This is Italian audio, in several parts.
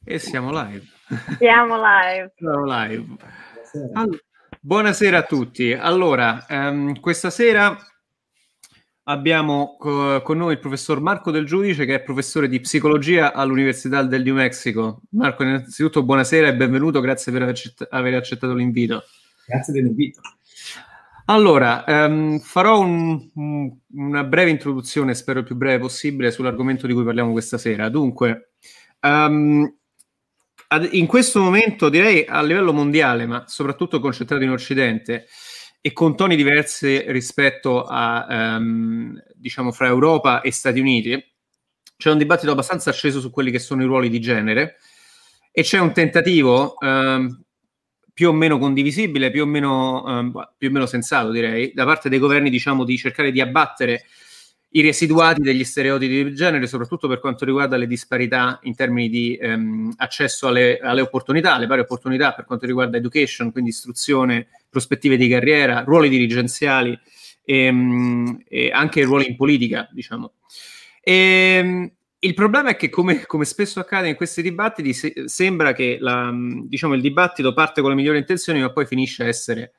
E siamo live. Siamo live. Siamo live. Buonasera. Buonasera a tutti. Allora, questa sera abbiamo con noi il professor Marco Del Giudice, che è professore di psicologia all'Università del New Mexico. Marco, innanzitutto buonasera e benvenuto, grazie per aver accettato l'invito. Grazie dell'invito. Allora, farò una breve introduzione, spero il più breve possibile, sull'argomento di cui parliamo questa sera. Dunque, in questo momento, direi a livello mondiale, ma soprattutto concentrato in Occidente, e con toni diversi rispetto a, diciamo, fra Europa e Stati Uniti, c'è un dibattito abbastanza acceso su quelli che sono i ruoli di genere, e c'è un tentativo più o meno condivisibile, più o meno sensato, direi, da parte dei governi, diciamo, di cercare di abbattere i residuati degli stereotipi di genere, soprattutto per quanto riguarda le disparità in termini di accesso alle opportunità, alle pari opportunità per quanto riguarda education, quindi istruzione, prospettive di carriera, ruoli dirigenziali e anche ruoli in politica, diciamo. Il problema è che, come spesso accade in questi dibattiti, sembra che diciamo, il dibattito parte con le migliori intenzioni, ma poi finisce a essere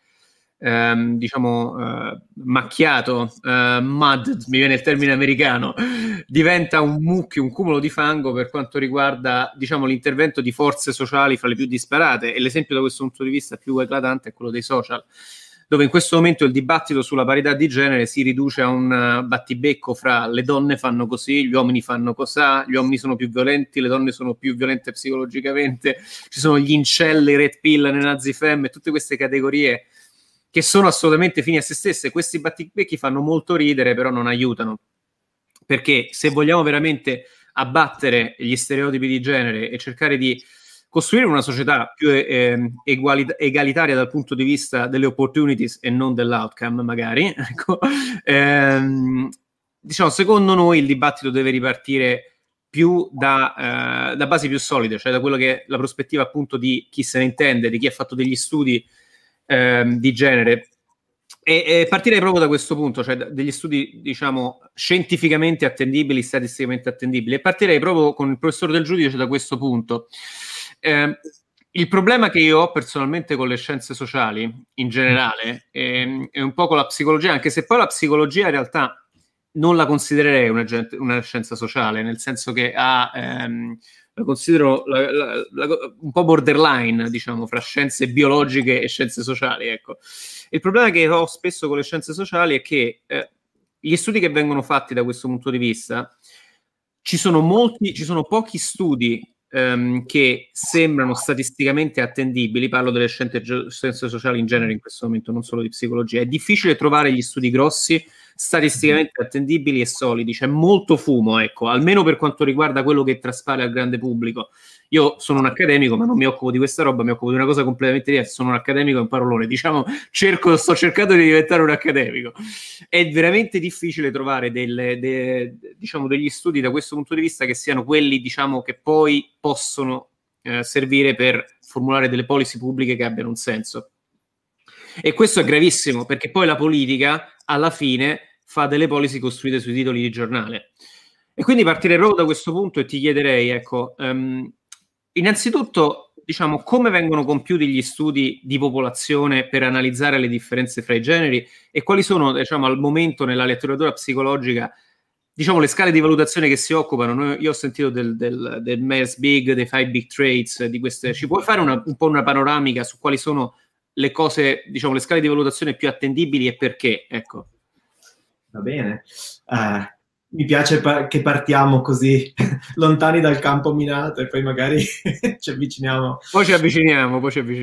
macchiato, mud, mi viene il termine americano, diventa un mucchio, un cumulo di fango per quanto riguarda, diciamo, l'intervento di forze sociali fra le più disparate, e l'esempio da questo punto di vista più eclatante è quello dei social, dove in questo momento il dibattito sulla parità di genere si riduce a un battibecco fra le donne fanno così, gli uomini fanno cosà, gli uomini sono più violenti, le donne sono più violente psicologicamente, ci sono gli incel, i red pill, le nazi femme, tutte queste categorie che sono assolutamente fini a se stesse. Questi battibecchi fanno molto ridere, però non aiutano, perché se vogliamo veramente abbattere gli stereotipi di genere e cercare di costruire una società più egalitaria dal punto di vista delle opportunities e non dell'outcome, magari, ecco, diciamo, secondo noi il dibattito deve ripartire più da basi più solide, cioè da quello che è la prospettiva appunto di chi se ne intende, di chi ha fatto degli studi di genere, e partirei proprio da questo punto, cioè degli studi, diciamo, scientificamente attendibili, statisticamente attendibili, e partirei proprio con il professor Del Giudice da questo punto. Il problema che io ho personalmente con le scienze sociali in generale è un po' con la psicologia, anche se poi la psicologia in realtà non la considererei una scienza sociale, nel senso che la considero un po' borderline, diciamo, fra scienze biologiche e scienze sociali, ecco. Il problema che ho spesso con le scienze sociali è che gli studi che vengono fatti da questo punto di vista, ci sono pochi studi che sembrano statisticamente attendibili. Parlo delle scienze sociali in genere in questo momento, non solo di psicologia. È difficile trovare gli studi grossi, statisticamente attendibili e solidi, c'è molto fumo, ecco, almeno per quanto riguarda quello che traspare al grande pubblico. Io sono un accademico, ma non mi occupo di questa roba, mi occupo di una cosa completamente diversa. Sono un accademico, è un parolone, diciamo, sto cercando di diventare un accademico. È veramente difficile trovare diciamo, degli studi da questo punto di vista che siano quelli, diciamo, che poi possono servire per formulare delle policy pubbliche che abbiano un senso. E questo è gravissimo, perché poi la politica alla fine fa delle policy costruite sui titoli di giornale. E quindi partirei proprio da questo punto e ti chiederei, ecco, innanzitutto, diciamo, come vengono compiuti gli studi di popolazione per analizzare le differenze fra i generi, e quali sono, diciamo, al momento nella letteratura psicologica, diciamo, le scale di valutazione che si occupano. Io ho sentito del Myers-Briggs, dei 5 Big Traits, di queste. Ci puoi fare un po' una panoramica su quali sono le cose, diciamo, le scale di valutazione più attendibili e perché, ecco. Va bene. Mi piace che partiamo così lontani dal campo minato e poi magari ci avviciniamo. Poi ci avviciniamo.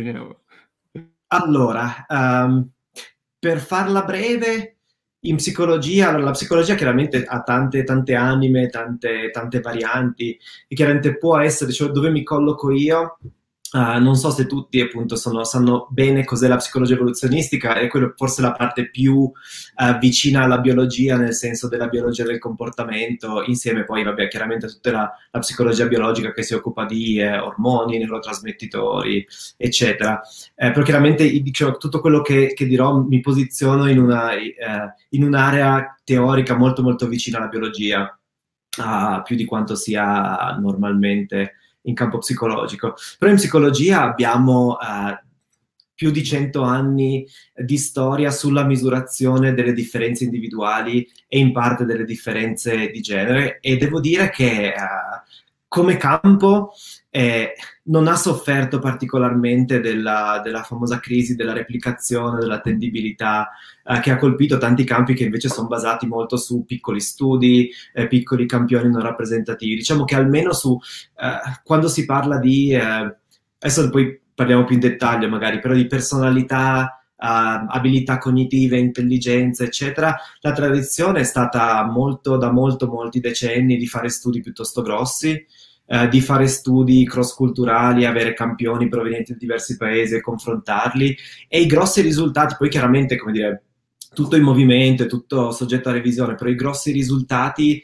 Allora, per farla breve, in psicologia, la psicologia chiaramente ha tante anime, tante varianti, e chiaramente può essere, cioè, dove mi colloco io. Non so se tutti appunto sanno bene cos'è la psicologia evoluzionistica, e quello forse la parte più vicina alla biologia, nel senso della biologia del comportamento, insieme poi, vabbè, chiaramente tutta la psicologia biologica che si occupa di ormoni, neurotrasmettitori, eccetera. Però chiaramente, diciamo, tutto quello che dirò mi posiziono in un'area teorica molto molto vicina alla biologia, più di quanto sia normalmente in campo psicologico. Però in psicologia abbiamo più di 100 anni di storia sulla misurazione delle differenze individuali e in parte delle differenze di genere, e devo dire che come campo non ha sofferto particolarmente della famosa crisi della replicazione, dell'attendibilità, che ha colpito tanti campi che invece sono basati molto su piccoli studi, piccoli campioni non rappresentativi. Diciamo che almeno quando si parla di... adesso poi parliamo più in dettaglio magari, però di personalità, abilità cognitive, intelligenza, eccetera, la tradizione è stata molti decenni di fare studi piuttosto grossi, di fare studi cross-culturali, avere campioni provenienti da diversi paesi e confrontarli, e i grossi risultati, poi chiaramente, come dire, tutto in movimento, è tutto soggetto a revisione, però i grossi risultati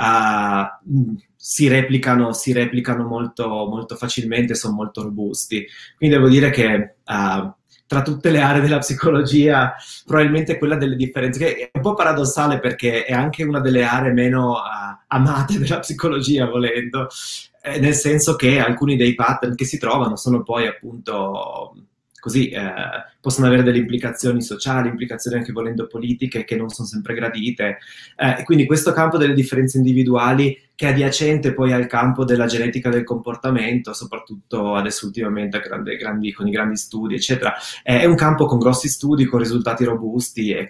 si replicano molto facilmente, sono molto robusti. Quindi devo dire che tra tutte le aree della psicologia, probabilmente quella delle differenze, che è un po' paradossale perché è anche una delle aree meno amate della psicologia, volendo, nel senso che alcuni dei pattern che si trovano sono poi appunto così, possono avere delle implicazioni sociali, implicazioni anche volendo politiche che non sono sempre gradite. E quindi questo campo delle differenze individuali, che è adiacente poi al campo della genetica del comportamento, soprattutto adesso ultimamente con i grandi studi, eccetera, è un campo con grossi studi, con risultati robusti e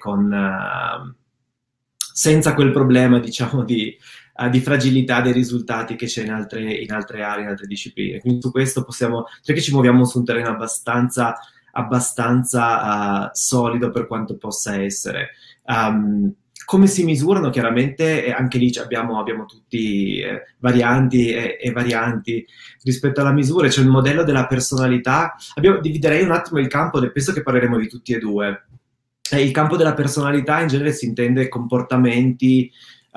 senza quel problema, diciamo, di fragilità dei risultati che c'è in altre aree, in altre discipline. Quindi su questo cioè che ci muoviamo su un terreno abbastanza solido per quanto possa essere. Come si misurano? Chiaramente anche lì abbiamo tutti varianti e varianti rispetto alla misura. C'è il modello della personalità. Dividerei un attimo il campo, penso che parleremo di tutti e due. Il campo della personalità in genere si intende comportamenti,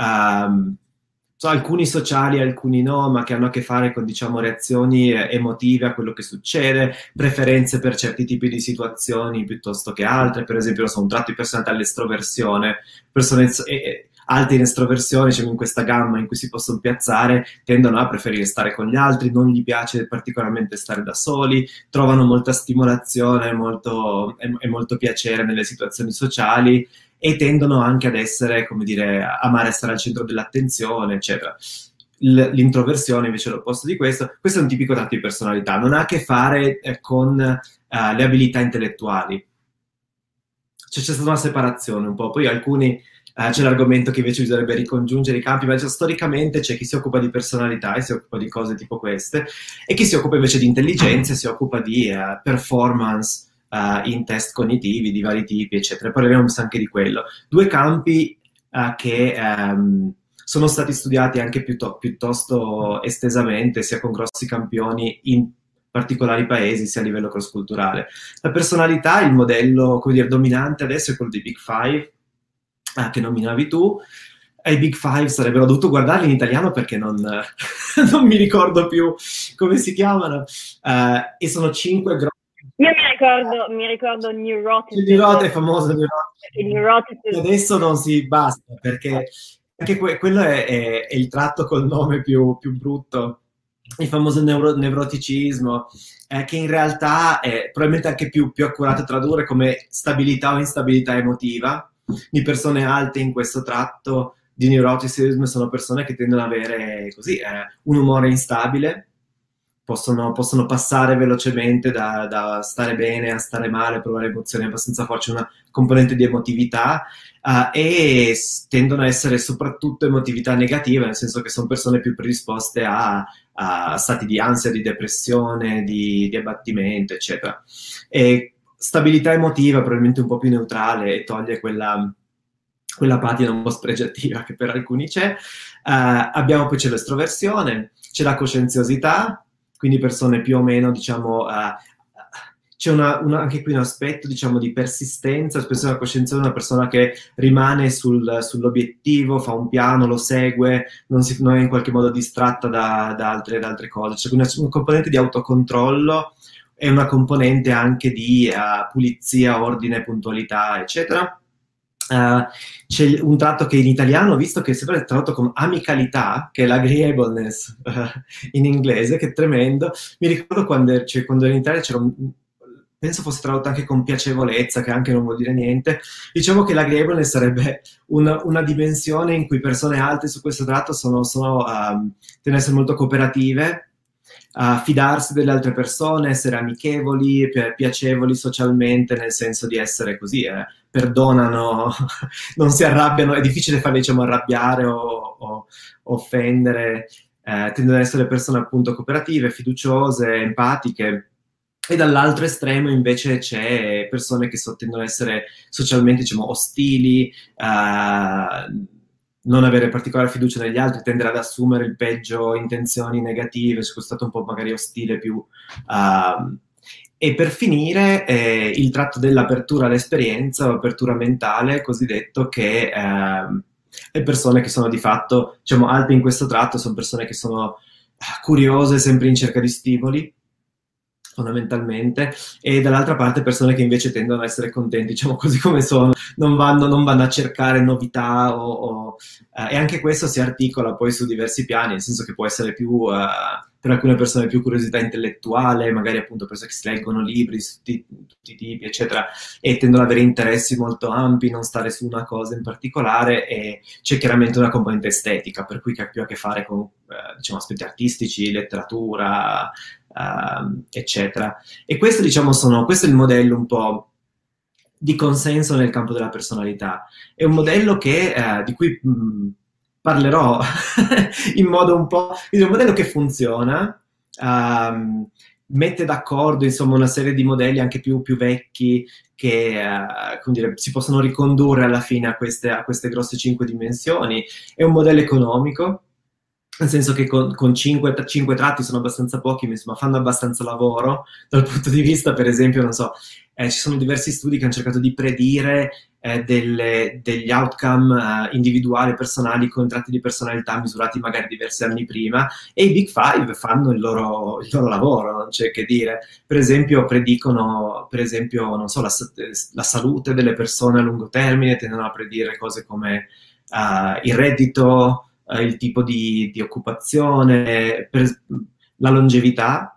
alcuni sociali, alcuni no, ma che hanno a che fare con, diciamo, reazioni emotive a quello che succede, preferenze per certi tipi di situazioni piuttosto che altre. Per esempio, un tratto di personalità, l'estroversione. Persone alte in estroversione, diciamo, in questa gamma in cui si possono piazzare, tendono a preferire stare con gli altri, non gli piace particolarmente stare da soli, trovano molta stimolazione e molto piacere nelle situazioni sociali, e tendono anche ad essere, come dire, amare essere al centro dell'attenzione, eccetera. L'introversione invece è l'opposto di questo. Questo è un tipico tratto di personalità, non ha a che fare con le abilità intellettuali. C'è stata una separazione un po', poi c'è l'argomento che invece bisognerebbe ricongiungere i campi, ma storicamente c'è chi si occupa di personalità e si occupa di cose tipo queste, e chi si occupa invece di intelligenza e si occupa di performance in test cognitivi di vari tipi, eccetera. Parleremo anche di quello. Due campi che sono stati studiati anche piuttosto estesamente, sia con grossi campioni in particolari paesi, sia a livello cross-culturale. La personalità, il modello, come dire, dominante adesso è quello dei Big Five, che nominavi tu. I Big Five sarebbero dovuto guardarli in italiano perché non mi ricordo più come si chiamano, e sono 5 grossi. Io mi ricordo Neuroticism. È famoso Neuroticism. Adesso non si basta, perché anche quello è il tratto col nome più brutto, il famoso nevroticismo, che in realtà è probabilmente anche più accurato tradurre come stabilità o instabilità emotiva. Di persone alte in questo tratto di neuroticism sono persone che tendono ad avere un umore instabile, possono passare velocemente da stare bene a stare male, provare emozioni abbastanza forti, una componente di emotività, e tendono a essere soprattutto emotività negativa, nel senso che sono persone più predisposte a stati di ansia, di depressione, di abbattimento, eccetera. E stabilità emotiva probabilmente un po' più neutrale e toglie quella patina un po' spregiativa che per alcuni c'è. Poi c'è l'estroversione, c'è la coscienziosità, quindi persone più o meno, diciamo, c'è anche qui un aspetto, diciamo, di persistenza. Spesso la coscienza è una persona che rimane sull'obiettivo, fa un piano, lo segue, non è in qualche modo distratta da altre cose. C'è una componente di autocontrollo e una componente anche di pulizia, ordine, puntualità, eccetera. c'è un tratto che in italiano ho visto che sembra tradotto come amicalità, che è l'agreeableness in inglese, che è tremendo. Mi ricordo quando ero in Italia c'era penso fosse tradotto anche con piacevolezza, che anche non vuol dire niente. Diciamo che l'agreeableness sarebbe una dimensione in cui persone alte su questo tratto tendono ad essere molto cooperative, a fidarsi delle altre persone, essere amichevoli, piacevoli socialmente, nel senso di essere così, perdonano, non si arrabbiano, è difficile farli, diciamo, arrabbiare o offendere, tendono ad essere persone appunto cooperative, fiduciose, empatiche. E dall'altro estremo invece c'è persone che tendono ad essere socialmente, diciamo, ostili, non avere particolare fiducia negli altri, tendere ad assumere il peggio, intenzioni negative, su questo stato un po' magari ostile più. E per finire il tratto dell'apertura all'esperienza o apertura mentale, cosiddetto, che le persone che sono di fatto, diciamo, alte in questo tratto sono persone che sono curiose, sempre in cerca di stimoli, fondamentalmente, e dall'altra parte persone che invece tendono a essere contenti, diciamo, così come sono, non vanno a cercare novità e anche questo si articola poi su diversi piani, nel senso che può essere più per alcune persone più curiosità intellettuale, magari appunto persone che si leggono libri di tutti i tipi, eccetera, e tendono ad avere interessi molto ampi, non stare su una cosa in particolare, e c'è chiaramente una componente estetica, per cui che ha più a che fare con diciamo, aspetti artistici, letteratura, eccetera. E questo, diciamo, questo è il modello un po' di consenso nel campo della personalità. È un modello di cui parlerò in modo un po'... È un modello che funziona, mette d'accordo, insomma, una serie di modelli anche più vecchi che come dire, si possono ricondurre alla fine a queste grosse 5 dimensioni. È un modello economico, nel senso che con 5 tratti sono abbastanza pochi, ma insomma fanno abbastanza lavoro dal punto di vista, per esempio, non so, ci sono diversi studi che hanno cercato di predire degli outcome individuali, personali, con tratti di personalità misurati magari diversi anni prima, e i Big Five fanno il loro lavoro, non c'è che dire. Per esempio predicono, non so, la salute delle persone a lungo termine, tendono a predire cose come il reddito, il tipo di occupazione, la longevità.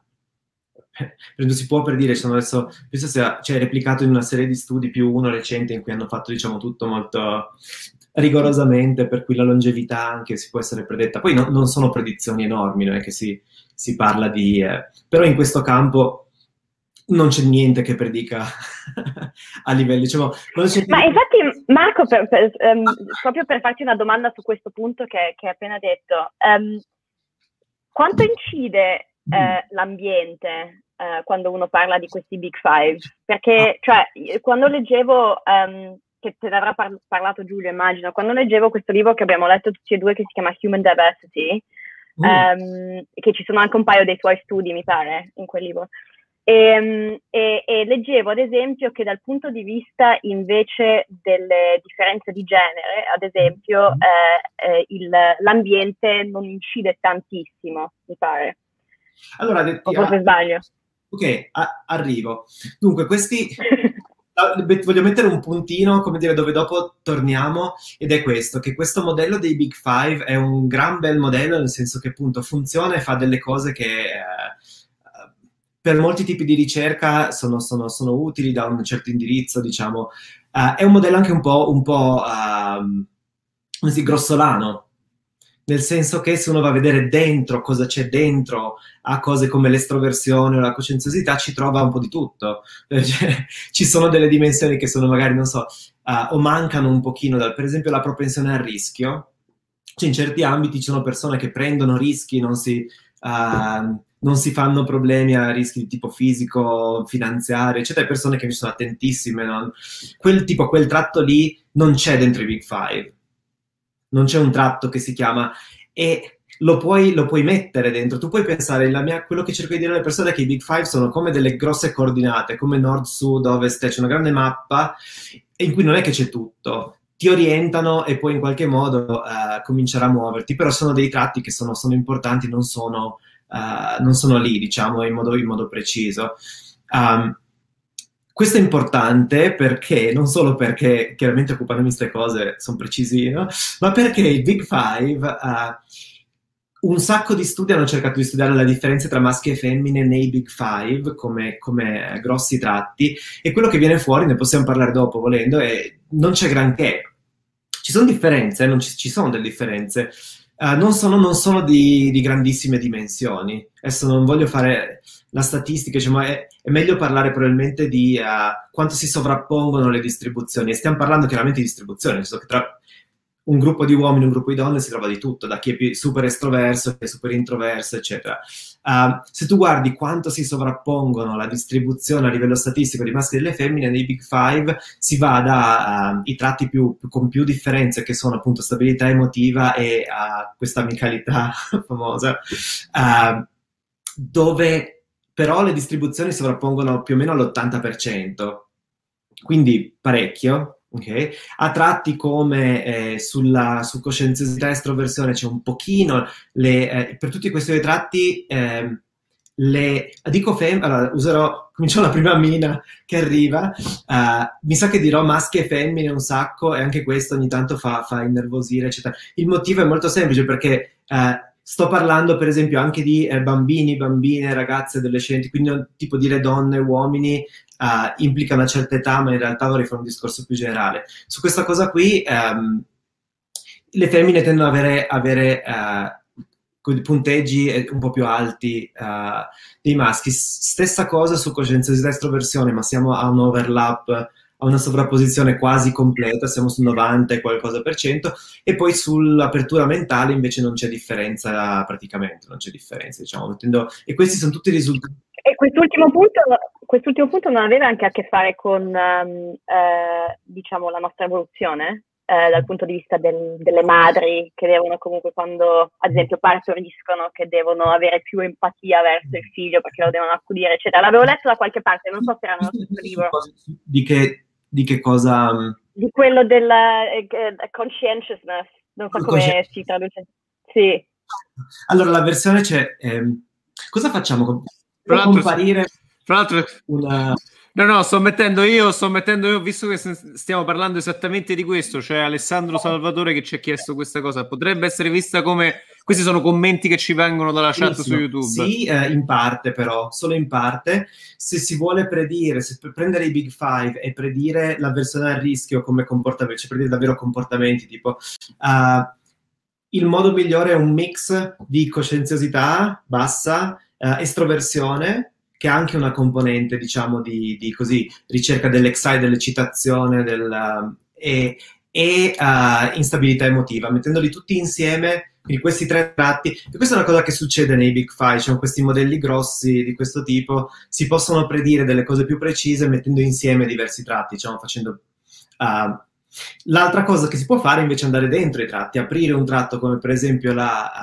Si può predire, adesso penso sia replicato in una serie di studi, più uno recente in cui hanno fatto, diciamo, tutto molto rigorosamente, per cui la longevità anche si può essere predetta. Poi non sono predizioni enormi, non è che si parla di... però in questo campo non c'è niente che predica a livello, diciamo... Ma infatti, Marco, proprio per farti una domanda su questo punto che hai appena detto, quanto incide l'ambiente quando uno parla di questi Big Five? Perché, cioè, quando leggevo, che te ne avrà parlato Giulio, immagino, quando leggevo questo libro che abbiamo letto tutti e due, che si chiama Human Diversity, che ci sono anche un paio dei tuoi studi, mi pare, in quel libro, e leggevo ad esempio che dal punto di vista invece delle differenze di genere, ad esempio, l'ambiente non incide tantissimo, mi pare. Allora, o forse sbaglio. Ok, arrivo. Dunque, voglio mettere un puntino, come dire, dove dopo torniamo, ed è questo, che questo modello dei Big Five è un gran bel modello, nel senso che appunto funziona e fa delle cose che per molti tipi di ricerca sono utili, da un certo indirizzo, diciamo. È un modello anche un po' così grossolano, nel senso che se uno va a vedere dentro cosa c'è dentro a cose come l'estroversione o la coscienziosità, ci trova un po' di tutto. Ci sono delle dimensioni che sono magari, non so, o mancano un pochino, per esempio la propensione al rischio. Cioè, in certi ambiti ci sono persone che prendono rischi, non si fanno problemi a rischi di tipo fisico, finanziario, eccetera, persone che sono attentissime, no? Quel tratto lì non c'è dentro i Big Five. Non c'è un tratto che si chiama, e lo puoi mettere dentro. Tu puoi pensare, quello che cerco di dire alle persone è che i Big Five sono come delle grosse coordinate, come nord, sud, ovest, c'è una grande mappa in cui non è che c'è tutto, ti orientano e poi in qualche modo comincerà a muoverti, però sono dei tratti che sono importanti, non sono lì, diciamo, in modo preciso. Questo è importante perché, non solo perché chiaramente occupano queste cose, sono precisino, ma perché il Big Five, un sacco di studi hanno cercato di studiare la differenza tra maschi e femmine nei Big Five come grossi tratti, e quello che viene fuori, ne possiamo parlare dopo volendo, è non c'è granché. Ci sono differenze, non ci sono delle differenze. Non sono di grandissime dimensioni. Adesso non voglio fare la statistica, diciamo, è meglio parlare probabilmente di quanto si sovrappongono le distribuzioni. E stiamo parlando chiaramente di distribuzione, nel senso che tra un gruppo di uomini e un gruppo di donne si trova di tutto, da chi è più super estroverso, chi è super introverso, eccetera. Se tu guardi quanto si sovrappongono la distribuzione a livello statistico di maschi e delle femmine, nei Big Five si va dai tratti con più differenze, che sono appunto stabilità emotiva e questa amicalità famosa, dove però le distribuzioni si sovrappongono più o meno all'80%, quindi parecchio. Okay. A tratti come su coscienziosità e estroversione c'è un pochino, per tutti questi due tratti, allora, cominciamo la prima mina che arriva, mi sa che dirò maschi e femmine un sacco, e anche questo ogni tanto fa innervosire, eccetera. Il motivo è molto semplice, perché sto parlando per esempio anche di bambini, bambine, ragazze, adolescenti, quindi tipo dire donne, uomini, implica una certa età, ma in realtà vorrei fare un discorso più generale. Su questa cosa qui, le femmine tendono ad avere punteggi un po' più alti dei maschi. Stessa cosa su coscienziosità e estroversione, ma siamo a un overlap, a una sovrapposizione quasi completa, siamo sul 90 e qualcosa per cento, e poi sull'apertura mentale invece non c'è differenza, praticamente non c'è differenza, diciamo, e questi sono tutti i risultati. E quest'ultimo punto non aveva anche a che fare con, diciamo, la nostra evoluzione, dal punto di vista delle madri, che devono comunque, quando ad esempio partoriscono, che devono avere più empatia verso il figlio perché lo devono accudire, eccetera. L'avevo letto da qualche parte, non so se era nello stesso libro. Di che cosa? Di quello della conscientiousness, non so come si traduce. Sì. Allora, la versione c'è... cosa facciamo? Comparire tra l'altro una... No, sto mettendo io, visto che stiamo parlando esattamente di questo, cioè Alessandro Salvatore che ci ha chiesto questa cosa, potrebbe essere vista come... Questi sono commenti che ci vengono dalla chat su YouTube. Sì, in parte però, solo in parte. Se si vuole predire, se per prendere i Big Five e predire l'avversione al rischio come comportamento, cioè predire davvero comportamenti tipo... il modo migliore è un mix di coscienziosità bassa, estroversione, che ha anche una componente, diciamo, di così, ricerca dell'excite, dell'eccitazione, e instabilità emotiva, mettendoli tutti insieme, quindi questi tre tratti. E questa è una cosa che succede nei Big Five, cioè questi modelli grossi di questo tipo, si possono predire delle cose più precise mettendo insieme diversi tratti, diciamo, facendo... L'altra cosa che si può fare invece è andare dentro i tratti, aprire un tratto come per esempio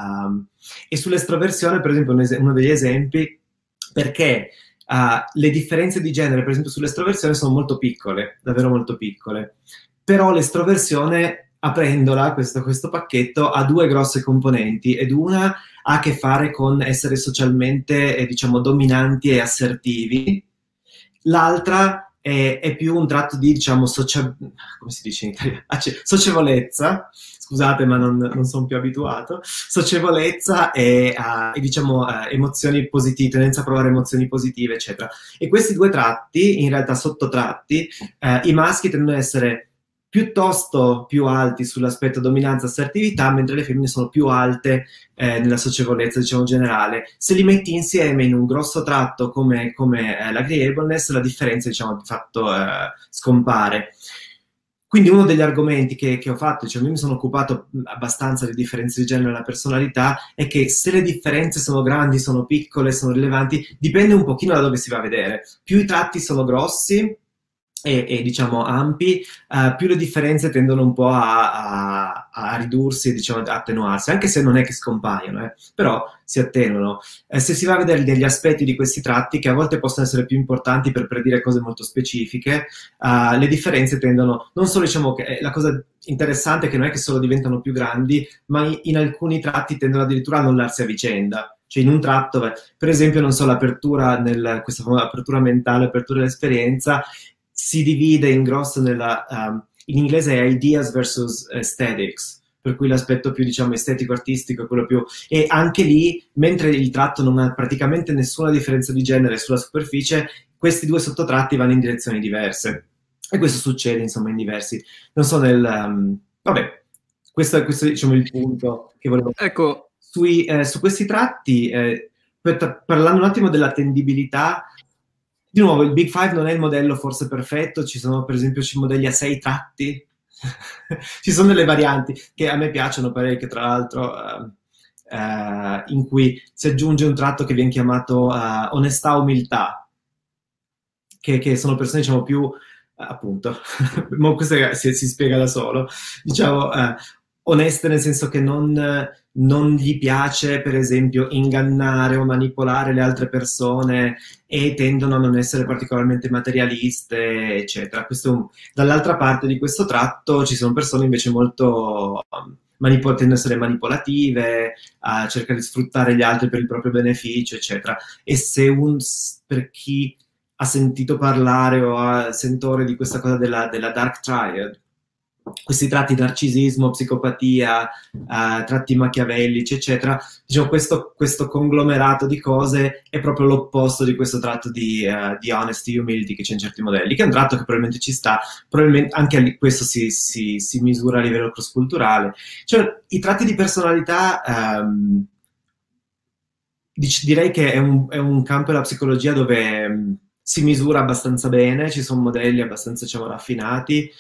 e sull'estroversione, per esempio, uno degli esempi, perché le differenze di genere, per esempio sull'estroversione, sono molto piccole, davvero molto piccole, però l'estroversione, aprendola, questo pacchetto, ha due grosse componenti, ed una ha a che fare con essere socialmente, diciamo, dominanti e assertivi, l'altra è più un tratto di, diciamo, come si dice in italiano? Socievolezza, scusate ma non sono più abituato, socievolezza e diciamo emozioni positive, tendenza a provare emozioni positive, eccetera. E questi due tratti, in realtà sottotratti, i maschi tendono ad essere piuttosto più alti sull'aspetto dominanza e assertività, mentre le femmine sono più alte nella socievolezza, diciamo, generale. Se li metti insieme in un grosso tratto come l'agreeableness, la differenza, diciamo, di fatto scompare. Quindi uno degli argomenti che ho fatto, cioè io mi sono occupato abbastanza di differenze di genere nella personalità, è che se le differenze sono grandi, sono piccole, sono rilevanti, dipende un pochino da dove si va a vedere. Più i tratti sono grossi, diciamo ampi, più le differenze tendono un po' a ridursi, diciamo, a attenuarsi, anche se non è che scompaiono, però si attenuano. Se si va a vedere degli aspetti di questi tratti, che a volte possono essere più importanti per predire cose molto specifiche, le differenze tendono, non solo, diciamo, che la cosa interessante è che non è che solo diventano più grandi, ma in alcuni tratti tendono addirittura a annullarsi a vicenda. Cioè in un tratto, per esempio, non so, l'apertura, questa famosa apertura mentale, apertura dell'esperienza, si divide in grosso in inglese è ideas versus aesthetics, per cui l'aspetto più, diciamo, estetico-artistico è quello più... E anche lì, mentre il tratto non ha praticamente nessuna differenza di genere sulla superficie, questi due sottotratti vanno in direzioni diverse. E questo succede, insomma, in diversi... Non so, vabbè, questo è, diciamo, il punto che volevo... Ecco. Su questi tratti, parlando un attimo della tendibilità, di nuovo il Big Five non è il modello forse perfetto, ci sono per esempio modelli a 6 tratti, ci sono delle varianti che a me piacciono parecchio, tra l'altro, in cui si aggiunge un tratto che viene chiamato onestà-umiltà, che sono persone, diciamo, più, appunto, questo si spiega da solo, diciamo, oneste nel senso che non gli piace, per esempio, ingannare o manipolare le altre persone e tendono a non essere particolarmente materialiste, eccetera. Dall'altra parte di questo tratto ci sono persone invece molto tendono a essere manipolative, a cercare di sfruttare gli altri per il proprio beneficio, eccetera. E per chi ha sentito parlare o ha sentore di questa cosa della Dark Triad, questi tratti di narcisismo, psicopatia, tratti machiavellici, eccetera, diciamo, questo conglomerato di cose è proprio l'opposto di questo tratto di honesty, humility che c'è in certi modelli, che è un tratto che probabilmente ci sta, probabilmente anche questo si misura a livello cross-culturale. Cioè, i tratti di personalità, direi che è un campo della psicologia dove si misura abbastanza bene, ci sono modelli abbastanza, diciamo, raffinati.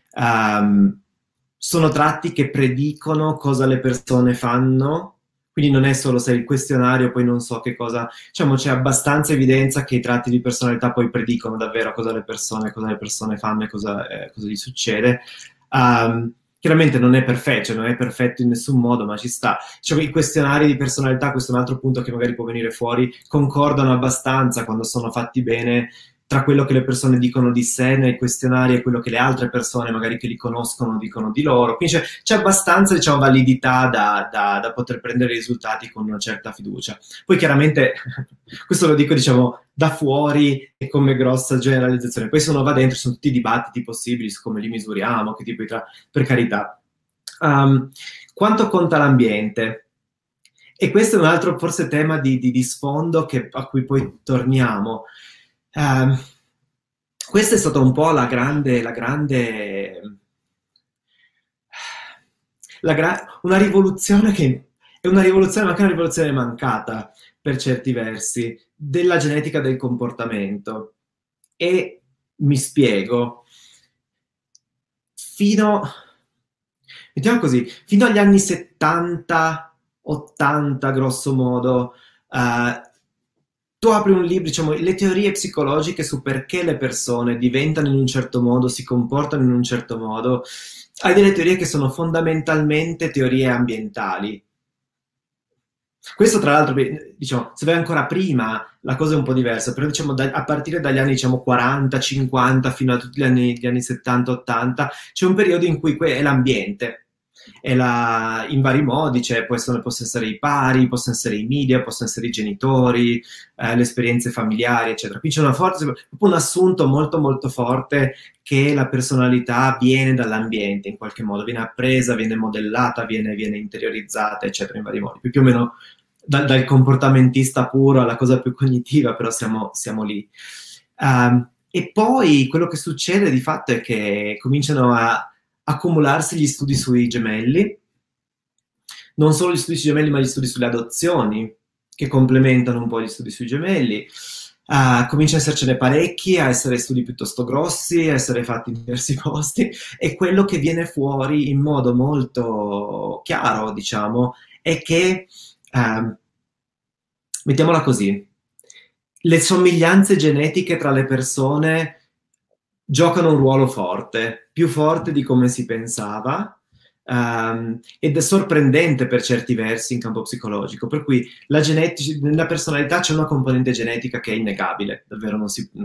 Sono tratti che predicono cosa le persone fanno, quindi non è solo se il questionario poi non so che cosa, diciamo, c'è abbastanza evidenza che i tratti di personalità poi predicono davvero cosa le persone fanno e cosa gli succede. Chiaramente non è perfetto, cioè non è perfetto in nessun modo, ma ci sta. Diciamo, i questionari di personalità, questo è un altro punto che magari può venire fuori, concordano abbastanza quando sono fatti bene tra quello che le persone dicono di sé nei questionari e quello che le altre persone, magari che li conoscono, dicono di loro. Quindi c'è abbastanza, diciamo, validità da poter prendere i risultati con una certa fiducia. Poi chiaramente, questo lo dico, diciamo, da fuori e come grossa generalizzazione. Poi se uno va dentro, sono tutti i dibattiti possibili su come li misuriamo, che tipo di per carità. Quanto conta l'ambiente? E questo è un altro forse tema di sfondo a cui poi torniamo. Questa è stata un po' una rivoluzione che è una rivoluzione, ma anche una rivoluzione mancata per certi versi, della genetica del comportamento. E mi spiego. Mettiamo così, fino agli anni 70, 80, grosso modo, tu apri un libro, diciamo, le teorie psicologiche su perché le persone diventano in un certo modo, si comportano in un certo modo, hai delle teorie che sono fondamentalmente teorie ambientali. Questo, tra l'altro, diciamo, se vai ancora prima, la cosa è un po' diversa, però, diciamo, a partire dagli anni, diciamo, 40, 50, fino a tutti gli anni 70, 80, c'è un periodo in cui è l'ambiente. In vari modi, cioè possono essere i pari, possono essere i media, possono essere i genitori, le esperienze familiari, eccetera. Qui c'è proprio un assunto molto molto forte che la personalità viene dall'ambiente in qualche modo, viene appresa, viene modellata, viene interiorizzata, eccetera, in vari modi. Più o meno dal comportamentista puro alla cosa più cognitiva, però siamo lì. E poi quello che succede di fatto è che cominciano a accumularsi gli studi sui gemelli, non solo gli studi sui gemelli, ma gli studi sulle adozioni, che complementano un po' gli studi sui gemelli. Cominciano ad essercene parecchi, a essere studi piuttosto grossi, a essere fatti in diversi posti, e quello che viene fuori in modo molto chiaro, diciamo, è che, mettiamola così, le somiglianze genetiche tra le persone giocano un ruolo forte, più forte di come si pensava, ed è sorprendente per certi versi in campo psicologico, per cui nella personalità c'è una componente genetica che è innegabile, davvero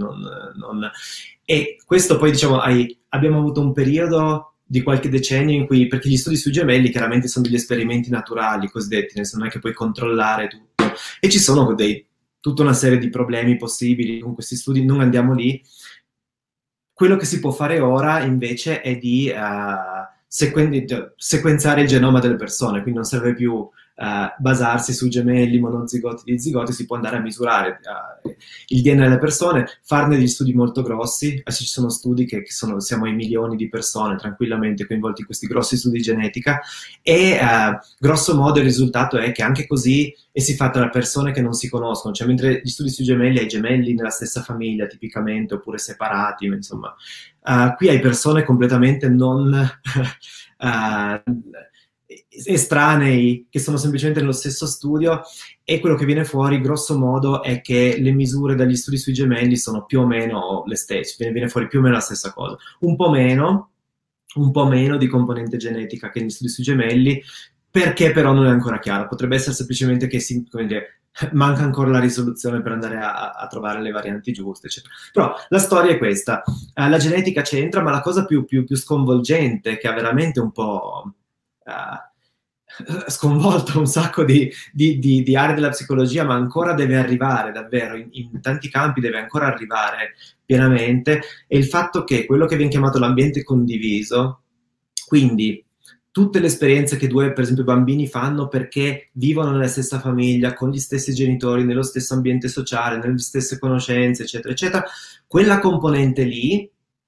e questo poi diciamo abbiamo avuto un periodo di qualche decennio in cui, perché gli studi sui gemelli chiaramente sono degli esperimenti naturali cosiddetti, nel senso non è che puoi controllare tutto, e ci sono tutta una serie di problemi possibili con questi studi, non andiamo lì. Quello che si può fare ora invece è di sequenziare il genoma delle persone, quindi non serve più basarsi su gemelli, monozigoti, dizigoti, si può andare a misurare il DNA delle persone, farne degli studi molto grossi. Adesso ci sono studi siamo ai milioni di persone tranquillamente coinvolti in questi grossi studi di genetica, e grosso modo il risultato è che anche così, e si fa tra persone che non si conoscono, cioè mentre gli studi sui gemelli hai gemelli nella stessa famiglia tipicamente, oppure separati, insomma, qui hai persone completamente non estranei, che sono semplicemente nello stesso studio, e quello che viene fuori grosso modo è che le misure dagli studi sui gemelli sono più o meno le stesse, viene fuori più o meno la stessa cosa, un po' meno di componente genetica che negli studi sui gemelli, perché però non è ancora chiaro, potrebbe essere semplicemente che manca ancora la risoluzione per andare a trovare le varianti giuste, eccetera. Però la storia è questa, la genetica c'entra, ma la cosa più sconvolgente, che ha veramente un po' sconvolto un sacco di aree della psicologia, ma ancora deve arrivare davvero, in tanti campi deve ancora arrivare pienamente, è il fatto che quello che viene chiamato l'ambiente condiviso, quindi tutte le esperienze che per esempio bambini fanno perché vivono nella stessa famiglia, con gli stessi genitori, nello stesso ambiente sociale, nelle stesse conoscenze, eccetera, eccetera, quella componente lì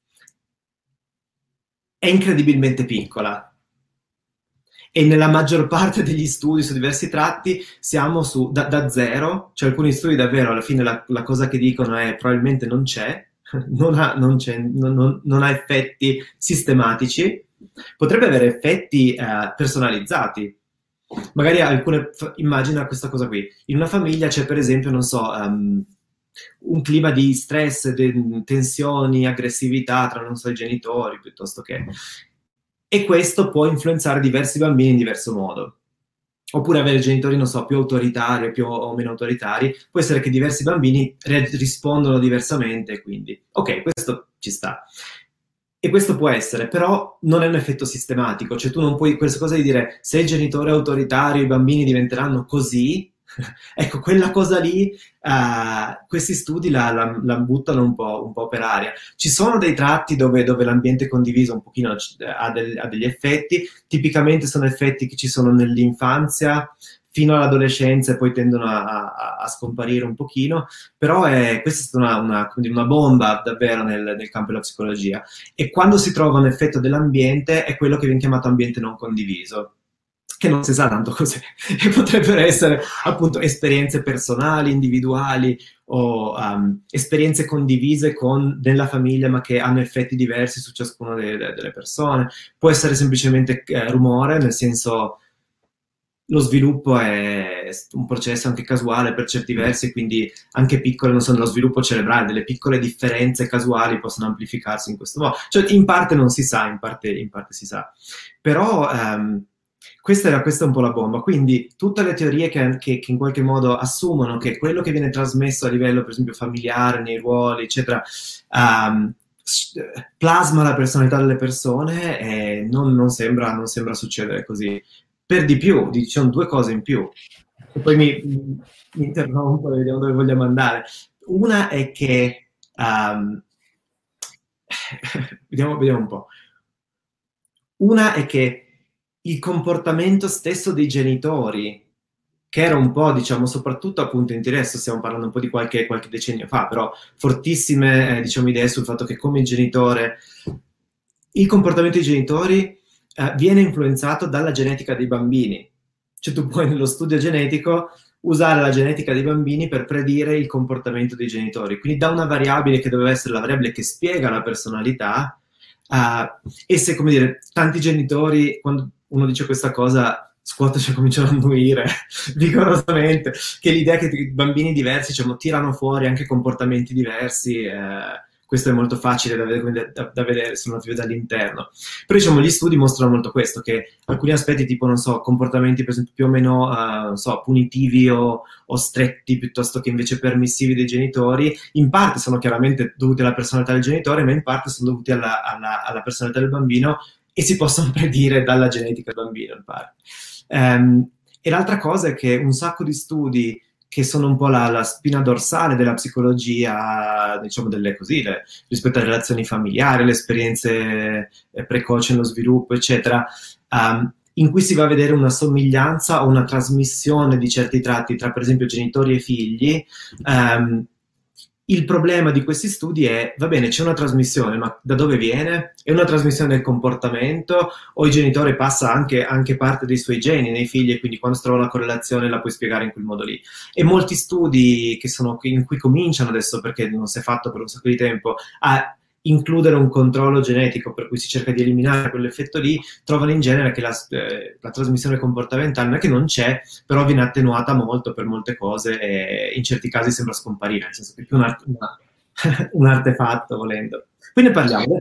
è incredibilmente piccola. E nella maggior parte degli studi su diversi tratti siamo da zero, cioè alcuni studi davvero alla fine la cosa che dicono è probabilmente non c'è, non ha effetti sistematici, potrebbe avere effetti personalizzati. Magari immagina questa cosa qui, in una famiglia c'è per esempio, non so, un clima di stress, tensioni, aggressività tra, non so, i genitori, piuttosto che... E questo può influenzare diversi bambini in diverso modo. Oppure avere genitori, non so, più autoritari o più o meno autoritari. Può essere che diversi bambini rispondono diversamente, quindi, ok, questo ci sta. E questo può essere, però non è un effetto sistematico. Cioè tu non puoi, questa cosa di dire, se il genitore è autoritario i bambini diventeranno così, ecco, quella cosa lì, questi studi la buttano un po' per aria. Ci sono dei tratti dove l'ambiente condiviso un pochino ha degli effetti, tipicamente sono effetti che ci sono nell'infanzia fino all'adolescenza e poi tendono a scomparire un pochino, però questa è stata una bomba davvero nel campo della psicologia, e quando si trova un effetto dell'ambiente è quello che viene chiamato ambiente non condiviso, che non si sa tanto cos'è, e potrebbero essere appunto esperienze personali, individuali, o esperienze condivise nella famiglia ma che hanno effetti diversi su ciascuna delle persone. Può essere semplicemente rumore, nel senso lo sviluppo è un processo anche casuale per certi versi, quindi anche piccole, non so, nello sviluppo cerebrale, delle piccole differenze casuali possono amplificarsi in questo modo. Cioè in parte non si sa, in parte si sa. Però... questa è un po' la bomba, quindi tutte le teorie che in qualche modo assumono che quello che viene trasmesso a livello per esempio familiare, nei ruoli eccetera, plasma la personalità delle persone, e non sembra succedere così. Per di più, diciamo due cose in più, e poi mi interrompo e vediamo dove vogliamo andare. Una è che vediamo un po'. Una è che il comportamento stesso dei genitori, che era un po', diciamo, soprattutto appunto interesse, stiamo parlando un po' di qualche decennio fa, però fortissime, diciamo, idee sul fatto che come il comportamento dei genitori viene influenzato dalla genetica dei bambini. Cioè tu puoi nello studio genetico usare la genetica dei bambini per predire il comportamento dei genitori, quindi da una variabile che doveva essere la variabile che spiega la personalità, e se, come dire, tanti genitori, quando uno dice questa cosa, scuote, cioè, cominciano a annuire vigorosamente, che l'idea che bambini diversi, diciamo, tirano fuori anche comportamenti diversi, questo è molto facile da vedere se uno ti vede dall'interno. Però diciamo gli studi mostrano molto questo, che alcuni aspetti tipo, non so, comportamenti per esempio più o meno, non so, punitivi o stretti piuttosto che invece permissivi dei genitori, in parte sono chiaramente dovuti alla personalità del genitore, ma in parte sono dovuti alla personalità del bambino e si possono predire dalla genetica del bambino, in parte. E l'altra cosa è che un sacco di studi che sono un po' la spina dorsale della psicologia, diciamo rispetto alle relazioni familiari, le esperienze precoci nello sviluppo, eccetera, in cui si va a vedere una somiglianza o una trasmissione di certi tratti tra, per esempio, genitori e figli. Il problema di questi studi è, va bene, c'è una trasmissione, ma da dove viene? È una trasmissione del comportamento o il genitore passa anche parte dei suoi geni nei figli e quindi quando si trova la correlazione la puoi spiegare in quel modo lì? E molti studi in cui cominciano adesso, perché non si è fatto per un sacco di tempo, a includere un controllo genetico per cui si cerca di eliminare quell'effetto lì, trovano in genere che la trasmissione comportamentale non è che non c'è, però viene attenuata molto per molte cose e in certi casi sembra scomparire, nel senso che è più un artefatto, volendo. Poi ne parliamo.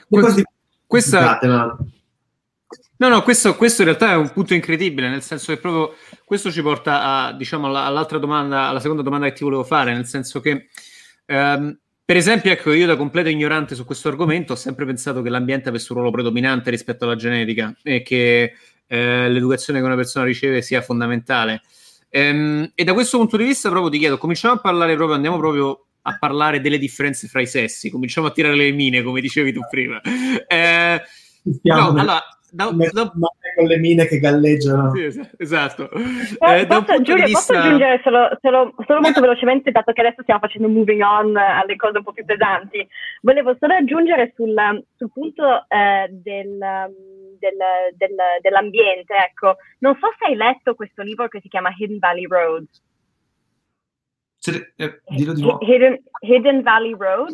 No, questo in realtà è un punto incredibile, nel senso che proprio questo ci porta diciamo, all'altra domanda, alla seconda domanda che ti volevo fare, nel senso che per esempio, ecco, io da completo ignorante su questo argomento ho sempre pensato che l'ambiente avesse un ruolo predominante rispetto alla genetica e che l'educazione che una persona riceve sia fondamentale. E da questo punto di vista proprio ti chiedo, andiamo proprio a parlare delle differenze fra i sessi, cominciamo a tirare le mine, come dicevi tu prima. Con le mine che galleggiano. Sì, esatto. Posso aggiungere solo molto velocemente, dato che adesso stiamo facendo moving on alle cose un po' più pesanti. Volevo solo aggiungere sul punto dell'ambiente, ecco. Non so se hai letto questo libro che si chiama Hidden Valley Road. Dillo di nuovo. Hidden Valley Road?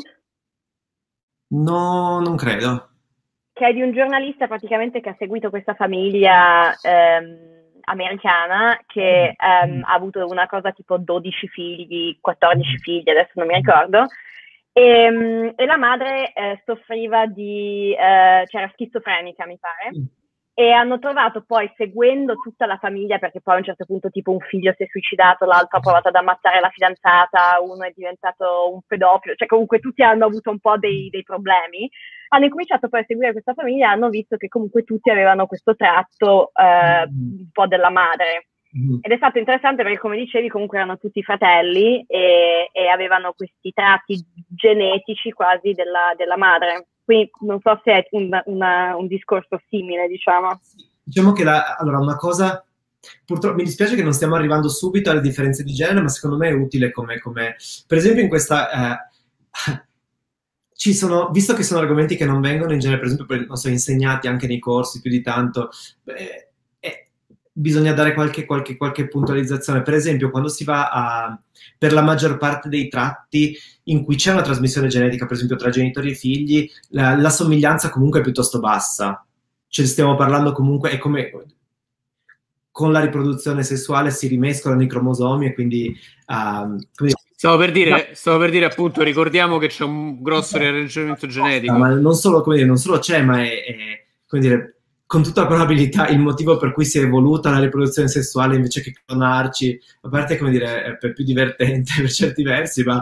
No, non credo. Che è di un giornalista praticamente che ha seguito questa famiglia americana che ha avuto una cosa tipo 12 figli, 14 figli, adesso non mi ricordo, e la madre soffriva c'era schizofrenica, mi pare, e hanno trovato poi, seguendo tutta la famiglia, perché poi a un certo punto tipo un figlio si è suicidato, l'altro ha provato ad ammazzare la fidanzata, uno è diventato un pedofilo, cioè comunque tutti hanno avuto un po' dei problemi. Hanno incominciato poi a seguire questa famiglia e hanno visto che comunque tutti avevano questo tratto un po' della madre. Ed è stato interessante perché, come dicevi, comunque erano tutti fratelli e avevano questi tratti genetici quasi della madre. Quindi non so se è un discorso simile, diciamo. Diciamo che allora una cosa, purtroppo mi dispiace che non stiamo arrivando subito alle differenze di genere, ma secondo me è utile come per esempio in questa... ci sono, visto che sono argomenti che non vengono in genere, per esempio, non so, insegnati anche nei corsi più di tanto, bisogna dare qualche puntualizzazione. Per esempio, quando si va per la maggior parte dei tratti in cui c'è una trasmissione genetica, per esempio tra genitori e figli, la somiglianza comunque è piuttosto bassa. Cioè stiamo parlando comunque, è come con la riproduzione sessuale si rimescolano i cromosomi e quindi... Stavo per dire appunto, ricordiamo che c'è un grosso riarrangiamento genetico. Ma non solo c'è, ma è come dire, con tutta probabilità il motivo per cui si è evoluta la riproduzione sessuale invece che clonarci, a parte, come dire, è più divertente per certi versi, ma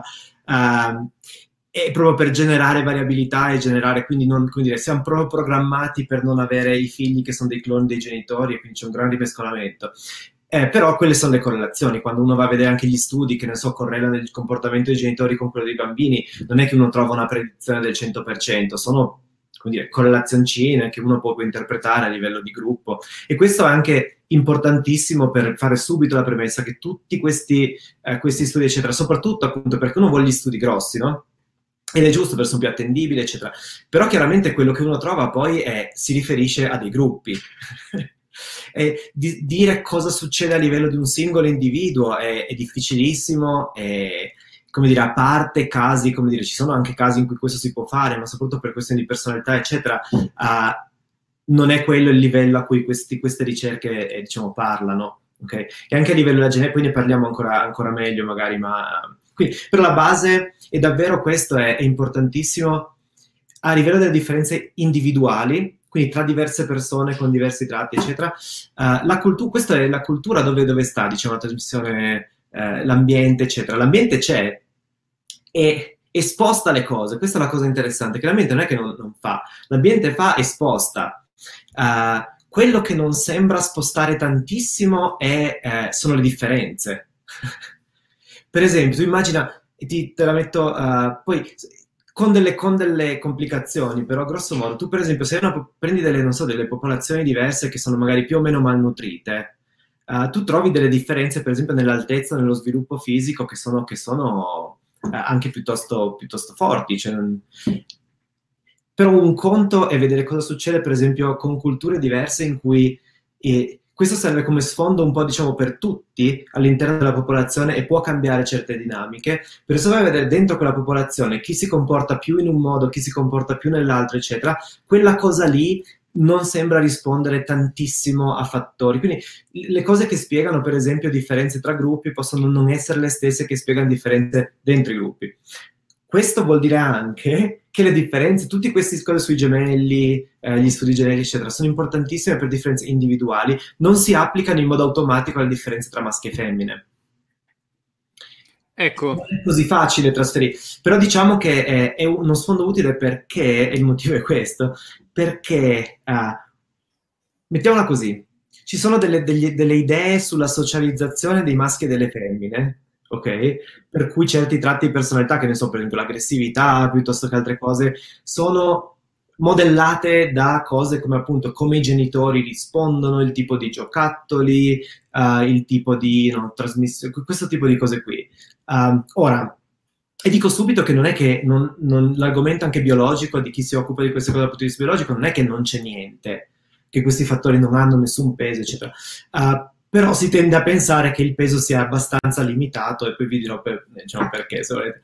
è proprio per generare variabilità e generare, quindi non, come dire, siamo proprio programmati per non avere i figli che sono dei cloni dei genitori e quindi c'è un gran rimescolamento. Però quelle sono le correlazioni. Quando uno va a vedere anche gli studi che, ne so, correlano il comportamento dei genitori con quello dei bambini, non è che uno trova una predizione del 100%, sono, come dire, correlazioncine che uno può interpretare a livello di gruppo. E questo è anche importantissimo per fare subito la premessa che tutti questi studi, eccetera, soprattutto appunto perché uno vuole gli studi grossi, no? Ed è giusto perché sono più attendibili, eccetera. Però chiaramente quello che uno trova poi si riferisce a dei gruppi. E dire cosa succede a livello di un singolo individuo è difficilissimo, come dire, a parte casi, come dire, ci sono anche casi in cui questo si può fare, ma soprattutto per questioni di personalità, eccetera, non è quello il livello a cui queste ricerche, diciamo, parlano. Okay? E anche a livello della genetica, poi ne parliamo ancora meglio magari, ma Quindi, per la base, e davvero questo è importantissimo, a livello delle differenze individuali, quindi tra diverse persone con diversi tratti, eccetera, questa è la cultura dove sta, diciamo, la trasmissione, l'ambiente, eccetera. L'ambiente c'è e sposta le cose. Questa è la cosa interessante, che l'ambiente non è che non fa, l'ambiente fa e sposta. Quello che non sembra spostare tantissimo sono le differenze. Per esempio, tu immagina, te la metto poi con delle complicazioni, però grosso modo, tu per esempio se prendi delle popolazioni diverse che sono magari più o meno malnutrite, tu trovi delle differenze per esempio nell'altezza, nello sviluppo fisico che sono anche piuttosto forti. Cioè, però un conto è vedere cosa succede per esempio con culture diverse in cui questo serve come sfondo un po', diciamo, per tutti all'interno della popolazione e può cambiare certe dinamiche, per se vai a vedere dentro quella popolazione chi si comporta più in un modo, chi si comporta più nell'altro, eccetera, quella cosa lì non sembra rispondere tantissimo a fattori. Quindi le cose che spiegano, per esempio, differenze tra gruppi possono non essere le stesse che spiegano differenze dentro i gruppi. Questo vuol dire anche che le differenze, tutti questi cose sui gemelli, gli studi genetici, eccetera, sono importantissime per differenze individuali, non si applicano in modo automatico alle differenze tra maschi e femmine. Ecco. Non è così facile trasferire, però diciamo che è uno sfondo utile perché, e il motivo è questo, perché, mettiamola così, ci sono delle idee sulla socializzazione dei maschi e delle femmine, ok? Per cui certi tratti di personalità, che ne so, per esempio l'aggressività, piuttosto che altre cose, sono modellate da cose come appunto come i genitori rispondono, il tipo di giocattoli, il tipo di trasmissione, questo tipo di cose qui. Ora, e dico subito che non è che l'argomento anche biologico di chi si occupa di queste cose dal punto di vista biologico non è che non c'è niente, che questi fattori non hanno nessun peso, eccetera. Però si tende a pensare che il peso sia abbastanza limitato, e poi vi dirò diciamo, perché, se volete.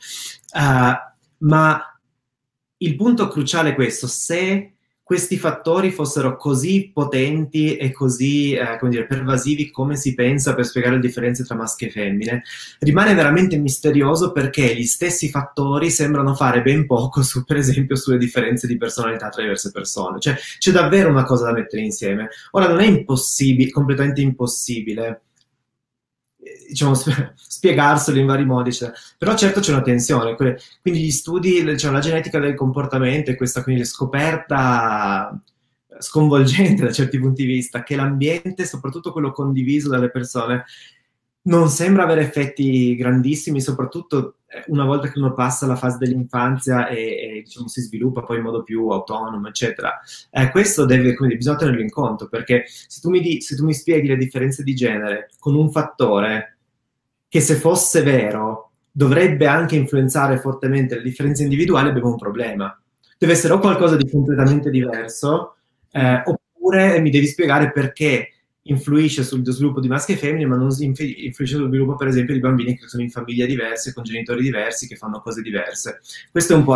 Ma il punto cruciale è questo: se questi fattori fossero così potenti e così come dire, pervasivi come si pensa per spiegare le differenze tra maschi e femmine, rimane veramente misterioso, perché gli stessi fattori sembrano fare ben poco per esempio sulle differenze di personalità tra diverse persone. Cioè c'è davvero una cosa da mettere insieme. Ora non è impossibile, completamente impossibile, diciamo, spiegarselo in vari modi, cioè. Però certo c'è una tensione, quindi gli studi, diciamo, la genetica del comportamento e questa quindi scoperta sconvolgente da certi punti di vista, che l'ambiente, soprattutto quello condiviso dalle persone, non sembra avere effetti grandissimi, soprattutto una volta che uno passa la fase dell'infanzia e diciamo, si sviluppa poi in modo più autonomo, eccetera. Questo bisogna tenerlo in conto, perché se tu mi spieghi le differenze di genere con un fattore che, se fosse vero, dovrebbe anche influenzare fortemente le differenze individuali, abbiamo un problema. Deve essere o qualcosa di completamente diverso, oppure mi devi spiegare perché influisce sul sviluppo di maschi e femmine, ma non influisce sullo sviluppo, per esempio, di bambini che sono in famiglie diverse, con genitori diversi, che fanno cose diverse. Questo è un po'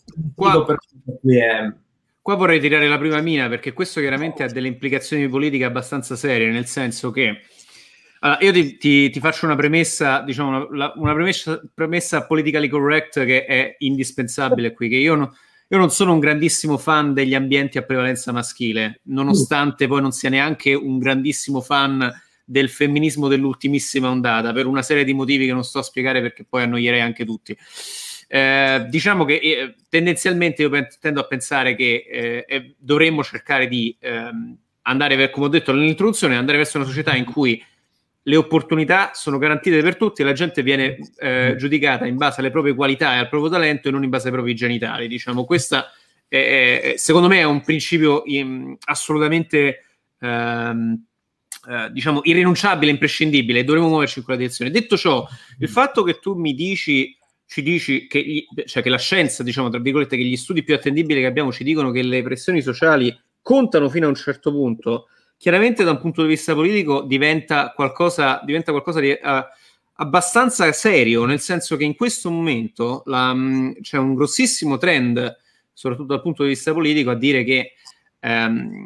Qua vorrei tirare la prima mia, perché questo chiaramente ha delle implicazioni politiche abbastanza serie, nel senso che io ti faccio una premessa, diciamo una premessa politically correct che è indispensabile qui, che io non sono un grandissimo fan degli ambienti a prevalenza maschile, nonostante poi non sia neanche un grandissimo fan del femminismo dell'ultimissima ondata, per una serie di motivi che non sto a spiegare, perché poi annoierei anche tutti. Diciamo che tendenzialmente io tendo a pensare che dovremmo cercare di andare come ho detto nell'introduzione, andare verso una società in cui le opportunità sono garantite per tutti e la gente viene giudicata in base alle proprie qualità e al proprio talento e non in base ai propri genitali. Diciamo, questa secondo me è un principio assolutamente diciamo irrinunciabile, imprescindibile, e dovremmo muoverci in quella direzione. Detto ciò, il fatto che tu ci dici che la scienza, diciamo tra virgolette, che gli studi più attendibili che abbiamo ci dicono che le pressioni sociali contano fino a un certo punto, chiaramente da un punto di vista politico diventa qualcosa di abbastanza serio, nel senso che in questo momento c'è un grossissimo trend, soprattutto dal punto di vista politico, a dire che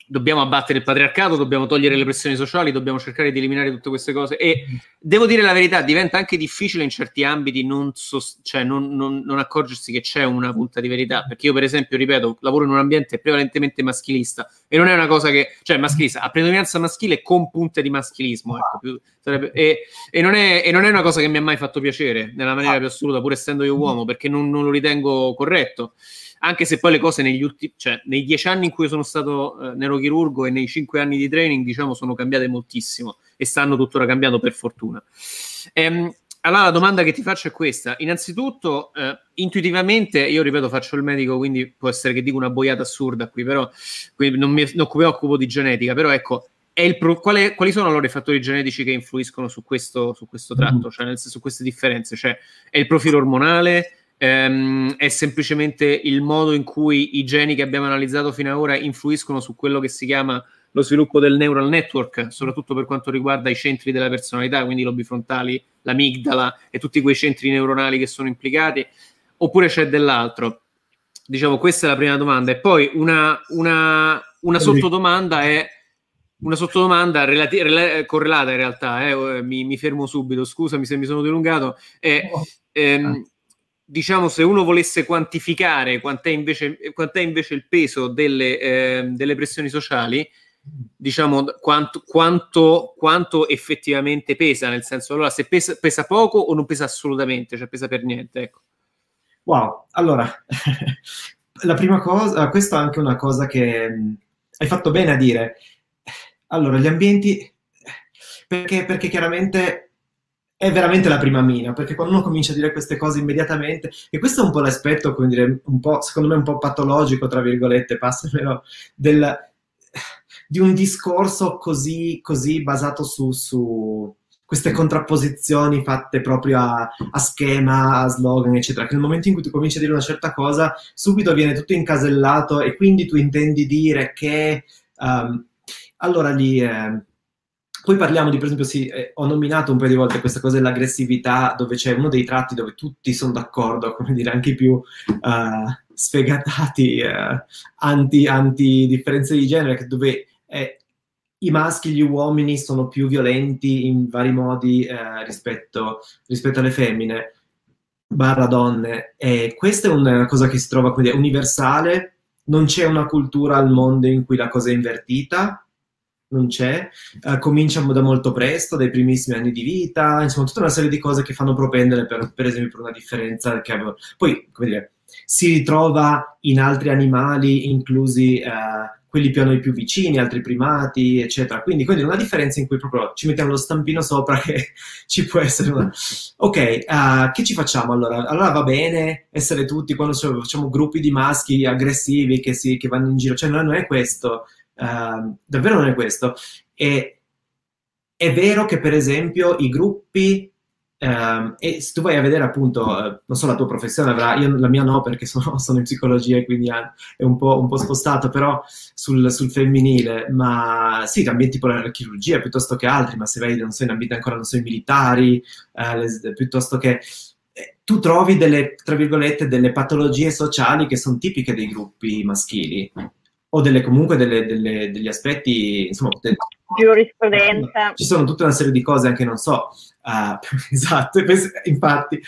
dobbiamo abbattere il patriarcato, dobbiamo togliere le pressioni sociali, dobbiamo cercare di eliminare tutte queste cose. E devo dire la verità, diventa anche difficile in certi ambiti non accorgersi che c'è una punta di verità, perché io per esempio, ripeto, lavoro in un ambiente prevalentemente maschilista e non è una cosa che, cioè maschilista, a predominanza maschile con punte di maschilismo, ecco, e non è una cosa che mi ha mai fatto piacere nella maniera più assoluta, pur essendo io uomo, perché non lo ritengo corretto. Anche se poi le cose nei 10 anni in cui sono stato neurochirurgo e nei 5 anni di training, diciamo, sono cambiate moltissimo e stanno tuttora cambiando, per fortuna. Allora la domanda che ti faccio è questa. Innanzitutto, intuitivamente, io ripeto, faccio il medico, quindi può essere che dico una boiata assurda qui, però non mi occupo di genetica, però ecco, quali sono allora i fattori genetici che influiscono su questo tratto, cioè su queste differenze? Cioè, è il profilo ormonale? È semplicemente il modo in cui i geni che abbiamo analizzato fino ad ora influiscono su quello che si chiama lo sviluppo del neural network, soprattutto per quanto riguarda i centri della personalità, quindi i lobi frontali, l'amigdala e tutti quei centri neuronali che sono implicati, oppure c'è dell'altro? Diciamo, questa è la prima domanda. E poi una sottodomanda è correlata in realtà, mi fermo subito, scusami se mi sono dilungato, diciamo, se uno volesse quantificare quant'è invece il peso delle pressioni sociali, diciamo, quanto effettivamente pesa, nel senso, allora, se pesa poco o non pesa assolutamente, cioè pesa per niente, ecco. Wow, allora, la prima cosa, questa è anche una cosa che hai fatto bene a dire. Allora, gli ambienti, perché chiaramente è veramente la prima mina, perché quando uno comincia a dire queste cose immediatamente, e questo è un po' l'aspetto, come dire, un po', secondo me un po' patologico, tra virgolette, passamelo, di un discorso così basato su queste contrapposizioni fatte proprio a schema, a slogan, eccetera, che nel momento in cui tu cominci a dire una certa cosa, subito viene tutto incasellato e quindi tu intendi dire che... allora lì... Poi parliamo di, per esempio, ho nominato un paio di volte questa cosa dell'aggressività, dove c'è uno dei tratti dove tutti sono d'accordo, come dire, anche i più sfegatati, anti differenze di genere, dove i maschi, gli uomini sono più violenti in vari modi rispetto alle femmine, barra donne. E questa è una cosa che si trova, quindi, universale, non c'è una cultura al mondo in cui la cosa è invertita, non c'è, comincia da molto presto, dai primissimi anni di vita, insomma tutta una serie di cose che fanno propendere per esempio per una differenza che poi, come dire, si ritrova in altri animali, inclusi quelli più a noi più vicini, altri primati, eccetera, quindi una differenza in cui proprio ci mettiamo lo stampino sopra che ci può essere una... Ok, che ci facciamo allora? Allora va bene essere tutti, quando facciamo gruppi di maschi aggressivi che vanno in giro, cioè non è questo. Davvero non è questo. E è vero che per esempio i gruppi e se tu vai a vedere appunto non so, la tua professione avrà, io la mia no perché sono in psicologia e quindi è un po' spostato però sul femminile, ma sì, ambienti tipo la chirurgia piuttosto che altri, ma se vai non so, in ambienti ancora non so, i militari, piuttosto che tu trovi delle, tra virgolette, delle patologie sociali che sono tipiche dei gruppi maschili o comunque degli aspetti, insomma, giurisprudenza. Ci sono tutta una serie di cose anche, non so, esatto, infatti,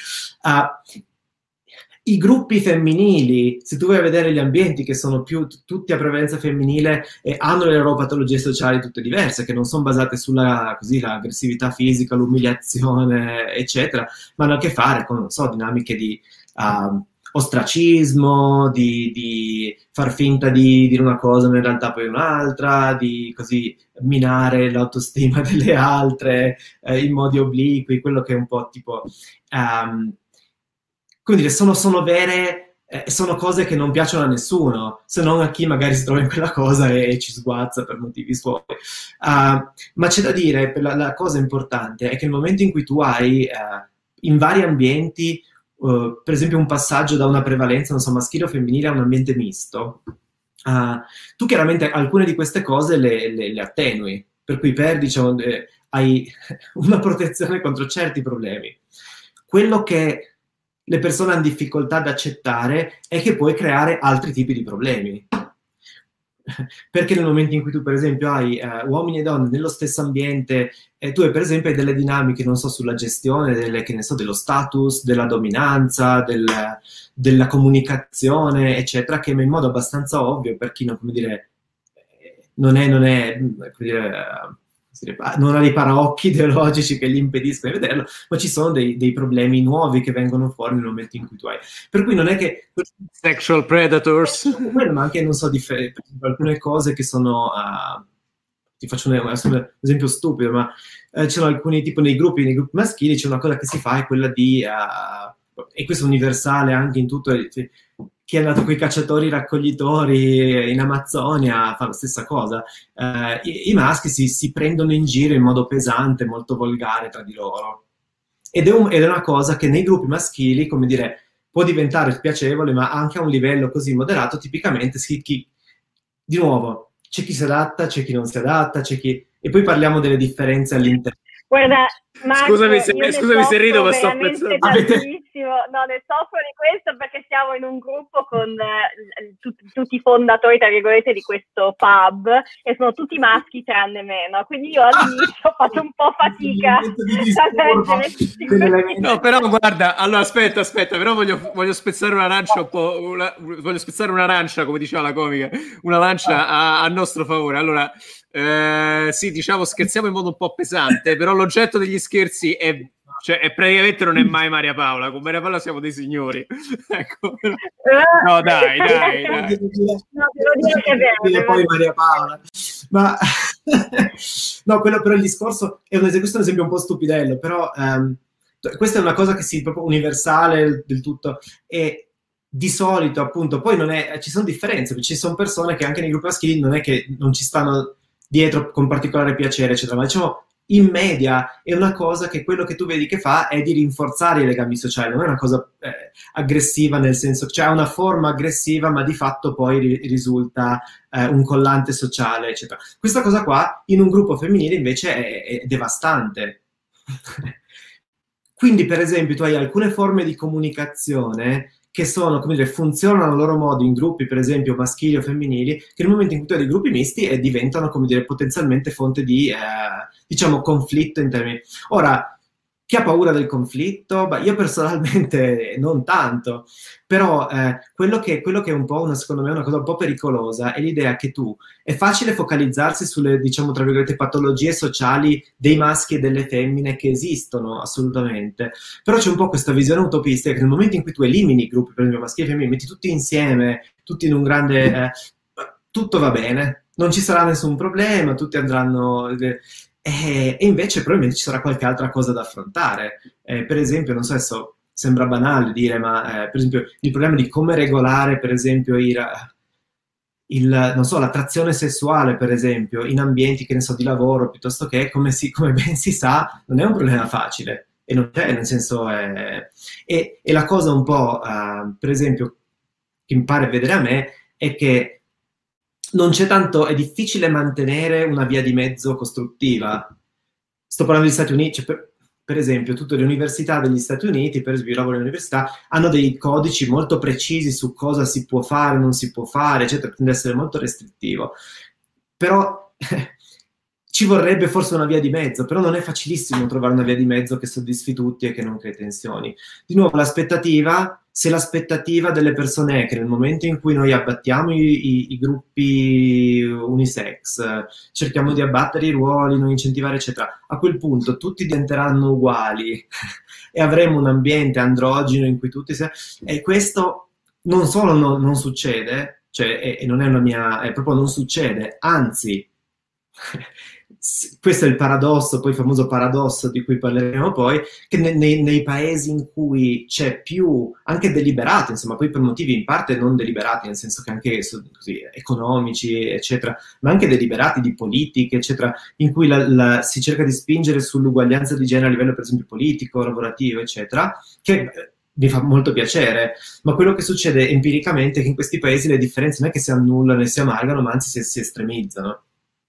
i gruppi femminili, se tu vai a vedere gli ambienti che sono più tutti a prevalenza femminile e hanno le loro patologie sociali tutte diverse, che non sono basate sulla l'aggressività fisica, l'umiliazione, eccetera, ma hanno a che fare con, non so, dinamiche di ostracismo, di far finta di dire una cosa ma in realtà poi un'altra, di così minare l'autostima delle altre in modi obliqui, quello che è un po' tipo come dire, sono vere, sono cose che non piacciono a nessuno, se non a chi magari si trova in quella cosa e ci sguazza per motivi suoi. Ma c'è da dire, la cosa importante è che nel momento in cui tu hai in vari ambienti per esempio un passaggio da una prevalenza, non so, maschile o femminile a un ambiente misto, tu chiaramente alcune di queste cose le attenui, per cui perdi, diciamo, hai una protezione contro certi problemi. Quello che le persone hanno difficoltà ad accettare è che puoi creare altri tipi di problemi. perché nel momento in cui tu per esempio hai uomini e donne nello stesso ambiente, tu per esempio hai delle dinamiche, non so, sulla gestione che ne so, dello status, della dominanza, della comunicazione, eccetera, che in modo abbastanza ovvio per chi non, come dire, non è come dire, non ha dei paraocchi ideologici che gli impediscono di vederlo, ma ci sono dei problemi nuovi che vengono fuori nel momento in cui tu hai. Per cui non è che... Sexual predators. Ma anche, non so, alcune cose che sono... ti faccio un esempio stupido, ma ci sono alcuni, tipo nei gruppi maschili, c'è una cosa che si fa, è quella di... e questo è universale anche in tutto... Chi è andato con i cacciatori raccoglitori in Amazzonia fa la stessa cosa. I maschi si prendono in giro in modo pesante, molto volgare tra di loro. Ed è una cosa che nei gruppi maschili, come dire, può diventare spiacevole, ma anche a un livello così moderato, tipicamente, di nuovo, c'è chi si adatta, c'è chi non si adatta, c'è chi... E poi parliamo delle differenze all'interno. Guarda, Marco, scusami se rido, ma sto pensando. No, ne soffro di questo perché siamo in un gruppo con tutti i fondatori, tra virgolette, di questo pub, e sono tutti maschi tranne me, no? Quindi io all'inizio ho fatto un po' fatica a leggere. No, però guarda, allora aspetta, però voglio spezzare un'arancia voglio spezzare un'arancia, come diceva la comica, una lancia a nostro favore. Allora, sì, diciamo, scherziamo in modo un po' pesante, però l'oggetto degli scherzi è praticamente non è mai Maria Paola. Con Maria Paola siamo dei signori. Ecco. No, dai. No, devo dire che è vero. Poi Maria Paola. Ma no, quello però il discorso questo è un esempio un po' stupidello, però questa è una cosa che si proprio universale del tutto, e di solito appunto poi non è, ci sono differenze, perché ci sono persone che anche nei gruppi maschili non è che non ci stanno dietro con particolare piacere, eccetera, ma diciamo in media è una cosa che quello che tu vedi che fa è di rinforzare i legami sociali, non è una cosa aggressiva, nel senso che ha una forma aggressiva, ma di fatto poi risulta un collante sociale, eccetera. Questa cosa qua in un gruppo femminile invece è devastante. Quindi, per esempio, tu hai alcune forme di comunicazione che sono, come dire, funzionano a loro modo in gruppi, per esempio, maschili o femminili, che nel momento in cui tu hai dei gruppi misti diventano, come dire, potenzialmente fonte di, diciamo, conflitto in termini... Ora, chi ha paura del conflitto? Beh, io personalmente non tanto, però quello che è un po' secondo me una cosa un po' pericolosa è l'idea che è facile focalizzarsi sulle, diciamo, tra virgolette, patologie sociali dei maschi e delle femmine che esistono assolutamente, però c'è un po' questa visione utopistica che nel momento in cui tu elimini i gruppi, per esempio maschi e femmine, metti tutti insieme, tutti in un grande... tutto va bene, non ci sarà nessun problema, tutti andranno... E invece probabilmente ci sarà qualche altra cosa da affrontare. Per esempio, non so, adesso sembra banale dire, ma per esempio il problema di come regolare, per esempio, non so, l'attrazione sessuale, per esempio, in ambienti, che ne so, di lavoro, piuttosto che, come ben si sa, non è un problema facile. E non c'è, nel senso... E la cosa un po', per esempio, che mi pare vedere a me, è che non c'è tanto, è difficile mantenere una via di mezzo costruttiva. Sto parlando degli Stati Uniti, cioè per esempio, tutte le università degli Stati Uniti, per esempio, io lavoro in università, hanno dei codici molto precisi su cosa si può fare, non si può fare, eccetera, tende ad essere molto restrittivo. Però ci vorrebbe forse una via di mezzo, però non è facilissimo trovare una via di mezzo che soddisfi tutti e che non crei tensioni. Di nuovo, se l'aspettativa delle persone è che nel momento in cui noi abbattiamo i gruppi unisex, cerchiamo di abbattere i ruoli, non incentivare, eccetera, a quel punto tutti diventeranno uguali e avremo un ambiente androgeno in cui tutti e questo non solo non succede, cioè non è una mia... è proprio non succede, anzi... questo è il paradosso, poi il famoso paradosso di cui parleremo poi, che nei paesi in cui c'è più, anche deliberato, insomma, poi per motivi in parte non deliberati, nel senso che anche così, economici, eccetera, ma anche deliberati di politiche, eccetera, in cui si cerca di spingere sull'uguaglianza di genere a livello, per esempio, politico, lavorativo, eccetera, che mi fa molto piacere, ma quello che succede empiricamente è che in questi paesi le differenze non è che si annullano e si amalgano, ma anzi si estremizzano.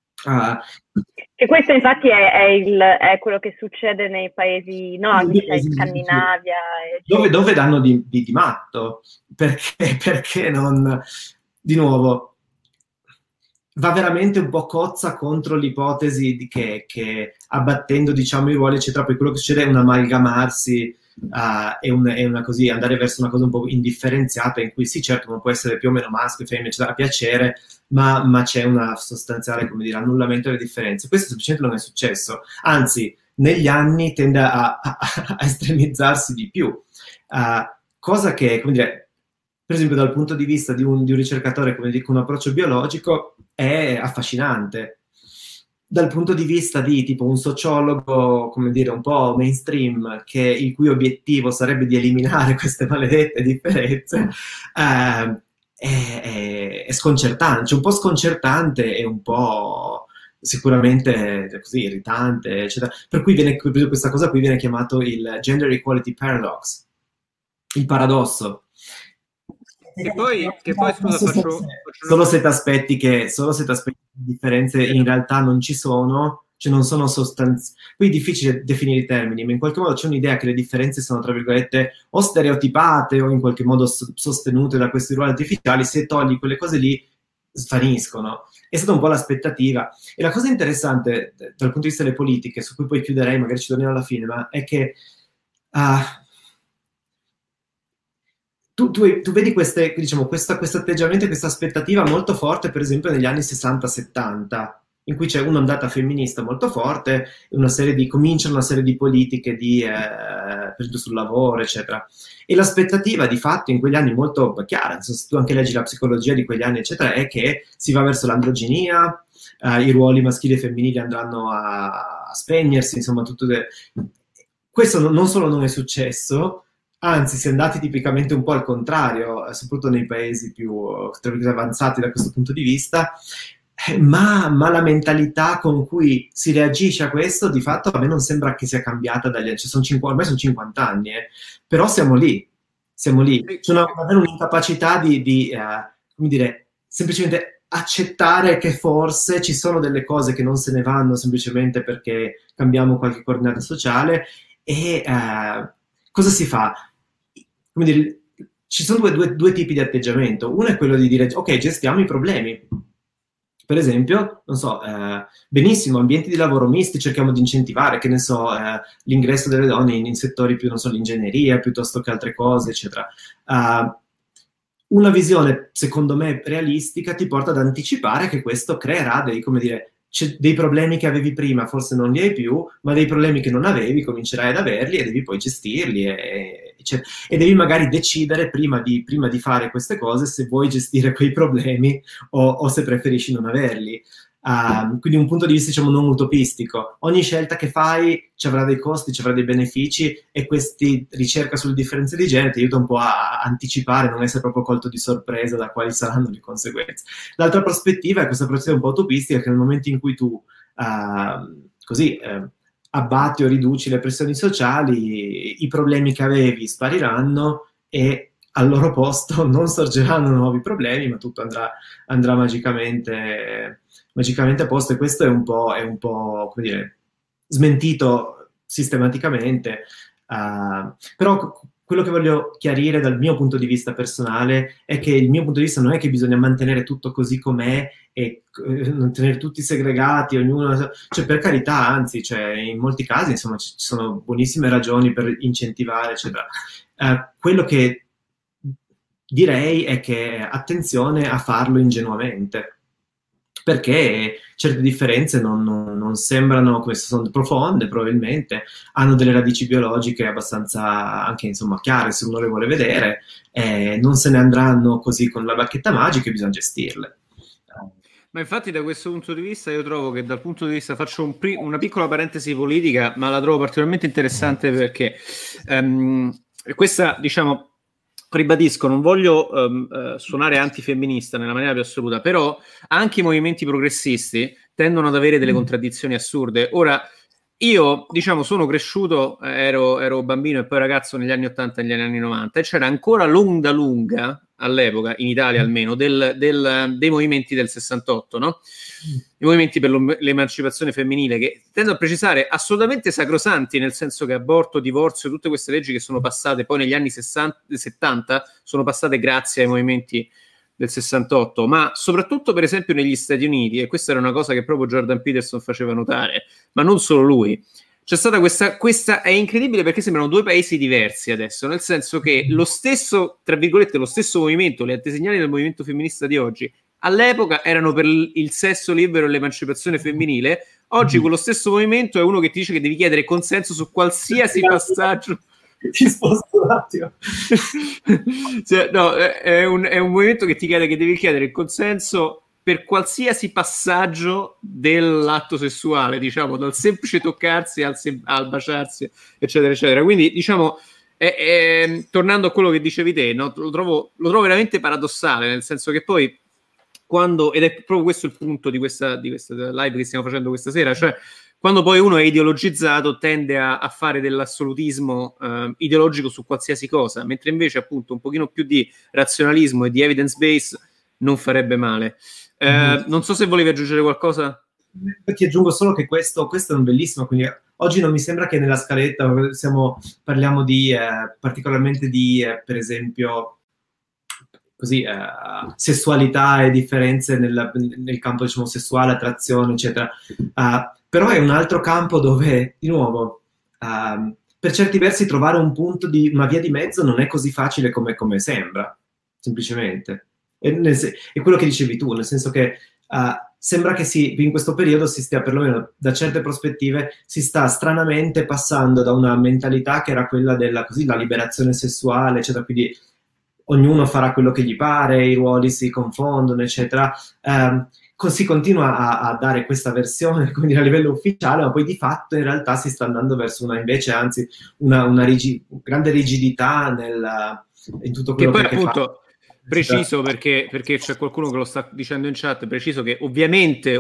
E questo infatti è quello che succede nei paesi nordici, in Scandinavia. Dove danno di matto, perché non... Di nuovo, va veramente un po' cozza contro l'ipotesi di che abbattendo, diciamo, i ruoli, eccetera, poi quello che succede è un amalgamarsi e una così, andare verso una cosa un po' indifferenziata, in cui sì, certo, non può essere più o meno maschio, femmina, eccetera, a piacere, ma c'è una sostanziale, come dire, annullamento delle differenze. Questo semplicemente non è successo, anzi, negli anni tende a estremizzarsi di più, cosa che, come dire, per esempio dal punto di vista di un ricercatore come con un approccio biologico è affascinante. Dal punto di vista di tipo un sociologo, come dire, un po' mainstream, il cui obiettivo sarebbe di eliminare queste maledette differenze, è sconcertante, cioè un po' sconcertante e un po' sicuramente così irritante, eccetera. Per cui questa cosa qui viene chiamato il gender equality paradox, il paradosso. Che poi scusa, solo se ti aspetti che differenze in realtà non ci sono, cioè non sono sostanziali. Qui è difficile definire i termini, ma in qualche modo c'è un'idea che le differenze sono, tra virgolette, o stereotipate o in qualche modo sostenute da questi ruoli artificiali. Se togli quelle cose lì, svaniscono. È stata un po' l'aspettativa. E la cosa interessante dal punto di vista delle politiche, su cui poi chiuderei, magari ci torniamo alla fine, ma è che tu vedi diciamo, questo atteggiamento e questa aspettativa molto forte, per esempio, negli anni 60-70, in cui c'è un'ondata femminista molto forte, cominciano una serie di politiche per esempio sul lavoro, eccetera. E l'aspettativa, di fatto, in quegli anni molto chiara, se tu anche leggi la psicologia di quegli anni, eccetera, è che si va verso l'androginia, i ruoli maschili e femminili andranno a spegnersi, insomma, questo non solo non è successo, anzi, si è andati tipicamente un po' al contrario, soprattutto nei paesi più avanzati da questo punto di vista, ma la mentalità con cui si reagisce a questo, di fatto, a me non sembra che sia cambiata dagli anni. Ormai sono 50 anni, però siamo lì. C'è davvero un'incapacità come dire, semplicemente accettare che forse ci sono delle cose che non se ne vanno semplicemente perché cambiamo qualche coordinata sociale e cosa si fa? Come dire, ci sono due tipi di atteggiamento. Uno è quello di dire, ok, gestiamo i problemi. Per esempio, non so, benissimo, ambienti di lavoro misti, cerchiamo di incentivare, che ne so, l'ingresso delle donne in settori più, non so, l'ingegneria, piuttosto che altre cose, eccetera. Una visione, secondo me, realistica ti porta ad anticipare che questo creerà dei problemi che avevi prima, forse non li hai più, ma dei problemi che non avevi, comincerai ad averli e devi poi gestirli e devi magari decidere prima di fare queste cose se vuoi gestire quei problemi o se preferisci non averli. Quindi un punto di vista, diciamo, non utopistico. Ogni scelta che fai ci avrà dei costi, ci avrà dei benefici e questi ricerca sulle differenze di genere ti aiuta un po' a anticipare, non essere proprio colto di sorpresa da quali saranno le conseguenze. L'altra prospettiva è questa prospettiva un po' utopistica, che nel momento in cui tu abbatti o riduci le pressioni sociali, i problemi che avevi spariranno e al loro posto non sorgeranno nuovi problemi, ma tutto andrà magicamente a posto, e questo è un po' come dire, smentito sistematicamente. Però quello che voglio chiarire dal mio punto di vista personale è che il mio punto di vista non è che bisogna mantenere tutto così com'è e non tenere tutti segregati, ognuno, cioè, per carità, anzi, cioè, in molti casi, insomma, ci sono buonissime ragioni per incentivare, eccetera. Quello che direi è che attenzione a farlo ingenuamente, perché certe differenze non sembrano, queste sono profonde probabilmente, hanno delle radici biologiche abbastanza anche, insomma, chiare se uno le vuole vedere, non se ne andranno così con la bacchetta magica e bisogna gestirle. Ma infatti da questo punto di vista io trovo che dal punto di vista, faccio una piccola parentesi politica, ma la trovo particolarmente interessante perché questa, diciamo, ribadisco, non voglio suonare antifemminista nella maniera più assoluta, però anche i movimenti progressisti tendono ad avere delle contraddizioni assurde. Ora, io, diciamo, sono cresciuto, ero bambino e poi ragazzo negli anni 80 e negli anni 90 e c'era ancora l'onda lunga, all'epoca, in Italia almeno, dei movimenti del 68, no? I movimenti per l'emancipazione femminile, che tendo a precisare assolutamente sacrosanti, nel senso che aborto, divorzio, tutte queste leggi che sono passate poi negli anni 70 sono passate grazie ai movimenti del 68, ma soprattutto per esempio negli Stati Uniti, e questa era una cosa che proprio Jordan Peterson faceva notare, ma non solo lui. C'è stata questa è incredibile perché sembrano due paesi diversi adesso, nel senso che lo stesso, tra virgolette, lo stesso movimento, le antesegnali del movimento femminista di oggi, all'epoca erano per il sesso libero e l'emancipazione femminile. Oggi quello stesso movimento è uno che ti dice che devi chiedere consenso su qualsiasi passaggio. Ti sposto un attimo. Cioè, no, è un movimento che ti chiede che devi chiedere il consenso per qualsiasi passaggio dell'atto sessuale, diciamo, dal semplice toccarsi al baciarsi, eccetera, eccetera. Quindi, diciamo, tornando a quello che dicevi te, no, lo trovo veramente paradossale, nel senso che poi ed è proprio questo il punto di questa live che stiamo facendo questa sera, cioè quando poi uno è ideologizzato tende a fare dell'assolutismo ideologico su qualsiasi cosa, mentre invece appunto un pochino più di razionalismo e di evidence base non farebbe male. Non so se volevi aggiungere qualcosa. Ti aggiungo solo che questo è un bellissimo, quindi oggi non mi sembra che nella scaletta parliamo di particolarmente di per esempio così sessualità e differenze nel campo, diciamo, sessuale, attrazione, eccetera. Però è un altro campo dove, di nuovo, per certi versi trovare una via di mezzo non è così facile come sembra, semplicemente. È quello che dicevi tu, nel senso che sembra che in questo periodo si stia, perlomeno da certe prospettive, si sta stranamente passando da una mentalità che era quella della la liberazione sessuale, eccetera, quindi ognuno farà quello che gli pare, i ruoli si confondono, eccetera. Si continua a dare questa versione, quindi a livello ufficiale, ma poi di fatto in realtà si sta andando verso una grande rigidità in tutto quello che poi che appunto fa. Preciso perché c'è qualcuno che lo sta dicendo in chat, preciso che ovviamente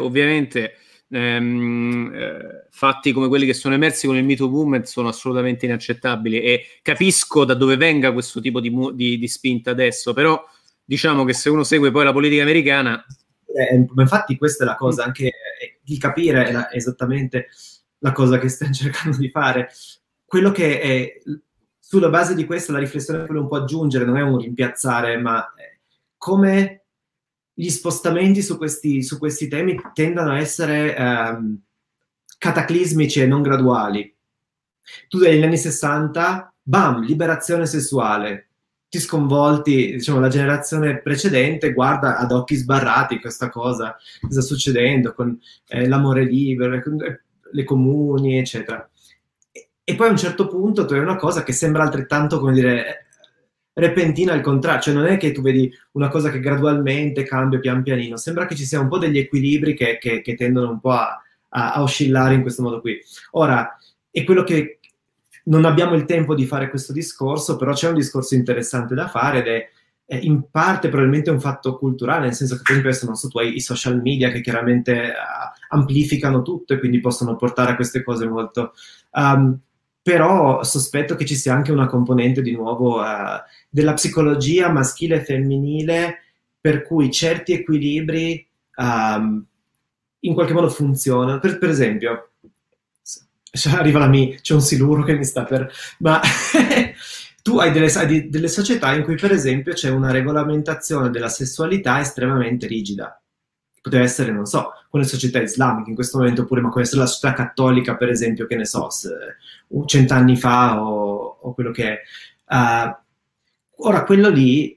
fatti come quelli che sono emersi con il Me Too Movement sono assolutamente inaccettabili, e capisco da dove venga questo tipo di spinta adesso, però diciamo che se uno segue poi la politica americana, infatti questa è la cosa, anche di capire è esattamente la cosa che stiamo cercando di fare. Quello che è sulla base di questa, la riflessione che volevo un po' aggiungere non è un rimpiazzare, ma come gli spostamenti su questi temi tendono a essere cataclismici e non graduali. Tu negli anni 60, bam, liberazione sessuale, ti sconvolti, diciamo, la generazione precedente guarda ad occhi sbarrati questa cosa, cosa sta succedendo con l'amore libero, le comuni, eccetera. E poi a un certo punto tu hai una cosa che sembra altrettanto, come dire, repentina al contrario, cioè non è che tu vedi una cosa che gradualmente cambia pian pianino, sembra che ci sia un po' degli equilibri che tendono un po' a oscillare in questo modo qui. Ora, è quello che non abbiamo il tempo di fare questo discorso, però c'è un discorso interessante da fare ed è in parte probabilmente un fatto culturale, nel senso che per esempio non so, tu hai i social media che chiaramente amplificano tutto e quindi possono portare a queste cose molto... però sospetto che ci sia anche una componente di nuovo della psicologia maschile e femminile per cui certi equilibri in qualche modo funzionano. Per esempio, arriva c'è un siluro che mi sta per... ma tu hai delle società in cui per esempio c'è una regolamentazione della sessualità estremamente rigida. Poteva essere, non so, con le società islamiche in questo momento, oppure ma può essere la società cattolica, per esempio, che ne so, 100 anni fa o quello che è. Ora, quello lì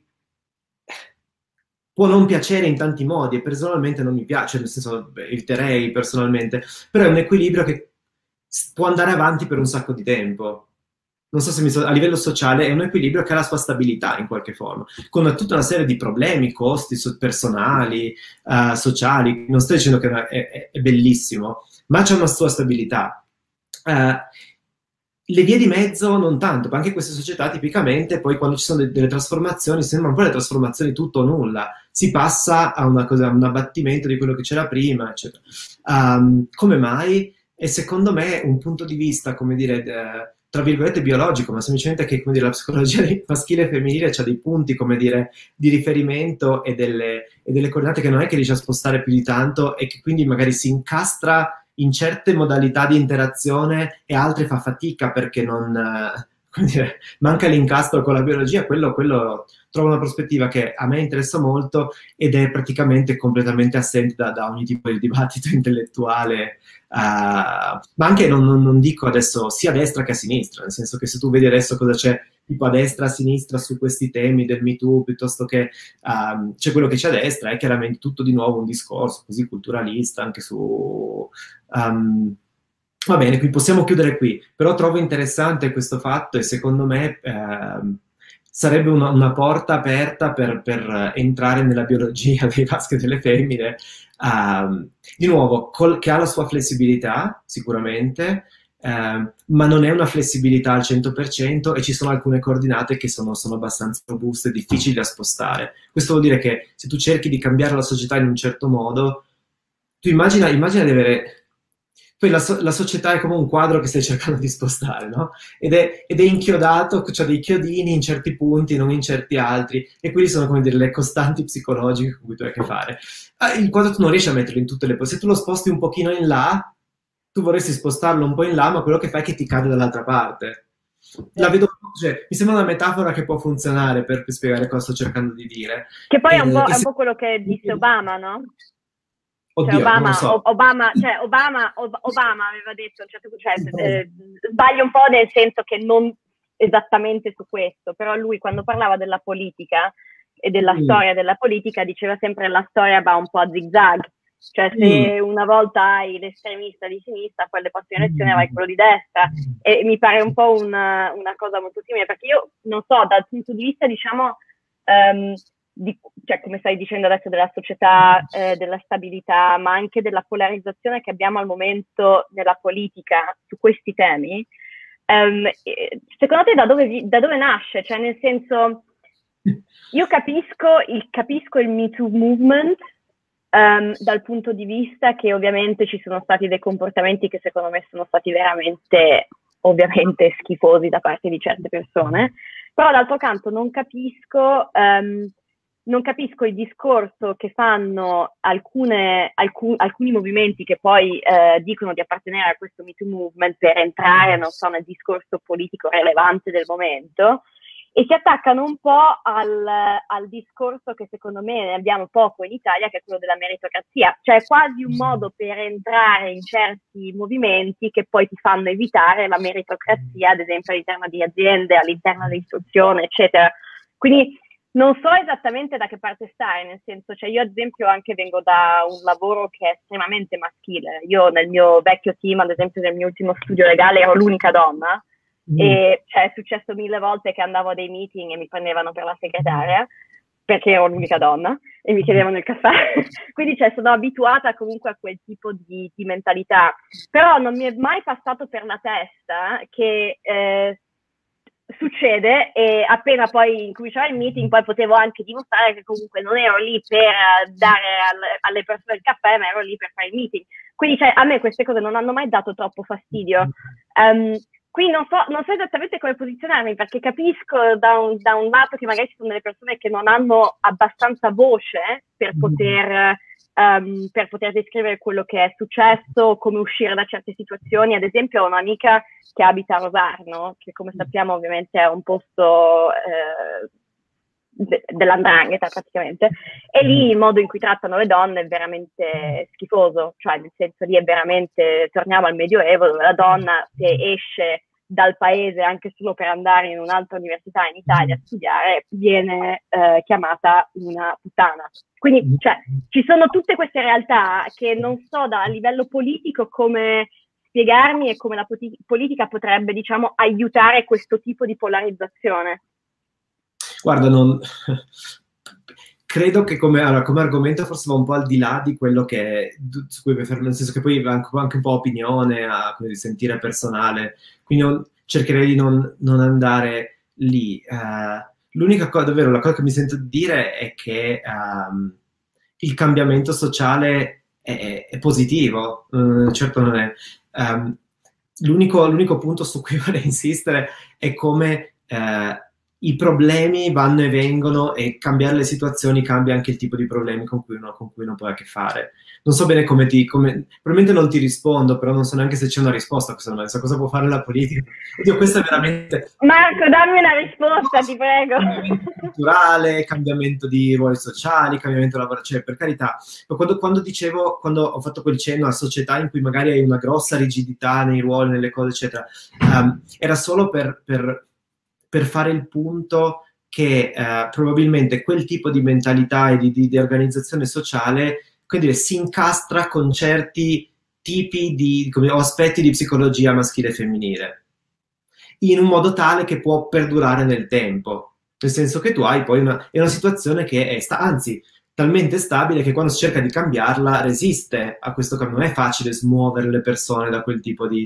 può non piacere in tanti modi, e personalmente non mi piace, nel senso, eviterei personalmente, però è un equilibrio che può andare avanti per un sacco di tempo. Non so se a livello sociale è un equilibrio che ha la sua stabilità in qualche forma, con tutta una serie di problemi, costi personali, sociali. Non sto dicendo che è bellissimo, ma c'è una sua stabilità. Le vie di mezzo non tanto, ma anche queste società tipicamente poi quando ci sono delle trasformazioni, sembrano poi le trasformazioni tutto o nulla, si passa a un abbattimento di quello che c'era prima, eccetera. Come mai? E secondo me un punto di vista, come dire, tra virgolette biologico, ma semplicemente che, come dire, la psicologia maschile e femminile ha dei punti, come dire, di riferimento e delle coordinate che non è che riesce a spostare più di tanto e che quindi magari si incastra in certe modalità di interazione e altre fa fatica perché non, come dire, manca l'incastro con la biologia, quello trovo una prospettiva che a me interessa molto ed è praticamente completamente assente da ogni tipo di dibattito intellettuale, ma anche non dico adesso sia a destra che a sinistra, nel senso che se tu vedi adesso cosa c'è tipo a destra, a sinistra su questi temi del Me Too, piuttosto che c'è quello che c'è a destra, è chiaramente tutto di nuovo un discorso così culturalista anche su... va bene, qui possiamo chiudere qui, però trovo interessante questo fatto e secondo me sarebbe una porta aperta per entrare nella biologia dei maschi e delle femmine, di nuovo, che ha la sua flessibilità, sicuramente, ma non è una flessibilità al 100% e ci sono alcune coordinate che sono abbastanza robuste e difficili da spostare. Questo vuol dire che se tu cerchi di cambiare la società in un certo modo, tu immagina di avere... Poi la società è come un quadro che stai cercando di spostare, no? Ed è inchiodato, c'ha dei chiodini in certi punti, non in certi altri, e quelli sono, come dire, le costanti psicologiche con cui tu hai a che fare. Il quadro tu non riesci a metterlo in tutte le poste. Se tu lo sposti un pochino in là, tu vorresti spostarlo un po' in là, ma quello che fai è che ti cade dall'altra parte. La vedo, cioè, mi sembra una metafora che può funzionare per spiegare cosa sto cercando di dire. Che poi è un po' quello che disse Obama, no? Oddio, Obama, non lo so. Obama aveva detto, sbaglio un po' nel senso che non esattamente su questo, però lui quando parlava della politica e della storia della politica diceva sempre la storia va un po' a zigzag, cioè se una volta hai l'estremista di sinistra, poi alle prossime elezioni avrai quello di destra, e mi pare un po' una cosa molto simile, perché io non so, dal punto di vista diciamo cioè, come stai dicendo adesso, della società, della stabilità, ma anche della polarizzazione che abbiamo al momento nella politica su questi temi, secondo te da dove nasce? Cioè, nel senso, io capisco il Me Too movement dal punto di vista che ovviamente ci sono stati dei comportamenti che secondo me sono stati veramente, ovviamente, schifosi da parte di certe persone, però d'altro canto non capisco il discorso che fanno alcuni movimenti che poi dicono di appartenere a questo Me Too movement per entrare, non so, nel discorso politico rilevante del momento, e si attaccano un po' al discorso che secondo me ne abbiamo poco in Italia, che è quello della meritocrazia, cioè quasi un modo per entrare in certi movimenti che poi ti fanno evitare la meritocrazia, ad esempio all'interno di aziende, all'interno dell'istruzione, eccetera. Quindi non so esattamente da che parte stare, nel senso, cioè io ad esempio anche vengo da un lavoro che è estremamente maschile. Io nel mio vecchio team, ad esempio nel mio ultimo studio legale, ero l'unica donna, e cioè è successo 1000 volte che andavo a dei meeting e mi prendevano per la segretaria, perché ero l'unica donna, e mi chiedevano il caffè. Quindi sono abituata comunque a quel tipo di mentalità. Però non mi è mai passato per la testa che... succede, e appena poi incominciava il meeting poi potevo anche dimostrare che comunque non ero lì per dare alle persone il caffè, ma ero lì per fare il meeting. Quindi a me queste cose non hanno mai dato troppo fastidio. Quindi non so esattamente come posizionarmi, perché capisco da un lato che magari ci sono delle persone che non hanno abbastanza voce per poter descrivere quello che è successo, come uscire da certe situazioni. Ad esempio ho un'amica che abita a Rosarno, che come sappiamo ovviamente è un posto dell''ndrangheta praticamente, e lì il modo in cui trattano le donne è veramente schifoso, cioè nel senso lì è veramente, torniamo al Medioevo, dove la donna se esce dal paese anche solo per andare in un'altra università in Italia a studiare viene chiamata una puttana. Quindi ci sono tutte queste realtà che non so a livello politico come spiegarmi e come la politica potrebbe, diciamo, aiutare questo tipo di polarizzazione. Guarda, credo che come argomento forse va un po' al di là di quello che su cui nel senso che poi va anche un po' opinione, di sentire personale, quindi cercherei di non andare lì. L'unica cosa, davvero, la cosa che mi sento di dire è che il cambiamento sociale è positivo, certo non è. L'unico punto su cui vorrei insistere è come i problemi vanno e vengono e cambiare le situazioni cambia anche il tipo di problemi con cui uno poi ha a che fare. Non so bene probabilmente non ti rispondo, però non so neanche se c'è una risposta a questa domanda. So cosa può fare la politica. Oddio, questa è veramente... Marco, dammi una risposta, ti prego. Cambiamento culturale, cambiamento di ruoli sociali, cambiamento lavorativo, cioè per carità. Quando ho fatto quel cenno a società in cui magari hai una grossa rigidità nei ruoli, nelle cose, eccetera, era solo per fare il punto che probabilmente quel tipo di mentalità e di organizzazione sociale, quindi si incastra con certi tipi o aspetti di psicologia maschile e femminile, in un modo tale che può perdurare nel tempo, nel senso che tu hai poi è una situazione che è anzi talmente stabile che quando si cerca di cambiarla resiste a questo cambio. Non è facile smuovere le persone da quel tipo di...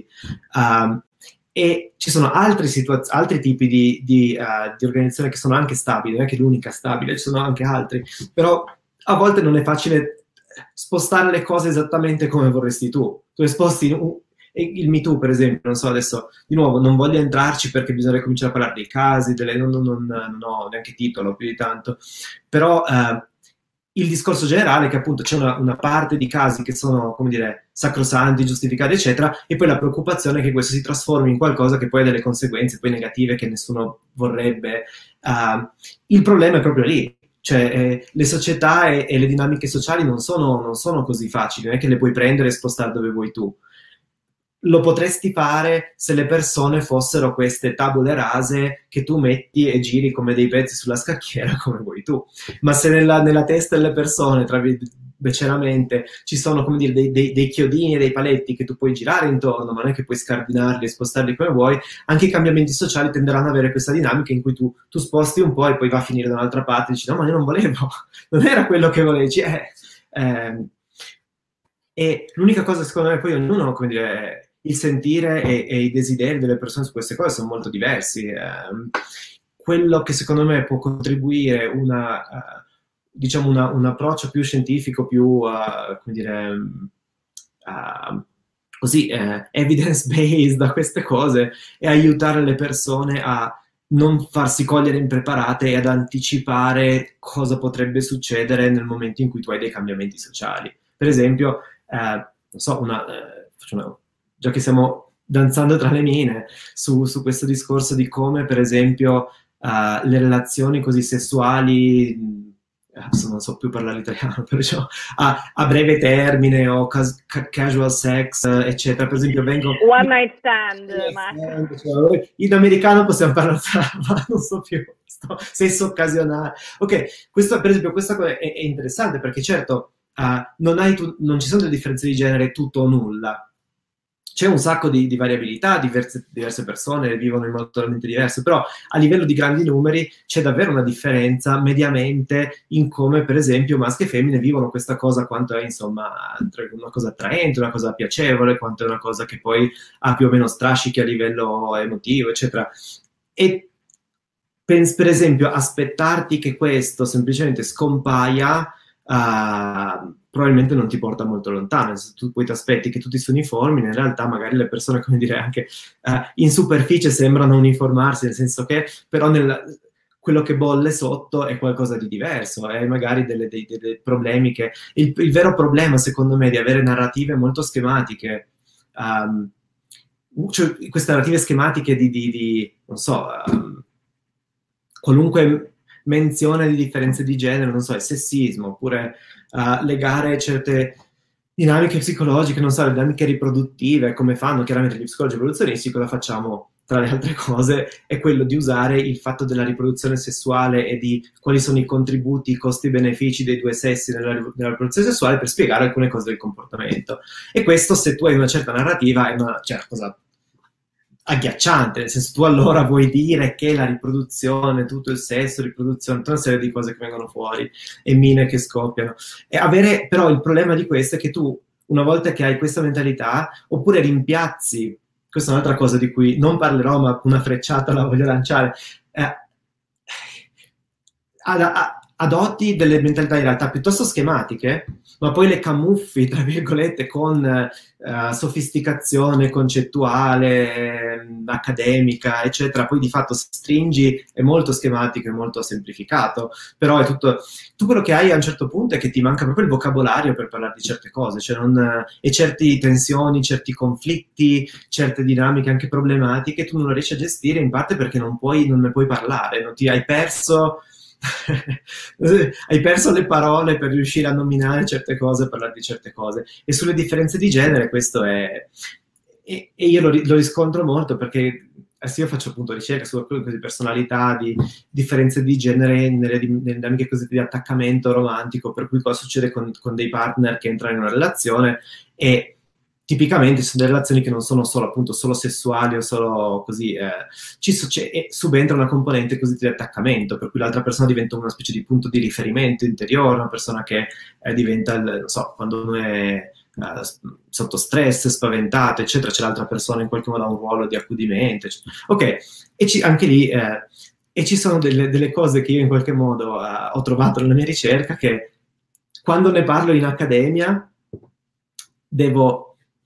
e ci sono altri tipi di organizzazione che sono anche stabili, non è che l'unica stabile, ci sono anche altri, però a volte non è facile spostare le cose esattamente come vorresti tu. Tu sposti il Me Too, per esempio, non so, adesso di nuovo non voglio entrarci perché bisogna cominciare a parlare dei casi, non ho neanche titolo più di tanto, però il discorso generale è che appunto c'è una parte di casi che sono, come dire, sacrosanti, giustificati, eccetera, e poi la preoccupazione è che questo si trasformi in qualcosa che poi ha delle conseguenze poi negative che nessuno vorrebbe. Il problema è proprio lì. Cioè, le società e le dinamiche sociali non sono così facili, non è che le puoi prendere e spostare dove vuoi tu. Lo potresti fare se le persone fossero queste tabule rase che tu metti e giri come dei pezzi sulla scacchiera come vuoi tu. Ma se nella testa delle persone, beceramente, ci sono, come dire, dei chiodini e dei paletti che tu puoi girare intorno, ma non è che puoi scardinarli e spostarli come vuoi, anche i cambiamenti sociali tenderanno ad avere questa dinamica in cui tu sposti un po' e poi va a finire da un'altra parte e dici no, ma io non volevo, non era quello che volevi. E l'unica cosa, secondo me, poi ognuno, come dire, il sentire e i desideri delle persone su queste cose sono molto diversi. Quello che secondo me può contribuire un approccio più scientifico, più come dire, così evidence-based a queste cose, e aiutare le persone a non farsi cogliere impreparate e ad anticipare cosa potrebbe succedere nel momento in cui tu hai dei cambiamenti sociali. Per esempio, non so, già che stiamo danzando tra le mine su questo discorso di come, per esempio, le relazioni così sessuali, non so più parlare l'italiano, perciò a breve termine o casual sex, eccetera. Per esempio, one night stand, cioè, in americano possiamo parlare, ma non so più, sesso occasionale. Ok, per esempio, questa cosa è interessante perché certo non ci sono delle differenze di genere tutto o nulla. C'è un sacco di variabilità, diverse persone vivono in modo totalmente diverso, però a livello di grandi numeri c'è davvero una differenza mediamente in come, per esempio, maschi e femmine vivono questa cosa, quanto è, insomma, una cosa attraente, una cosa piacevole, quanto è una cosa che poi ha più o meno strascichi a livello emotivo, eccetera. E per esempio, aspettarti che questo semplicemente scompaia probabilmente non ti porta molto lontano. Se tu poi ti aspetti che tutti si uniformino, in realtà magari le persone, come dire, anche in superficie sembrano uniformarsi, nel senso che però quello che bolle sotto è qualcosa di diverso, è magari dei problemi che... Il vero problema, secondo me, di avere narrative molto schematiche, cioè queste narrative schematiche di non so, qualunque menzione di differenze di genere, non so, il sessismo, oppure legare certe dinamiche psicologiche, non so, le dinamiche riproduttive, come fanno chiaramente gli psicologi evoluzionisti, cosa facciamo tra le altre cose, è quello di usare il fatto della riproduzione sessuale e di quali sono i contributi, i costi e benefici dei due sessi nella riproduzione sessuale per spiegare alcune cose del comportamento. E questo, se tu hai una certa narrativa, è una cosa agghiacciante, nel senso, tu allora vuoi dire che la riproduzione, tutto il sesso, riproduzione, tutta una serie di cose che vengono fuori e mine che scoppiano. E però il problema di questo è che tu, una volta che hai questa mentalità, oppure rimpiazzi, questa è un'altra cosa di cui non parlerò, ma una frecciata la voglio lanciare, adotti delle mentalità in realtà piuttosto schematiche, ma poi le camuffi, tra virgolette, con sofisticazione concettuale, accademica, eccetera, poi di fatto stringi, è molto schematico, è molto semplificato, però è tutto... Tu quello che hai a un certo punto è che ti manca proprio il vocabolario per parlare di certe cose, cioè e certe tensioni, certi conflitti, certe dinamiche anche problematiche, tu non lo riesci a gestire in parte perché non ne puoi parlare, non ti hai perso... hai perso le parole per riuscire a nominare certe cose, parlare di certe cose. E sulle differenze di genere questo è... E io lo riscontro molto perché adesso io faccio appunto ricerca su di personalità, di differenze di genere nelle dinamiche cosiddette di attaccamento romantico, per cui cosa succede con dei partner che entrano in una relazione, e tipicamente ci sono delle relazioni che non sono solo sessuali o solo così, subentra una componente così di attaccamento, per cui l'altra persona diventa una specie di punto di riferimento interiore, una persona che diventa, non so, quando uno è sotto stress, spaventato, eccetera, c'è l'altra persona in qualche modo ha un ruolo di accudimento, eccetera. Ok, anche lì, e ci sono delle cose che io in qualche modo ho trovato nella mia ricerca, che quando ne parlo in accademia devo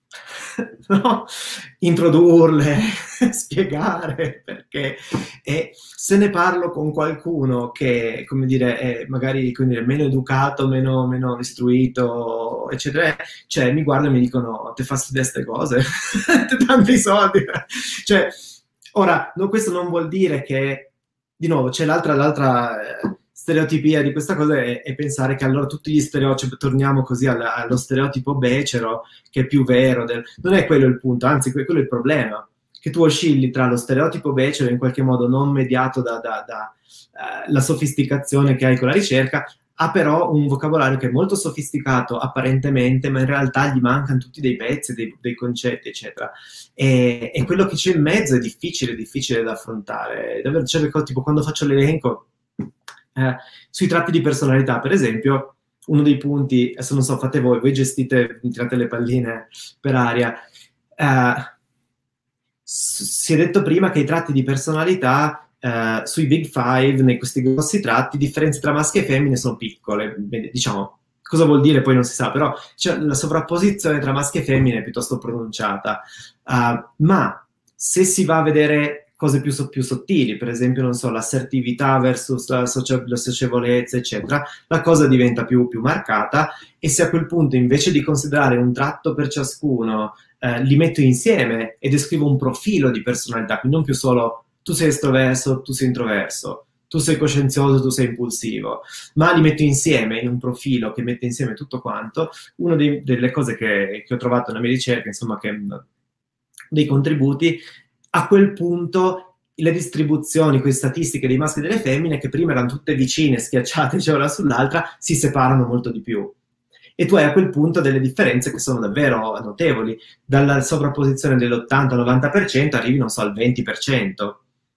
no? Introdurle, spiegare perché, e se ne parlo con qualcuno che, come dire, è magari meno educato, meno istruito, eccetera, cioè mi guardano e mi dicono: te fa studiare queste cose? Te tanti soldi? Cioè, ora, questo non vuol dire che, di nuovo, c'è l'altra stereotipia di questa cosa è pensare che allora tutti gli stereotipi, torniamo così allo stereotipo becero, che è più vero. Non è quello il punto, anzi quello è il problema, che tu oscilli tra lo stereotipo becero in qualche modo non mediato la sofisticazione che hai con la ricerca, ha però un vocabolario che è molto sofisticato apparentemente, ma in realtà gli mancano tutti dei pezzi, dei concetti, eccetera. E quello che c'è in mezzo è difficile da affrontare. Davvero, cioè, tipo quando faccio l'elenco, sui tratti di personalità, per esempio, uno dei punti, adesso non so, fate voi gestite, tirate le palline per aria, si è detto prima che i tratti di personalità sui Big Five, nei questi grossi tratti, differenze tra maschi e femmine sono piccole, diciamo. Cosa vuol dire poi non si sa, però la sovrapposizione tra maschi e femmine è piuttosto pronunciata, ma se si va a vedere cose più sottili, per esempio, non so, l'assertività versus la socievolezza, eccetera, la cosa diventa più marcata, e se a quel punto, invece di considerare un tratto per ciascuno, li metto insieme e descrivo un profilo di personalità, quindi non più solo tu sei estroverso, tu sei introverso, tu sei coscienzioso, tu sei impulsivo, ma li metto insieme in un profilo che mette insieme tutto quanto. Una delle cose che ho trovato nella mia ricerca, insomma, dei contributi, a quel punto le distribuzioni, queste statistiche dei maschi e delle femmine, che prima erano tutte vicine, schiacciate cioè una sull'altra, si separano molto di più. E tu hai a quel punto delle differenze che sono davvero notevoli. Dalla sovrapposizione dell'80-90% arrivi, non so, al 20%.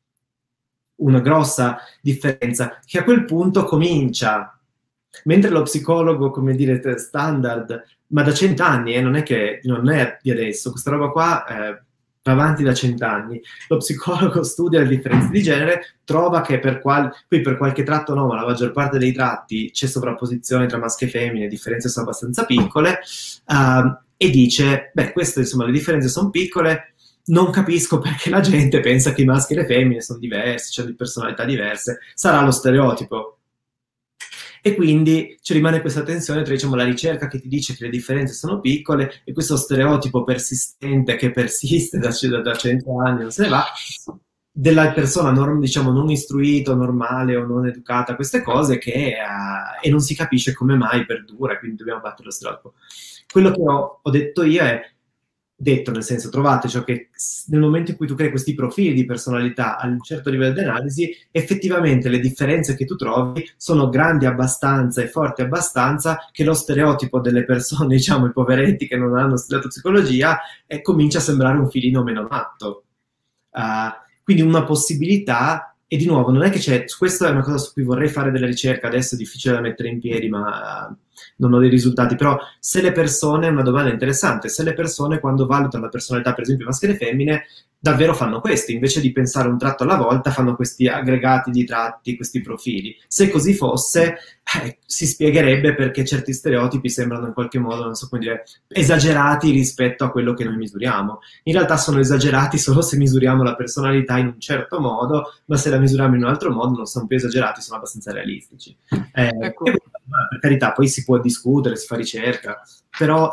Una grossa differenza, che a quel punto comincia, mentre lo psicologo, come dire, standard, ma da 100 anni, non è di adesso, questa roba qua va avanti da 100 anni, lo psicologo studia le differenze di genere, trova che qui per qualche tratto no, ma la maggior parte dei tratti c'è sovrapposizione tra maschi e femmine, le differenze sono abbastanza piccole, e dice, beh, queste insomma le differenze sono piccole, non capisco perché la gente pensa che i maschi e le femmine sono diversi, cioè di personalità diverse, sarà lo stereotipo. E quindi ci rimane questa tensione tra, diciamo, la ricerca che ti dice che le differenze sono piccole e questo stereotipo persistente che persiste da 100 anni, non se ne va, della persona diciamo, non istruita, normale o non educata a queste cose, e non si capisce come mai perdura, quindi dobbiamo battere lo stereotipo. Quello che ho detto io è, nel senso, trovate ciò che nel momento in cui tu crei questi profili di personalità a un certo livello di analisi, effettivamente le differenze che tu trovi sono grandi abbastanza e forti abbastanza che lo stereotipo delle persone, diciamo i poveretti che non hanno studiato psicologia, comincia a sembrare un filino meno matto. Quindi una possibilità, e di nuovo non è che c'è, questa è una cosa su cui vorrei fare della ricerca, adesso è difficile da mettere in piedi, ma non ho dei risultati, però se le persone, è una domanda interessante, se le persone quando valutano la personalità, per esempio maschile e femmine, davvero fanno questo, invece di pensare un tratto alla volta, fanno questi aggregati di tratti, questi profili. Se così fosse, si spiegherebbe perché certi stereotipi sembrano in qualche modo, non so come dire, esagerati rispetto a quello che noi misuriamo. In realtà sono esagerati solo se misuriamo la personalità in un certo modo, ma se la misuriamo in un altro modo non sono più esagerati, sono abbastanza realistici. Ecco. Per carità, poi si può discutere, si fa ricerca, però...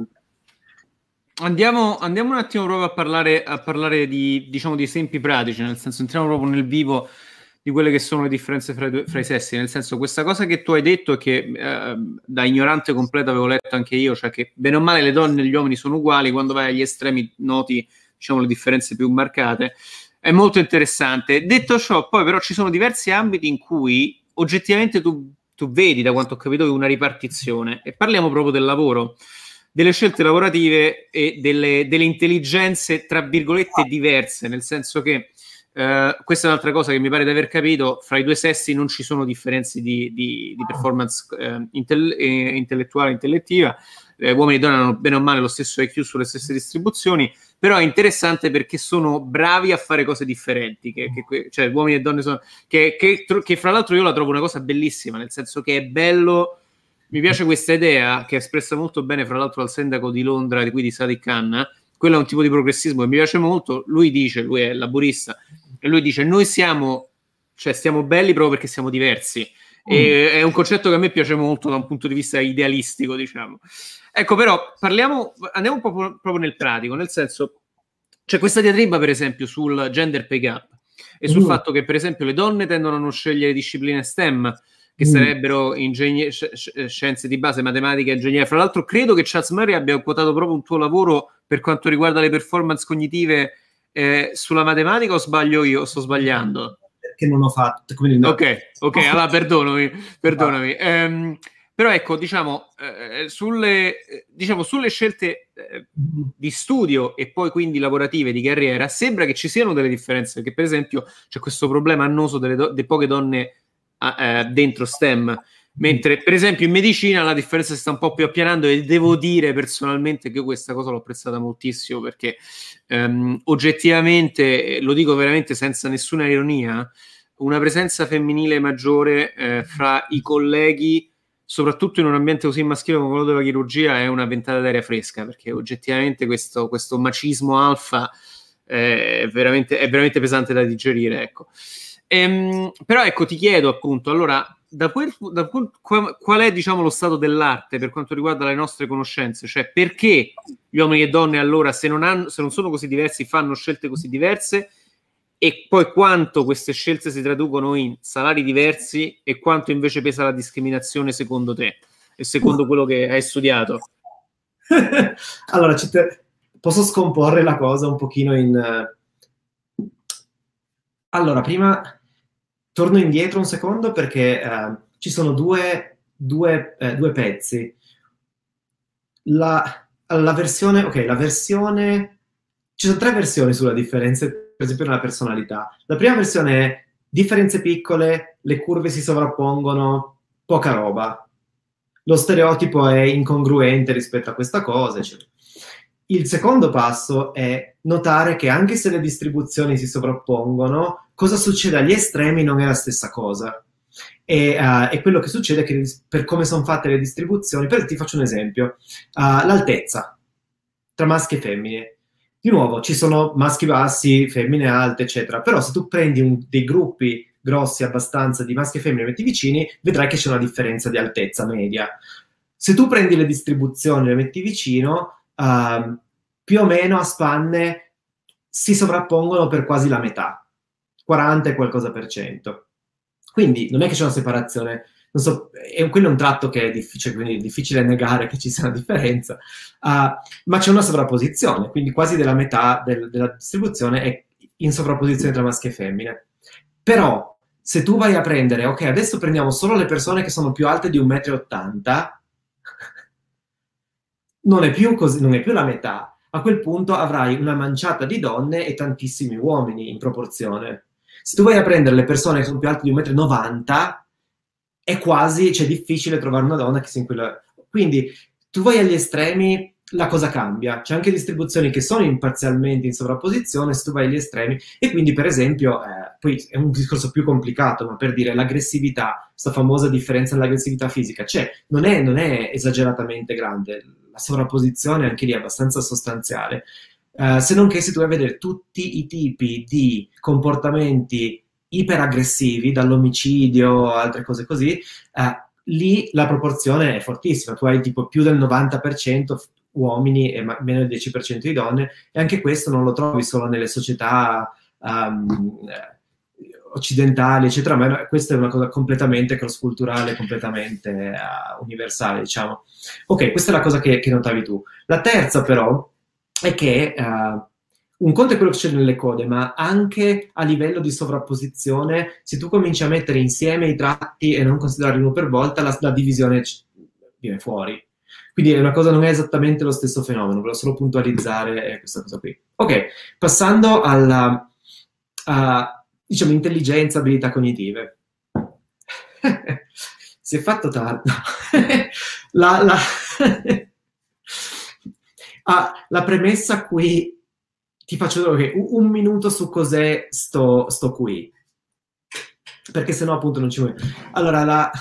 Andiamo un attimo proprio a parlare di, diciamo, di esempi pratici, nel senso entriamo proprio nel vivo di quelle che sono le differenze fra i sessi, nel senso questa cosa che tu hai detto e che da ignorante completo avevo letto anche io, cioè che bene o male le donne e gli uomini sono uguali, quando vai agli estremi noti, diciamo, le differenze più marcate, è molto interessante. Detto ciò, poi però ci sono diversi ambiti in cui oggettivamente tu vedi, da quanto ho capito, una ripartizione, e parliamo proprio del lavoro, delle scelte lavorative e delle intelligenze, tra virgolette, diverse, nel senso che questa è un'altra cosa che mi pare di aver capito, fra i due sessi non ci sono differenze di performance intellettuale, intellettiva, uomini e donne hanno bene o male lo stesso IQ sulle stesse distribuzioni, però è interessante perché sono bravi a fare cose differenti, cioè uomini e donne sono, che fra l'altro io la trovo una cosa bellissima, nel senso che è bello. Mi piace questa idea, che è espressa molto bene, fra l'altro, dal sindaco di Londra, di qui di Sadiq Khan. Quello è un tipo di progressismo che mi piace molto. Lui è laburista, e lui dice: noi stiamo belli proprio perché siamo diversi. E è un concetto che a me piace molto da un punto di vista idealistico, diciamo. Ecco, però, andiamo un po' proprio nel pratico, nel senso, c'è questa diatriba, per esempio, sul gender pay gap e sul fatto che, per esempio, le donne tendono a non scegliere discipline STEM, che sarebbero scienze di base, matematica e ingegneria. Fra l'altro credo che Charles Murray abbia quotato proprio un tuo lavoro per quanto riguarda le performance cognitive sulla matematica, o sbaglio io, o sto sbagliando? Che non ho fatto. Quindi no. Ok, allora perdonami. Però ecco, diciamo, sulle scelte di studio e poi quindi lavorative, di carriera, sembra che ci siano delle differenze, perché per esempio c'è questo problema annoso delle poche donne dentro STEM, mentre per esempio in medicina la differenza si sta un po' più appianando, e devo dire personalmente che io questa cosa l'ho apprezzata moltissimo, perché oggettivamente, lo dico veramente senza nessuna ironia, una presenza femminile maggiore fra i colleghi, soprattutto in un ambiente così maschile come quello della chirurgia, è una ventata d'aria fresca, perché oggettivamente questo macismo alfa è veramente pesante da digerire, ecco. Però ecco, ti chiedo appunto, allora, qual è, diciamo, lo stato dell'arte per quanto riguarda le nostre conoscenze? Cioè, perché gli uomini e donne allora, se non sono così diversi, fanno scelte così diverse, e poi quanto queste scelte si traducono in salari diversi e quanto invece pesa la discriminazione secondo te e secondo quello che hai studiato? Allora, posso scomporre la cosa un pochino in... Allora, prima torno indietro un secondo, perché ci sono due pezzi. La versione... Ci sono tre versioni sulla differenza, per esempio, nella personalità. La prima versione è differenze piccole, le curve si sovrappongono, poca roba. Lo stereotipo è incongruente rispetto a questa cosa, eccetera. Il secondo passo è notare che anche se le distribuzioni si sovrappongono, cosa succede agli estremi non è la stessa cosa. E quello che succede è che per come sono fatte le distribuzioni, ti faccio un esempio, l'altezza tra maschi e femmine. Di nuovo, ci sono maschi bassi, femmine alte, eccetera, però se tu prendi dei gruppi grossi abbastanza di maschi e femmine e metti vicini, vedrai che c'è una differenza di altezza media. Se tu prendi le distribuzioni e le metti vicino, più o meno a spanne si sovrappongono per quasi la metà, 40 e qualcosa per cento. Quindi non è che c'è una separazione, non so, quello è un tratto che è difficile, quindi è difficile negare che ci sia una differenza, ma c'è una sovrapposizione, quindi quasi della metà della distribuzione è in sovrapposizione tra maschi e femmine. Però se tu vai a prendere, ok, adesso prendiamo solo le persone che sono più alte di 1,80 m, non è più così, non è più la metà. A quel punto avrai una manciata di donne e tantissimi uomini in proporzione. Se tu vai a prendere le persone che sono più alte di 1,90 m, è quasi, cioè, difficile trovare una donna che sia in quella... Quindi tu vai agli estremi, la cosa cambia. C'è anche distribuzioni che sono parzialmente in sovrapposizione, se tu vai agli estremi, e quindi per esempio, poi è un discorso più complicato, ma per dire l'aggressività, questa famosa differenza nell'aggressività fisica, c'è, non è esageratamente grande, la sovrapposizione anche lì è abbastanza sostanziale, se non che se tu vai a vedere tutti i tipi di comportamenti iperaggressivi, dall'omicidio a altre cose così, lì la proporzione è fortissima, tu hai tipo più del 90% uomini e meno del 10% di donne, e anche questo non lo trovi solo nelle società occidentali, eccetera, ma questa è una cosa completamente cross-culturale, completamente universale, diciamo. Ok, questa è la cosa che notavi tu. La terza però è che un conto è quello che c'è nelle code, ma anche a livello di sovrapposizione, se tu cominci a mettere insieme i tratti e non considerarli uno per volta, la divisione viene fuori. Quindi è una cosa, non è esattamente lo stesso fenomeno, volevo solo puntualizzare questa cosa qui. Ok, passando alla, diciamo, intelligenza, abilità cognitive. Si è fatto tardi. La premessa qui, ti faccio un minuto su cos'è sto qui, perché sennò appunto non ci muoio. Allora,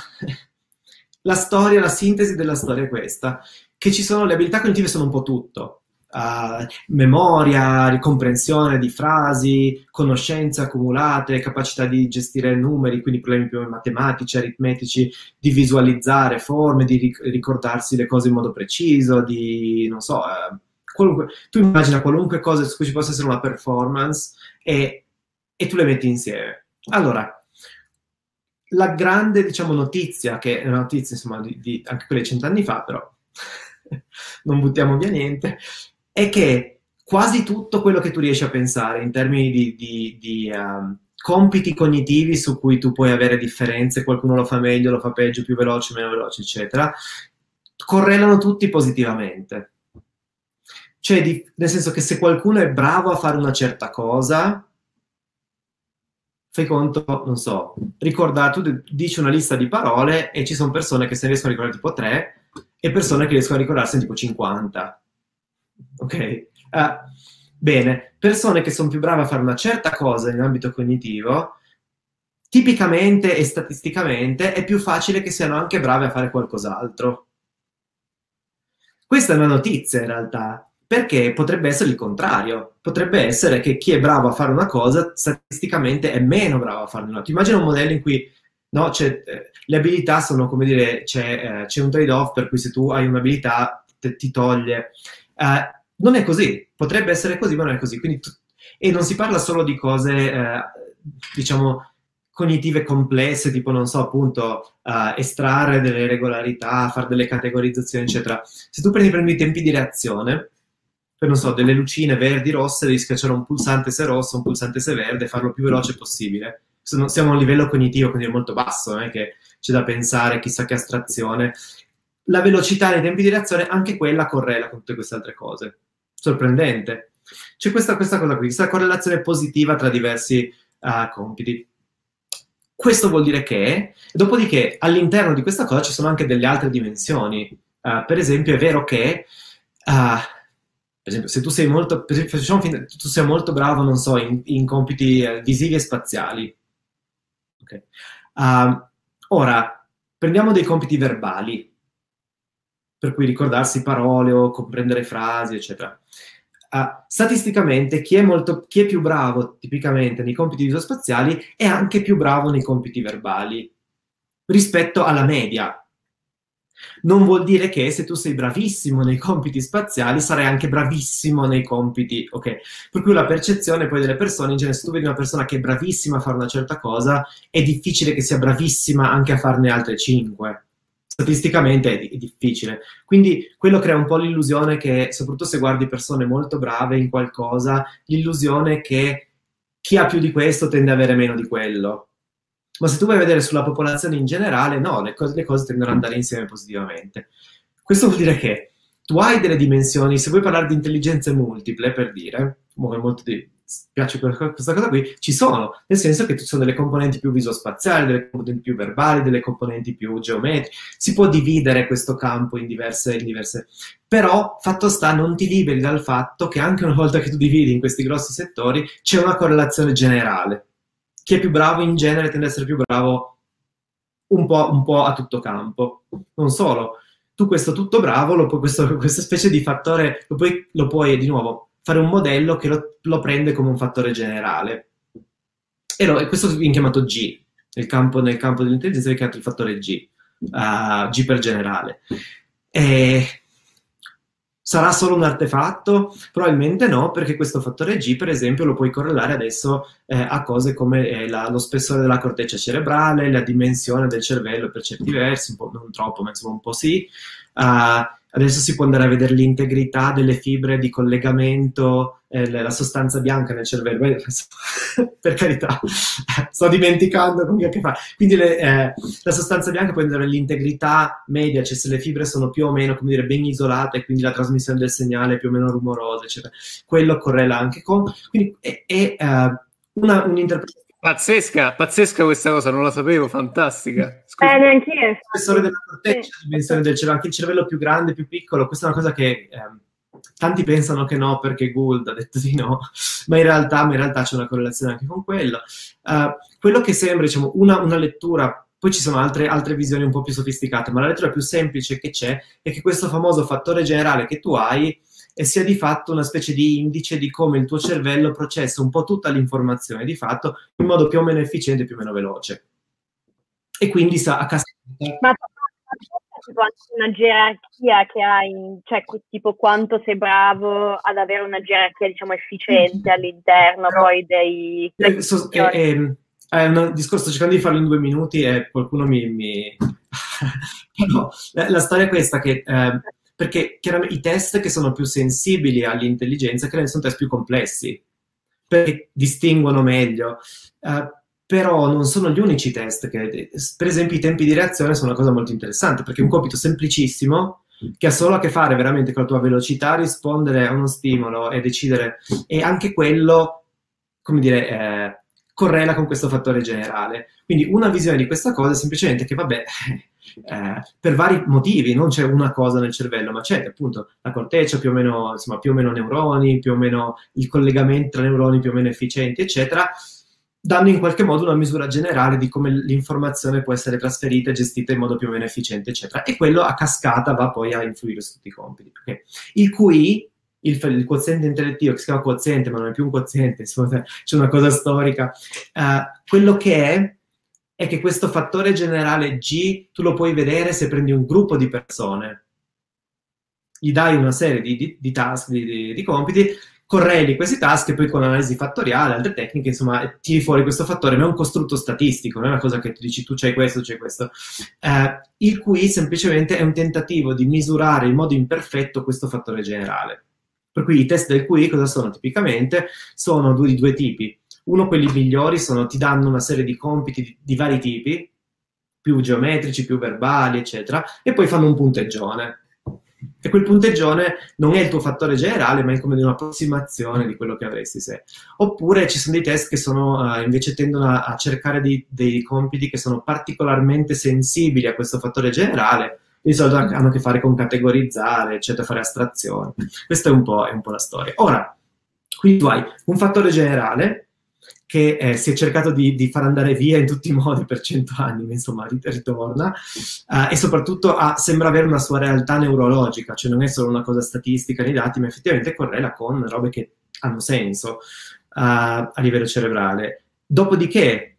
la storia, la sintesi della storia è questa, che ci sono, le abilità cognitive sono un po' tutto. Memoria, ricomprensione di frasi, conoscenze accumulate, capacità di gestire numeri, quindi problemi più matematici, aritmetici, di visualizzare forme, di ricordarsi le cose in modo preciso, di, non so, tu immagina qualunque cosa su cui ci possa essere una performance e tu le metti insieme. Allora, la grande, diciamo, notizia, che è una notizia, insomma, di anche quelle 100 anni fa, però non buttiamo via niente, è che quasi tutto quello che tu riesci a pensare in termini di compiti cognitivi su cui tu puoi avere differenze, qualcuno lo fa meglio, lo fa peggio, più veloce, meno veloce, eccetera, correlano tutti positivamente. Cioè, nel senso che se qualcuno è bravo a fare una certa cosa, fai conto, non so, tu dici una lista di parole e ci sono persone che se ne riescono a ricordare tipo 3 e persone che riescono a ricordarsene tipo 50. Ok? Bene, persone che sono più brave a fare una certa cosa in ambito cognitivo, tipicamente e statisticamente è più facile che siano anche brave a fare qualcos'altro. Questa è una notizia in realtà, perché potrebbe essere il contrario. Potrebbe essere che chi è bravo a fare una cosa statisticamente è meno bravo a farne un'altra. Immagina un modello in cui no, le abilità sono, come dire, c'è un trade-off per cui se tu hai un'abilità ti toglie. Non è così, potrebbe essere così, ma non è così. Quindi e non si parla solo di cose, diciamo, cognitive complesse, tipo, non so, appunto, estrarre delle regolarità, fare delle categorizzazioni, eccetera. Se tu prendi i tempi di reazione, per, non so, delle lucine verdi, rosse, devi schiacciare un pulsante se rosso, un pulsante se verde, e farlo il più veloce possibile. Siamo a un livello cognitivo, quindi è molto basso, non è che c'è da pensare chissà che astrazione. La velocità nei tempi di reazione, anche quella correla con tutte queste altre cose. Sorprendente. C'è questa cosa qui, questa correlazione positiva tra diversi compiti. Questo vuol dire che, dopodiché, all'interno di questa cosa ci sono anche delle altre dimensioni. Per esempio, è vero che, per esempio, se tu sei molto, tu sei molto bravo, non so, in compiti visivi e spaziali. Okay. Ora, prendiamo dei compiti verbali, per cui ricordarsi parole o comprendere frasi, eccetera. Statisticamente, chi è più bravo tipicamente nei compiti visospaziali è anche più bravo nei compiti verbali rispetto alla media. Non vuol dire che se tu sei bravissimo nei compiti spaziali sarai anche bravissimo nei compiti, ok? Per cui la percezione poi delle persone, in genere, se tu vedi una persona che è bravissima a fare una certa cosa, è difficile che sia bravissima anche a farne altre 5. Statisticamente è difficile. Quindi quello crea un po' l'illusione che, soprattutto se guardi persone molto brave in qualcosa, l'illusione che chi ha più di questo tende ad avere meno di quello. Ma se tu vai a vedere sulla popolazione in generale, no, le cose tendono ad andare insieme positivamente. Questo vuol dire che tu hai delle dimensioni, se vuoi parlare di intelligenze multiple, per dire, piace questa cosa qui, ci sono, nel senso che ci sono delle componenti più viso-spaziali, delle componenti più verbali, delle componenti più geometriche, si può dividere questo campo in diverse, però fatto sta, non ti liberi dal fatto che anche una volta che tu dividi in questi grossi settori c'è una correlazione generale. Chi è più bravo in genere tende ad essere più bravo un po' a tutto campo. Non solo, tu questo tutto bravo, questa specie di fattore, lo puoi di nuovo fare un modello che lo prende come un fattore generale. E questo viene chiamato G. Nel campo dell'intelligenza viene chiamato il fattore G. G per generale. Sarà solo un artefatto? Probabilmente no, perché questo fattore G, per esempio, lo puoi correlare adesso a cose come lo spessore della corteccia cerebrale, la dimensione del cervello per certi versi, un po', non troppo, ma insomma un po' sì. Adesso si può andare a vedere l'integrità delle fibre di collegamento, la sostanza bianca nel cervello. Per carità, sto dimenticando con che fa. Quindi la sostanza bianca può andare l'integrità media, cioè se le fibre sono più o meno, come dire, ben isolate, quindi la trasmissione del segnale è più o meno rumorosa, eccetera. Quello correla anche con... Quindi è un'interpretazione... Pazzesca questa cosa, non la sapevo, fantastica. Neanch'io. Il spessore della corteccia, la dimensione del cervello, anche il cervello più grande, più piccolo, questa è una cosa che tanti pensano che no, perché Gould ha detto di no, ma in realtà c'è una correlazione anche con quello. Quello che sembra, diciamo, una lettura, poi ci sono altre visioni un po' più sofisticate, ma la lettura più semplice che c'è è che questo famoso fattore generale che tu hai sia di fatto una specie di indice di come il tuo cervello processa un po' tutta l'informazione di fatto in modo più o meno efficiente e più o meno veloce. E quindi a cascata. Ma tipo anche una gerarchia che hai, cioè tipo quanto sei bravo ad avere una gerarchia, diciamo, efficiente all'interno. Però, poi dei... È un discorso, sto cercando di farlo in 2 minuti e qualcuno mi... Però la storia è questa, che... perché chiaramente i test che sono più sensibili all'intelligenza sono test più complessi, perché distinguono meglio, però non sono gli unici test che, per esempio, i tempi di reazione sono una cosa molto interessante, perché è un compito semplicissimo che ha solo a che fare veramente con la tua velocità a rispondere a uno stimolo e decidere, e anche quello, come dire, correla con questo fattore generale. Quindi una visione di questa cosa è semplicemente che, vabbè, per vari motivi, non c'è una cosa nel cervello, ma c'è appunto la corteccia, più o meno, insomma, più o meno neuroni, più o meno il collegamento tra neuroni più o meno efficienti, eccetera, danno in qualche modo una misura generale di come l'informazione può essere trasferita e gestita in modo più o meno efficiente, eccetera. E quello a cascata va poi a influire su tutti i compiti. Okay? Il QI, il quoziente intellettivo, che si chiama quoziente, ma non è più un quoziente, insomma, c'è una cosa storica, quello che è che questo fattore generale G tu lo puoi vedere se prendi un gruppo di persone, gli dai una serie di task, di compiti, correli questi task e poi con analisi fattoriale, altre tecniche, insomma, tiri fuori questo fattore, ma è un costrutto statistico, non è una cosa che tu dici tu c'hai questo, c'hai questo. Il QI semplicemente è un tentativo di misurare in modo imperfetto questo fattore generale. Per cui i test del QI cosa sono tipicamente? Sono di due tipi. Uno, quelli migliori, ti danno una serie di compiti di vari tipi, più geometrici, più verbali, eccetera, e poi fanno un punteggione. E quel punteggione non è il tuo fattore generale, ma è come un'approssimazione di quello che avresti se. Oppure ci sono dei test che invece tendono a cercare dei compiti che sono particolarmente sensibili a questo fattore generale, di solito hanno a che fare con categorizzare, eccetera, fare astrazione. Questa è un po' la storia. Ora, qui tu hai un fattore generale che si è cercato di far andare via in tutti i modi per 100 anni, ma insomma ritorna, e soprattutto sembra avere una sua realtà neurologica, cioè non è solo una cosa statistica nei dati, ma effettivamente correla con robe che hanno senso a livello cerebrale. Dopodiché,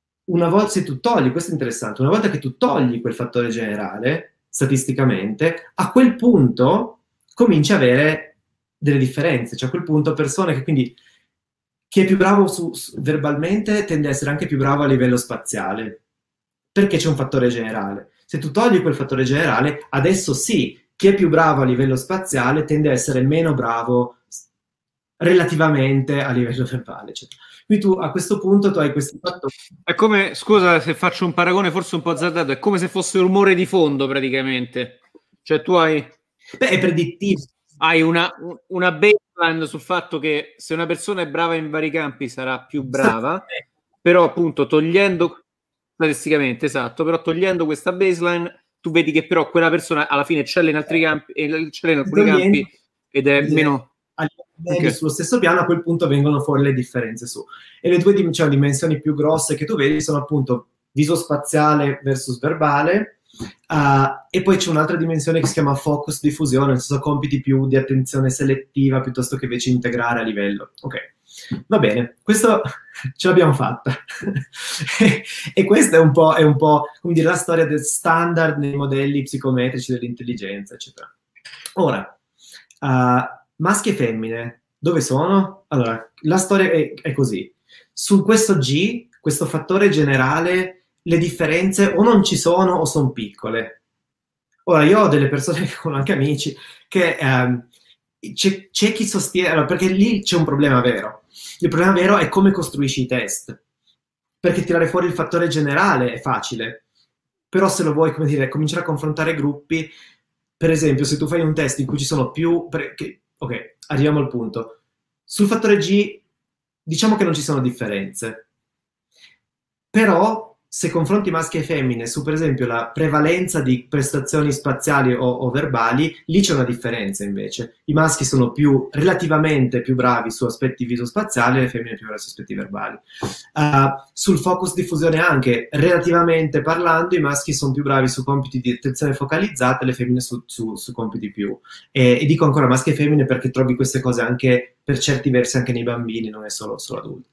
se tu togli, questo è interessante, una volta che tu togli quel fattore generale, statisticamente, a quel punto cominci a avere delle differenze, cioè a quel punto persone che quindi... Chi è più bravo verbalmente tende a essere anche più bravo a livello spaziale, perché c'è un fattore generale. Se tu togli quel fattore generale, adesso sì, chi è più bravo a livello spaziale tende a essere meno bravo relativamente a livello verbale. Eccetera. Quindi tu a questo punto tu hai questi fattori. È come, scusa se faccio un paragone forse un po' azzardato, è come se fosse un rumore di fondo praticamente. Cioè tu hai... Beh, è predittivo. hai una baseline sul fatto che se una persona è brava in vari campi sarà più brava, però appunto togliendo statisticamente, esatto, però togliendo questa baseline tu vedi che però quella persona alla fine eccelle in altri campi, eccelle in alcuni campi ed è meno... Okay. Sullo stesso piano, a quel punto vengono fuori le differenze su. E le due dimensioni più grosse che tu vedi sono appunto viso-spaziale versus verbale, e poi c'è un'altra dimensione che si chiama focus diffusione, nel senso compiti più di attenzione selettiva piuttosto che invece integrare a livello. Ok, va bene, questo ce l'abbiamo fatta. E questa è un po' come dire, la storia del standard nei modelli psicometrici dell'intelligenza, eccetera. Ora, maschi e femmine, dove sono? Allora, la storia è così. Su questo G, questo fattore generale, le differenze o non ci sono o sono piccole. Ora, io ho delle persone che sono anche amici che c'è chi sostiene, allora, perché lì c'è un problema vero. Il problema vero è come costruisci i test. Perché tirare fuori il fattore generale è facile, però se lo vuoi, come dire, cominciare a confrontare gruppi, per esempio, se tu fai un test in cui ci sono più... Ok, arriviamo al punto. Sul fattore G, diciamo che non ci sono differenze. Però, se confronti maschi e femmine su, per esempio, la prevalenza di prestazioni spaziali o verbali, lì c'è una differenza invece. I maschi sono relativamente più bravi su aspetti visospaziali e le femmine più bravi su aspetti verbali. Sul focus diffusione anche, relativamente parlando, i maschi sono più bravi su compiti di attenzione focalizzata e le femmine su compiti più. E dico ancora maschi e femmine perché trovi queste cose anche, per certi versi, anche nei bambini, non è solo adulti.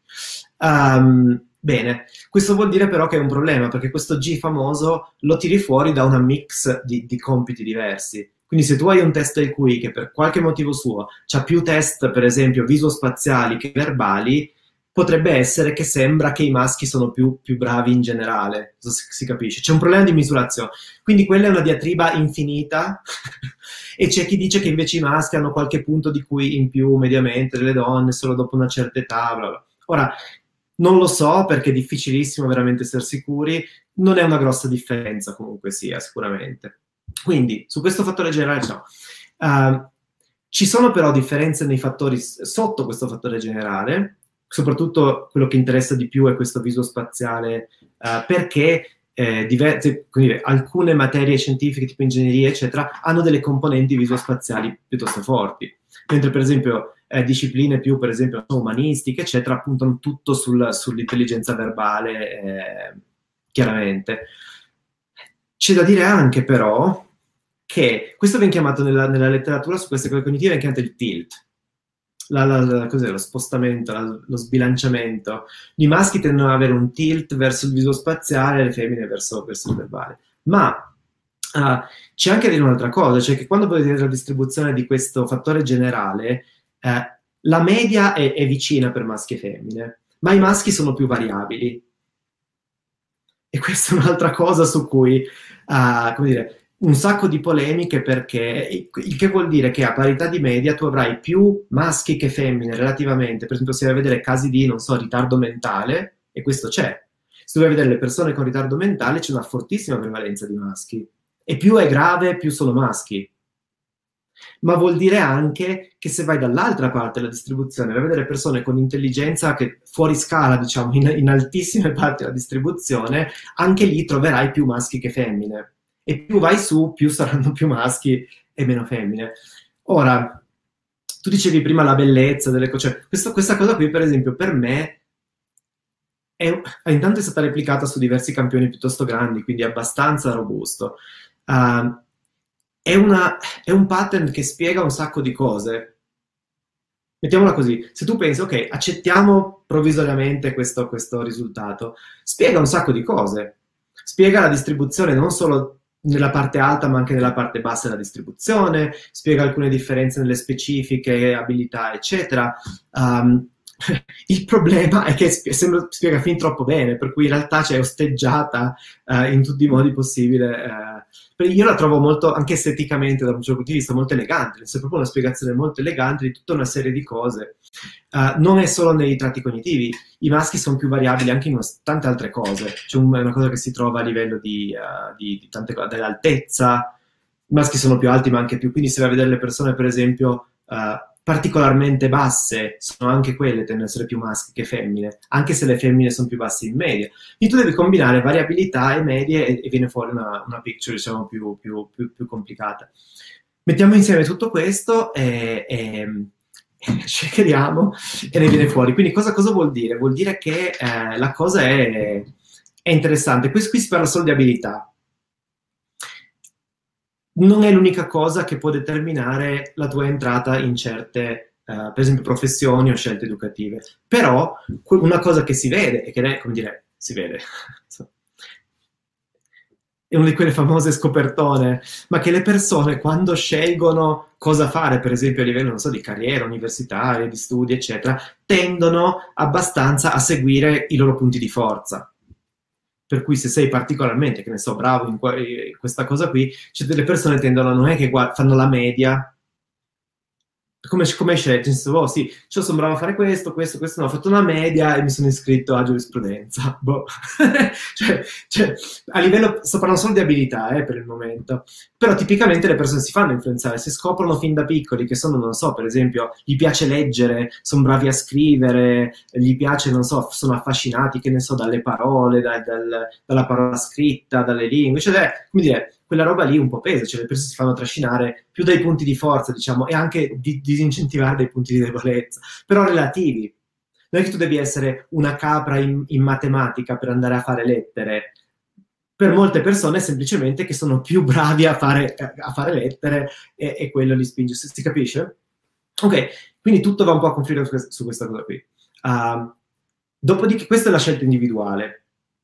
Bene, questo vuol dire però che è un problema, perché questo G famoso lo tiri fuori da una mix di compiti diversi. Quindi se tu hai un test IQ che per qualche motivo suo c'ha più test, per esempio, visospaziali che verbali, potrebbe essere che sembra che i maschi sono più bravi in generale, si capisce? C'è un problema di misurazione. Quindi quella è una diatriba infinita e c'è chi dice che invece i maschi hanno qualche punto di cui in più mediamente delle donne, solo dopo una certa età, bla bla. Ora, non lo so perché è difficilissimo veramente essere sicuri, non è una grossa differenza comunque sia, sicuramente. Quindi, su questo fattore generale no. Ci sono però differenze nei fattori sotto questo fattore generale, soprattutto quello che interessa di più è questo visospaziale, perché quindi, alcune materie scientifiche tipo ingegneria, eccetera, hanno delle componenti visospaziali piuttosto forti. Mentre, per esempio, discipline più, per esempio, umanistiche, eccetera, puntano tutto sull'intelligenza verbale, chiaramente. C'è da dire anche, però, che questo viene chiamato nella letteratura su queste cose cognitive, viene chiamato il tilt. Cos'è? Lo spostamento, lo sbilanciamento. I maschi tendono ad avere un tilt verso il visospaziale, le femmine verso il verbale. Ma c'è anche da dire un'altra cosa, cioè che quando potete vedere la distribuzione di questo fattore generale, la media è vicina per maschi e femmine, ma i maschi sono più variabili. E questa è un'altra cosa su cui, come dire, un sacco di polemiche, perché il che vuol dire che a parità di media tu avrai più maschi che femmine relativamente. Per esempio, se vai a vedere casi di, non so, ritardo mentale, e questo c'è. Se tu vai a vedere le persone con ritardo mentale, c'è una fortissima prevalenza di maschi. E più è grave, più sono maschi. Ma vuol dire anche che se vai dall'altra parte della distribuzione, vai a vedere persone con intelligenza che fuori scala, diciamo, in altissime parti della distribuzione, anche lì troverai più maschi che femmine. E più vai su, più saranno più maschi e meno femmine. Ora, tu dicevi prima la bellezza delle cose, cioè, questa cosa qui, per esempio, per me intanto è stata replicata su diversi campioni piuttosto grandi, quindi è abbastanza robusto. È un pattern che spiega un sacco di cose. Mettiamola così, se tu pensi, ok, accettiamo provvisoriamente questo risultato, spiega un sacco di cose. Spiega la distribuzione non solo nella parte alta ma anche nella parte bassa della distribuzione, spiega alcune differenze nelle specifiche, abilità, eccetera. Il problema è che spiega fin troppo bene, per cui in realtà c'è osteggiata in tutti i modi possibili. Io la trovo molto, anche esteticamente, da un certo punto di vista, molto elegante. È proprio una spiegazione molto elegante di tutta una serie di cose. Non è solo nei tratti cognitivi, i maschi sono più variabili anche in tante altre cose. C'è una cosa che si trova a livello di tante cose, dell'altezza, i maschi sono più alti ma anche più, quindi se vai a vedere le persone per esempio particolarmente basse, sono anche quelle, tendono ad essere più maschi che femmine, anche se le femmine sono più basse in media. Quindi tu devi combinare variabilità e medie e viene fuori una picture, diciamo, più complicata. Mettiamo insieme tutto questo e cerchiamo e ne viene fuori. Quindi cosa vuol dire? Vuol dire che la cosa è interessante. Qui si parla solo di abilità. Non è l'unica cosa che può determinare la tua entrata in certe, per esempio, professioni o scelte educative. Però una cosa che si vede, e che è, come dire, si vede, è una di quelle famose scopertone, ma che le persone quando scelgono cosa fare, per esempio a livello, non so, di carriera universitaria, di studi, eccetera, tendono abbastanza a seguire i loro punti di forza. Per cui se sei particolarmente, che ne so, bravo in questa cosa qui, cioè delle persone tendono, non è che fanno la media, come hai scelto? Nel senso, sì, io sono bravo a fare questo, no, ho fatto una media e mi sono iscritto a giurisprudenza. Boh. cioè, a livello, sto parlando solo di abilità, per il momento, però tipicamente le persone si fanno influenzare, se scoprono fin da piccoli che sono, non so, per esempio, gli piace leggere, sono bravi a scrivere, gli piace, non so, sono affascinati, che ne so, dalle parole, dalla parola scritta, dalle lingue, cioè, come dire, quella roba lì un po' pesa, cioè le persone si fanno trascinare più dai punti di forza, diciamo, e anche disincentivare dai punti di debolezza, però relativi. Non è che tu devi essere una capra in matematica per andare a fare lettere. Per molte persone è semplicemente che sono più bravi a fare lettere e quello li spinge. Si capisce? Ok, quindi tutto va un po' a confluire su questa cosa qui. Dopodiché, questa è la scelta individuale.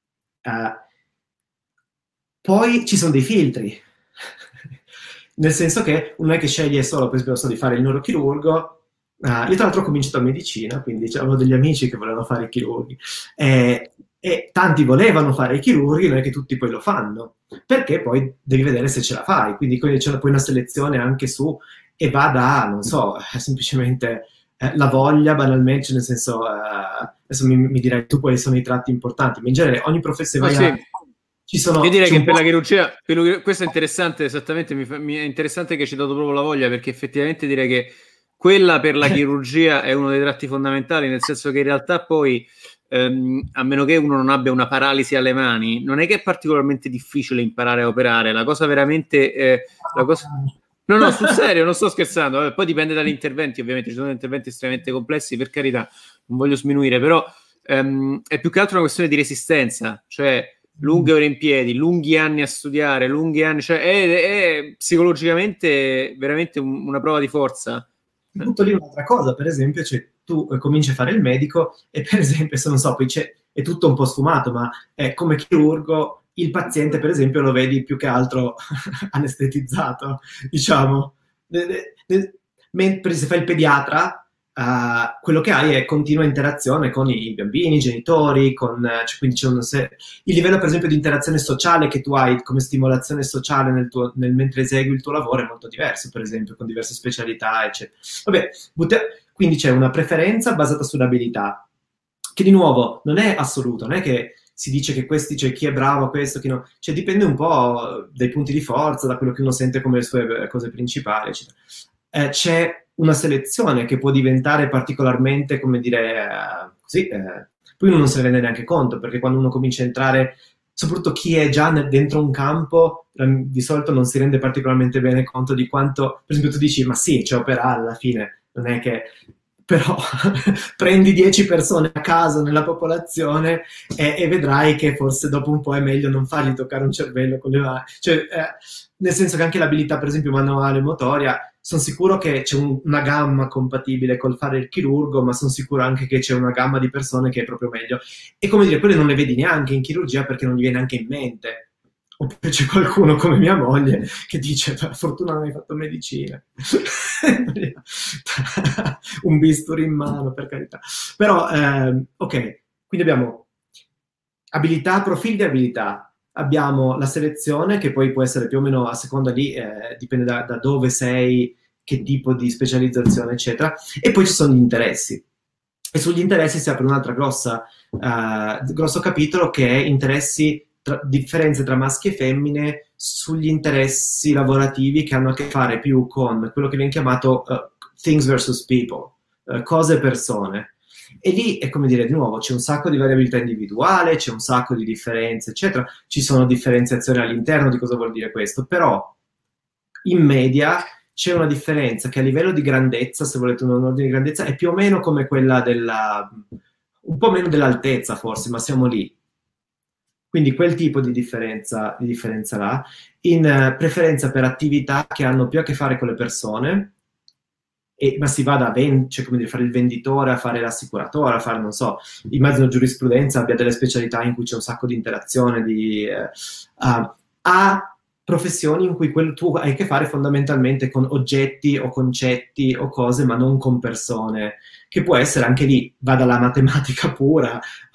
Poi ci sono dei filtri, nel senso che non è che sceglie solo, per esempio, di fare il neurochirurgo. Io tra l'altro ho cominciato medicina, quindi avevo degli amici che volevano fare i chirurghi, e tanti volevano fare i chirurghi, non è che tutti poi lo fanno, perché poi devi vedere se ce la fai, quindi c'è poi una selezione anche su, e va da, non so, semplicemente la voglia, banalmente, cioè nel senso, adesso mi direi tu quali sono i tratti importanti, ma in genere ogni professione io direi che per la chirurgia, questo è interessante, esattamente, è interessante che hai citato proprio la voglia, perché effettivamente direi che quella per la chirurgia è uno dei tratti fondamentali, nel senso che in realtà poi, a meno che uno non abbia una paralisi alle mani, non è che è particolarmente difficile imparare a operare, la cosa veramente... No, sul serio, non sto scherzando, vabbè, poi dipende dagli interventi, ovviamente ci sono interventi estremamente complessi, per carità, non voglio sminuire, però è più che altro una questione di resistenza, cioè lunghe ore in piedi, lunghi anni a studiare, lunghi anni, cioè è psicologicamente veramente una prova di forza. Tutto lì un'altra cosa, per esempio, cioè, tu cominci a fare il medico e per esempio, se non so, poi è tutto un po' sfumato, ma come chirurgo il paziente, per esempio, lo vedi più che altro anestetizzato, diciamo. Mentre se fai il pediatra, quello che hai è continua interazione con i bambini, i genitori, quindi c'è il livello, per esempio, di interazione sociale che tu hai come stimolazione sociale mentre esegui il tuo lavoro è molto diverso, per esempio, con diverse specialità, eccetera. Vabbè, quindi c'è una preferenza basata sull'abilità, che di nuovo non è assoluto, non è che si dice che c'è chi è bravo a questo, chi no, cioè dipende un po' dai punti di forza, da quello che uno sente come le sue cose principali, eccetera. C'è una selezione che può diventare particolarmente, come dire, così, poi uno non se ne rende neanche conto, perché quando uno comincia a entrare, soprattutto chi è già dentro un campo, di solito non si rende particolarmente bene conto di quanto, per esempio tu dici, ma sì, c'è operare alla fine, non è che... Però prendi 10 persone a caso nella popolazione e vedrai che forse dopo un po' è meglio non fargli toccare un cervello con le mani. Cioè, nel senso che anche l'abilità, per esempio, manuale motoria, sono sicuro che c'è una gamma compatibile col fare il chirurgo, ma sono sicuro anche che c'è una gamma di persone che è proprio meglio. E come dire, quelle non le vedi neanche in chirurgia perché non gli viene neanche in mente. Oppure c'è qualcuno come mia moglie che dice, per fortuna non hai fatto medicina. Un bisturi in mano, per carità. Però, ok, quindi abbiamo abilità, profili di abilità. Abbiamo la selezione, che poi può essere più o meno a seconda di, dipende da dove sei, che tipo di specializzazione, eccetera. E poi ci sono gli interessi. E sugli interessi si apre un altro grosso capitolo che è interessi, differenze tra maschi e femmine sugli interessi lavorativi che hanno a che fare più con quello che viene chiamato things versus people, cose e persone. E lì è come dire, di nuovo, c'è un sacco di variabilità individuale, c'è un sacco di differenze, eccetera. Ci sono differenziazioni all'interno di cosa vuol dire questo, però in media c'è una differenza che a livello di grandezza, se volete un ordine di grandezza, è più o meno come quella un po' meno dell'altezza forse, ma siamo lì. Quindi quel tipo di differenza là, in preferenza per attività che hanno più a che fare con le persone, ma si va da cioè, come dire, fare il venditore a fare l'assicuratore, a fare, non so, immagino giurisprudenza abbia delle specialità in cui c'è un sacco di interazione, a professioni in cui tu hai a che fare fondamentalmente con oggetti o concetti o cose, ma non con persone, che può essere anche lì, va dalla matematica pura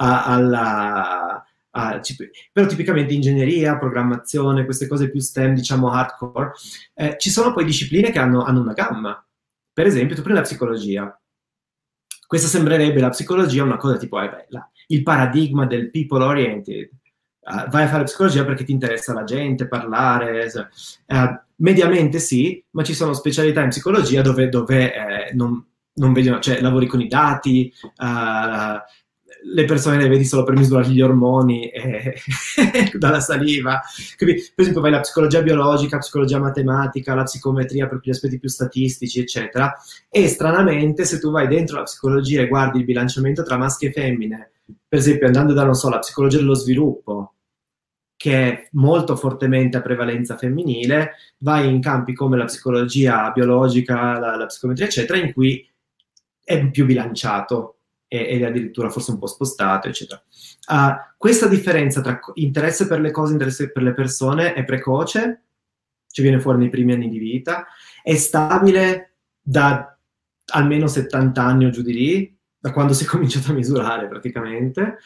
però tipicamente ingegneria, programmazione, queste cose più STEM, diciamo hardcore. Ci sono poi discipline che hanno una gamma. Per esempio, tu prendi la psicologia. Questa sembrerebbe la psicologia una cosa tipo il paradigma del people oriented. Vai a fare psicologia perché ti interessa la gente, parlare. Mediamente sì, ma ci sono specialità in psicologia dove non vedono, cioè lavori con i dati, le persone le vedi solo per misurare gli ormoni dalla saliva. Quindi, per esempio, vai alla psicologia biologica, psicologia matematica, la psicometria per gli aspetti più statistici, eccetera. E stranamente, se tu vai dentro la psicologia e guardi il bilanciamento tra maschi e femmine, per esempio andando da, non so, la psicologia dello sviluppo, che è molto fortemente a prevalenza femminile, vai in campi come la psicologia biologica, la psicometria, eccetera, in cui è più bilanciato ed è addirittura forse un po' spostato, eccetera. Questa differenza tra interesse per le cose e interesse per le persone è precoce, ci viene fuori nei primi anni di vita, è stabile da almeno 70 anni o giù di lì, da quando si è cominciato a misurare praticamente.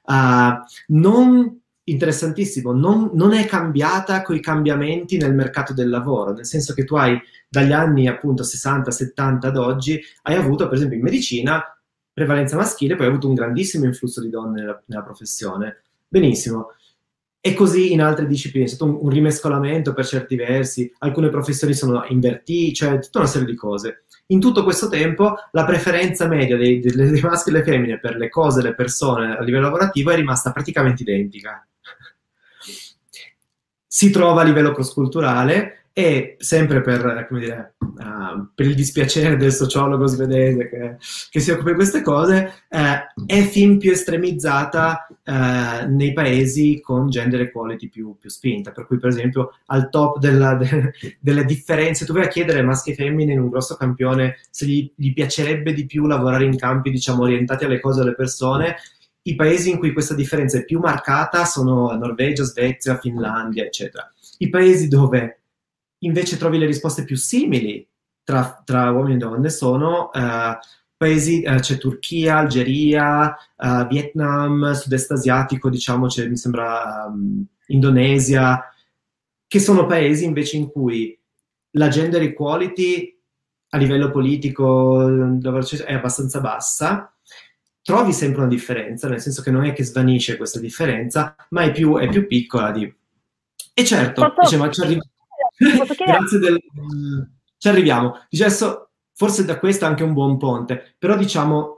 Interessantissimo, non è cambiata coi cambiamenti nel mercato del lavoro, nel senso che tu hai dagli anni appunto 60-70 ad oggi, hai avuto per esempio in medicina prevalenza maschile, poi hai avuto un grandissimo influsso di donne nella professione. Benissimo. E così in altre discipline, è stato un rimescolamento per certi versi, alcune professioni sono invertite, cioè tutta una serie di cose. In tutto questo tempo la preferenza media dei maschi e delle femmine per le cose e le persone a livello lavorativo è rimasta praticamente identica. Si trova a livello cross-culturale e sempre per, come dire, per il dispiacere del sociologo svedese che si occupa di queste cose, è fin più estremizzata nei paesi con gender equality più spinta, per cui per esempio al top delle differenze, tu vai a chiedere ai maschi e femmine in un grosso campione se gli piacerebbe di più lavorare in campi, diciamo, orientati alle cose e alle persone. I paesi in cui questa differenza è più marcata sono Norvegia, Svezia, Finlandia, eccetera. I paesi dove invece trovi le risposte più simili tra uomini e donne sono paesi, c'è Turchia, Algeria, Vietnam, sud-est asiatico, diciamo, mi sembra Indonesia, che sono paesi invece in cui la gender equality a livello politico è abbastanza bassa. Trovi sempre una differenza, nel senso che non è che svanisce questa differenza, ma è più piccola E certo, dice, ma ci grazie ci arriviamo. Dice, adesso, forse da questo è anche un buon ponte, però diciamo,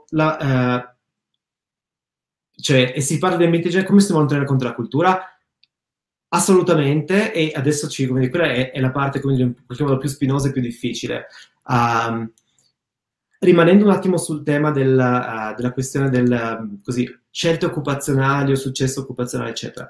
cioè, e si parla di ambiente genere, come si vuole tenere contro la cultura? Assolutamente, e adesso quella è la parte, come dire, in qualche modo più spinosa e più difficile. Rimanendo un attimo sul tema della questione del scelte occupazionali o successo occupazionale, eccetera.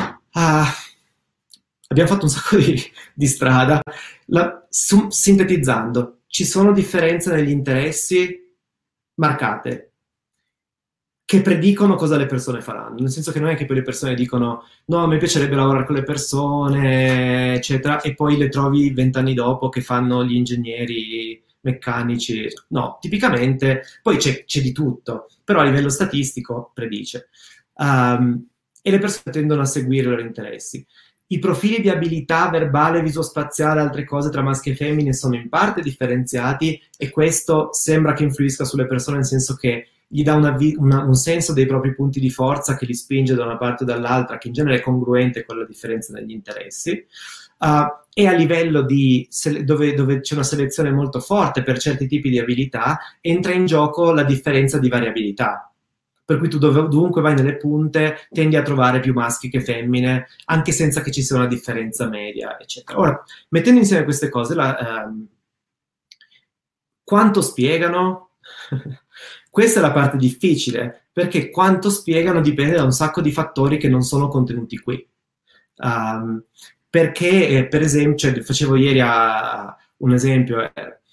Abbiamo fatto un sacco di strada. Sintetizzando, ci sono differenze negli interessi marcate che predicono cosa le persone faranno, nel senso che non è che poi le persone dicono no, a me piacerebbe lavorare con le persone, eccetera, e poi le trovi 20 anni dopo che fanno gli ingegneri meccanici. No, tipicamente poi c'è di tutto, però a livello statistico predice. E le persone tendono a seguire i loro interessi. I profili di abilità verbale, visospaziale, altre cose tra maschi e femmine sono in parte differenziati e questo sembra che influisca sulle persone, nel senso che gli dà un senso dei propri punti di forza che li spinge da una parte o dall'altra, che in genere è congruente con la differenza negli interessi. e a livello dove c'è una selezione molto forte per certi tipi di abilità, entra in gioco la differenza di variabilità. Per cui tu dovunque vai nelle punte tendi a trovare più maschi che femmine, anche senza che ci sia una differenza media, eccetera. Ora, mettendo insieme queste cose, quanto spiegano? Questa è la parte difficile, perché quanto spiegano dipende da un sacco di fattori che non sono contenuti qui. Perché, per esempio, facevo ieri un esempio,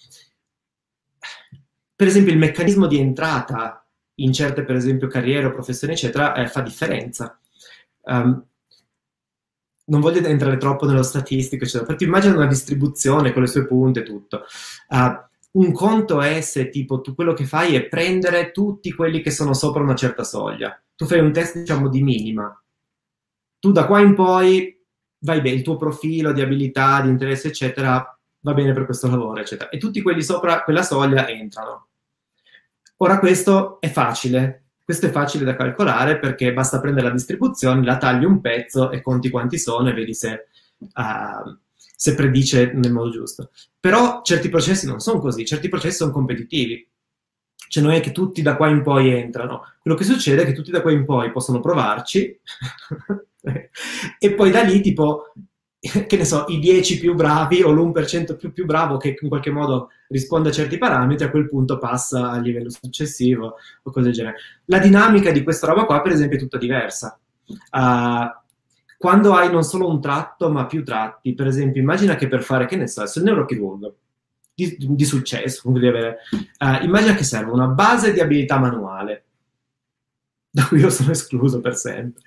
per esempio il meccanismo di entrata in certe, per esempio, carriere o professioni, eccetera, fa differenza. Non voglio entrare troppo nello statistico, eccetera, perché immagina una distribuzione con le sue punte e tutto. Un conto è se tipo tu quello che fai è prendere tutti quelli che sono sopra una certa soglia. Tu fai un test, diciamo, di minima. Tu da qua in poi vai bene, il tuo profilo di abilità, di interesse, eccetera, va bene per questo lavoro, eccetera. E tutti quelli sopra quella soglia entrano. Ora questo è facile da calcolare perché basta prendere la distribuzione, la tagli un pezzo e conti quanti sono e vedi se predice nel modo giusto. Però certi processi non sono così, certi processi sono competitivi. Cioè non è che tutti da qua in poi entrano. Quello che succede è che tutti da qua in poi possono provarci e poi da lì tipo, che ne so, i 10 più bravi o l'1% più bravo che in qualche modo risponde a certi parametri, a quel punto passa al livello successivo o cose del genere. La dinamica di questa roba qua, per esempio, è tutta diversa. Quando hai non solo un tratto, ma più tratti, per esempio, immagina che per fare, che ne so, il neurochirurgo di successo, immagina che serve una base di abilità manuale, da cui io sono escluso per sempre.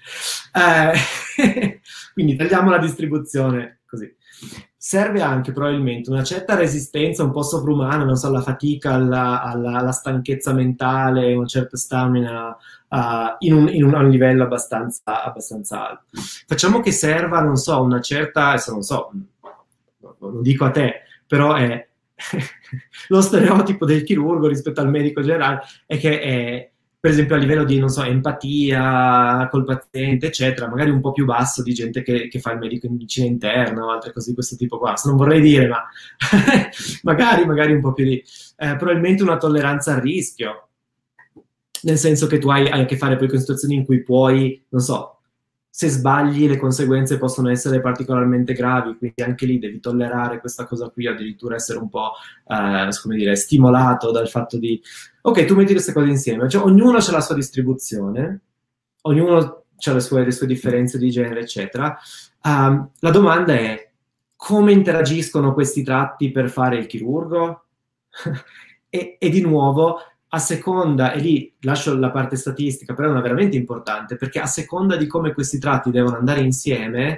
Quindi tagliamo la distribuzione così. Serve anche probabilmente una certa resistenza un po' sovrumana, non so, alla fatica, alla stanchezza mentale, una certa stamina a un livello abbastanza alto. Facciamo che serva, non so, una certa, adesso non so, non dico a te, però è lo stereotipo del chirurgo rispetto al medico generale è che è, per esempio, a livello di, non so, empatia col paziente, eccetera, magari un po' più basso di gente che fa il medico in medicina interna o altre cose di questo tipo qua. Non vorrei dire, ma magari un po' più di... probabilmente una tolleranza al rischio, nel senso che tu hai a che fare poi con situazioni in cui puoi, non so, se sbagli le conseguenze possono essere particolarmente gravi, quindi anche lì devi tollerare questa cosa qui, addirittura essere un po', come dire, stimolato dal fatto di, ok, tu metti queste cose insieme, cioè ognuno ha la sua distribuzione, ognuno ha le sue differenze di genere, eccetera. La domanda è, come interagiscono questi tratti per fare il chirurgo? e di nuovo, a seconda, e lì lascio la parte statistica, però è una veramente importante, perché a seconda di come questi tratti devono andare insieme,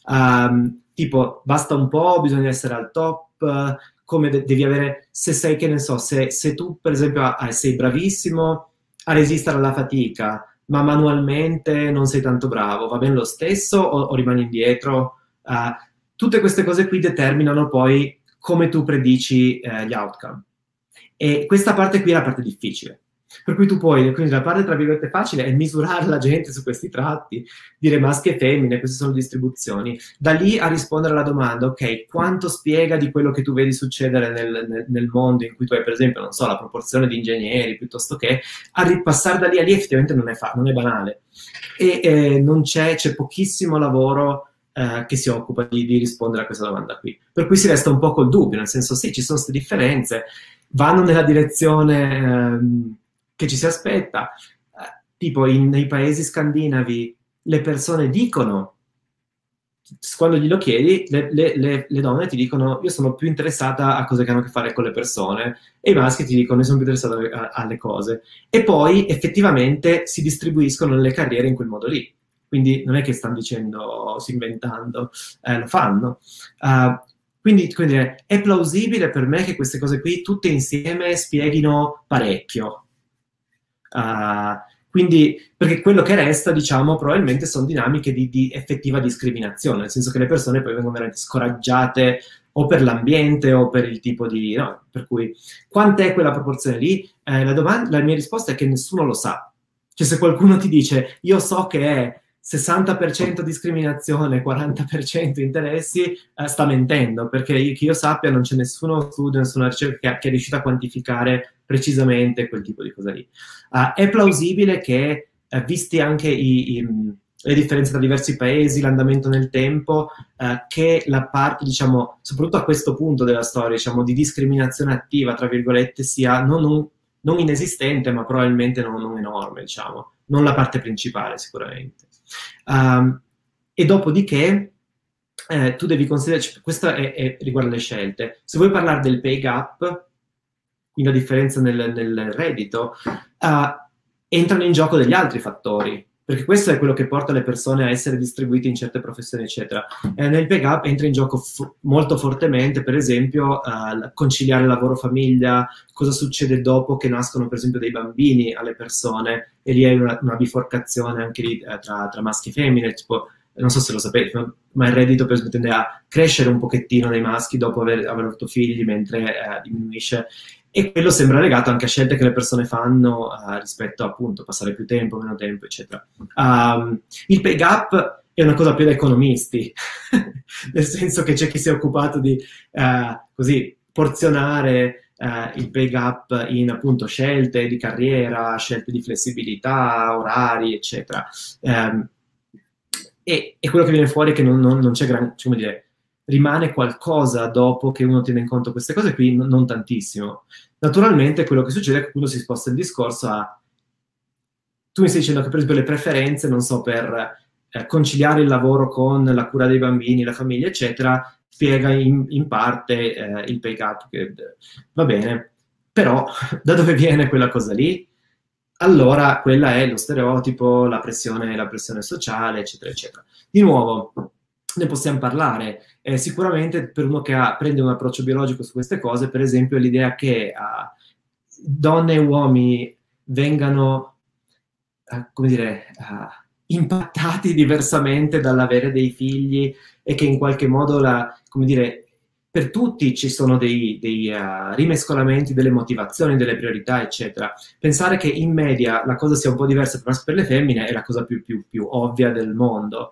tipo, basta un po', bisogna essere al top, come devi avere, se sei, che ne so, se tu, per esempio, sei bravissimo a resistere alla fatica, ma manualmente non sei tanto bravo, va bene lo stesso o rimani indietro? Tutte queste cose qui determinano poi come tu predici gli outcome. E questa parte qui è la parte difficile. Per cui tu puoi, quindi la parte tra virgolette facile è misurare la gente su questi tratti, dire maschi e femmine, queste sono le distribuzioni. Da lì a rispondere alla domanda, ok, quanto spiega di quello che tu vedi succedere nel mondo in cui tu hai, per esempio, non so, la proporzione di ingegneri, piuttosto che, a ripassare da lì a lì effettivamente non è banale. E c'è pochissimo lavoro che si occupa di rispondere a questa domanda qui. Per cui si resta un po' col dubbio, nel senso, sì, ci sono queste differenze, vanno nella direzione che ci si aspetta. Tipo nei paesi scandinavi le persone dicono, quando glielo chiedi, le donne ti dicono io sono più interessata a cose che hanno a che fare con le persone, e i maschi ti dicono io sono più interessato alle cose. E poi effettivamente si distribuiscono le carriere in quel modo lì. Quindi non è che stanno dicendo, si inventando, lo fanno. Quindi è plausibile per me che queste cose qui tutte insieme spieghino parecchio. Quindi, perché quello che resta, diciamo, probabilmente sono dinamiche di effettiva discriminazione, nel senso che le persone poi vengono veramente scoraggiate o per l'ambiente o per il tipo di... No, per cui, quant'è quella proporzione lì? La mia risposta è che nessuno lo sa. Cioè, se qualcuno ti dice, io so che è 60% discriminazione, 40% interessi, sta mentendo, perché che io sappia non c'è nessuno studio, nessuna ricerca che è riuscita a quantificare precisamente quel tipo di cosa lì. È plausibile che, visti anche le differenze tra diversi paesi, l'andamento nel tempo, che la parte, diciamo, soprattutto a questo punto della storia, diciamo, di discriminazione attiva, tra virgolette, sia non inesistente, ma probabilmente non enorme, diciamo. Non la parte principale, sicuramente. E dopodiché tu devi considerare, questo riguarda le scelte. Se vuoi parlare del pay gap, quindi la differenza nel reddito, entrano in gioco degli altri fattori, perché questo è quello che porta le persone a essere distribuite in certe professioni, eccetera. Nel pay gap entra in gioco molto fortemente, per esempio, conciliare lavoro-famiglia, cosa succede dopo che nascono, per esempio, dei bambini alle persone, e lì hai una biforcazione anche lì tra maschi e femmine, tipo, non so se lo sapete, ma il reddito, per esempio, tende a crescere un pochettino nei maschi dopo aver avuto figli, mentre diminuisce. E quello sembra legato anche a scelte che le persone fanno rispetto a, appunto, passare più tempo, meno tempo, eccetera. Il pay gap è una cosa più da economisti, nel senso che c'è chi si è occupato di così porzionare il pay gap in, appunto, scelte di carriera, scelte di flessibilità, orari, eccetera. E quello che viene fuori è che non c'è come dire, rimane qualcosa dopo che uno tiene in conto queste cose qui, non tantissimo. Naturalmente quello che succede è che uno si sposta il discorso a... Tu mi stai dicendo che, per esempio, le preferenze, non so, per conciliare il lavoro con la cura dei bambini, la famiglia, eccetera, spiega in parte il pay gap, che va bene, però da dove viene quella cosa lì? Allora, quella è lo stereotipo, la pressione sociale, eccetera, eccetera. Di nuovo, ne possiamo parlare. Sicuramente per uno che prende un approccio biologico su queste cose, per esempio, l'idea che donne e uomini vengano, come dire, impattati diversamente dall'avere dei figli, e che in qualche modo, come dire, per tutti ci sono dei rimescolamenti delle motivazioni, delle priorità, eccetera. Pensare che in media la cosa sia un po' diversa per le femmine è la cosa più ovvia del mondo.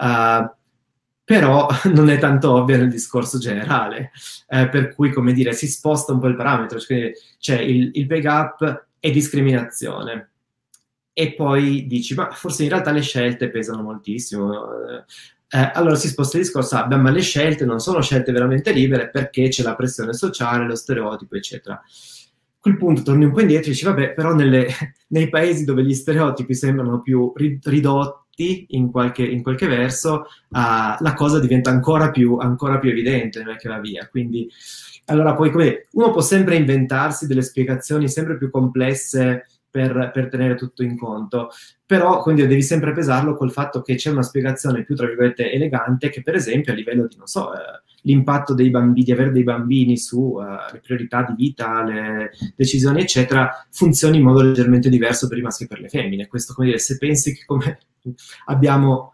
Però non è tanto ovvia nel discorso generale, per cui, come dire, si sposta un po' il parametro, cioè il pay gap è discriminazione, e poi dici, ma forse in realtà le scelte pesano moltissimo. Allora si sposta il discorso, ma le scelte non sono scelte veramente libere, perché c'è la pressione sociale, lo stereotipo, eccetera. A quel punto torni un po' indietro e dici, vabbè, però nei paesi dove gli stereotipi sembrano più ridotti in qualche verso, la cosa diventa ancora più evidente, non è che va via. Quindi, allora poi uno può sempre inventarsi delle spiegazioni sempre più complesse per tenere tutto in conto, però, quindi, devi sempre pesarlo col fatto che c'è una spiegazione più, tra virgolette, elegante, che, per esempio, a livello di, non so, l'impatto dei bambini, di avere dei bambini su le priorità di vita, le decisioni, eccetera, funzioni in modo leggermente diverso per i maschi e per le femmine. Questo, come dire, se pensi che come abbiamo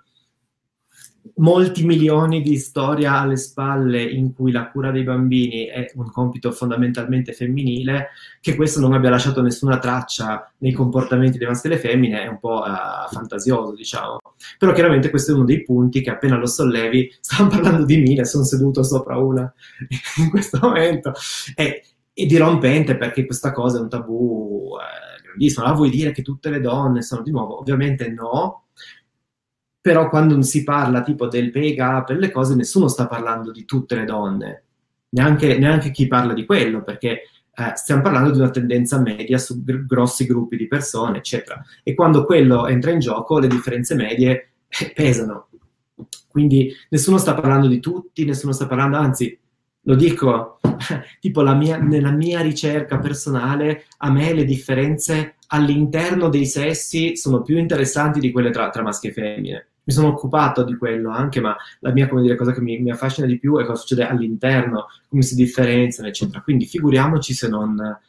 molti milioni di storia alle spalle in cui la cura dei bambini è un compito fondamentalmente femminile, che questo non abbia lasciato nessuna traccia nei comportamenti dei maschi e delle femmine è un po' fantasioso, diciamo. Però chiaramente questo è uno dei punti che, appena lo sollevi, stavamo parlando di mine, sono seduto sopra una in questo momento, è dirompente, perché questa cosa è un tabù grandissimo. Allora vuoi dire che tutte le donne sono, di nuovo, ovviamente no, però quando si parla tipo del pay gap e le cose, nessuno sta parlando di tutte le donne, neanche chi parla di quello, perché stiamo parlando di una tendenza media su grossi gruppi di persone, eccetera. E quando quello entra in gioco, le differenze medie pesano. Quindi nessuno sta parlando di tutti, nessuno sta parlando, anzi, lo dico, tipo nella mia ricerca personale, a me le differenze all'interno dei sessi sono più interessanti di quelle tra maschi e femmine. Mi sono occupato di quello anche, ma la mia, come dire, cosa che mi affascina di più è cosa succede all'interno, come si differenziano, eccetera. Quindi figuriamoci se non...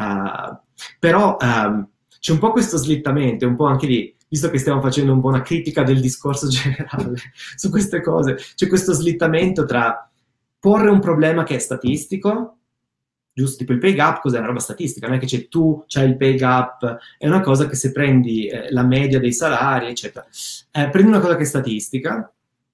però c'è un po' questo slittamento, un po' anche lì, visto che stiamo facendo un po' una critica del discorso generale su queste cose, c'è questo slittamento tra porre un problema che è statistico giusto? Tipo il pay gap, cos'è? Una roba statistica, non è che c'hai il pay gap, è una cosa che se prendi la media dei salari, eccetera. Prendi una cosa che è statistica,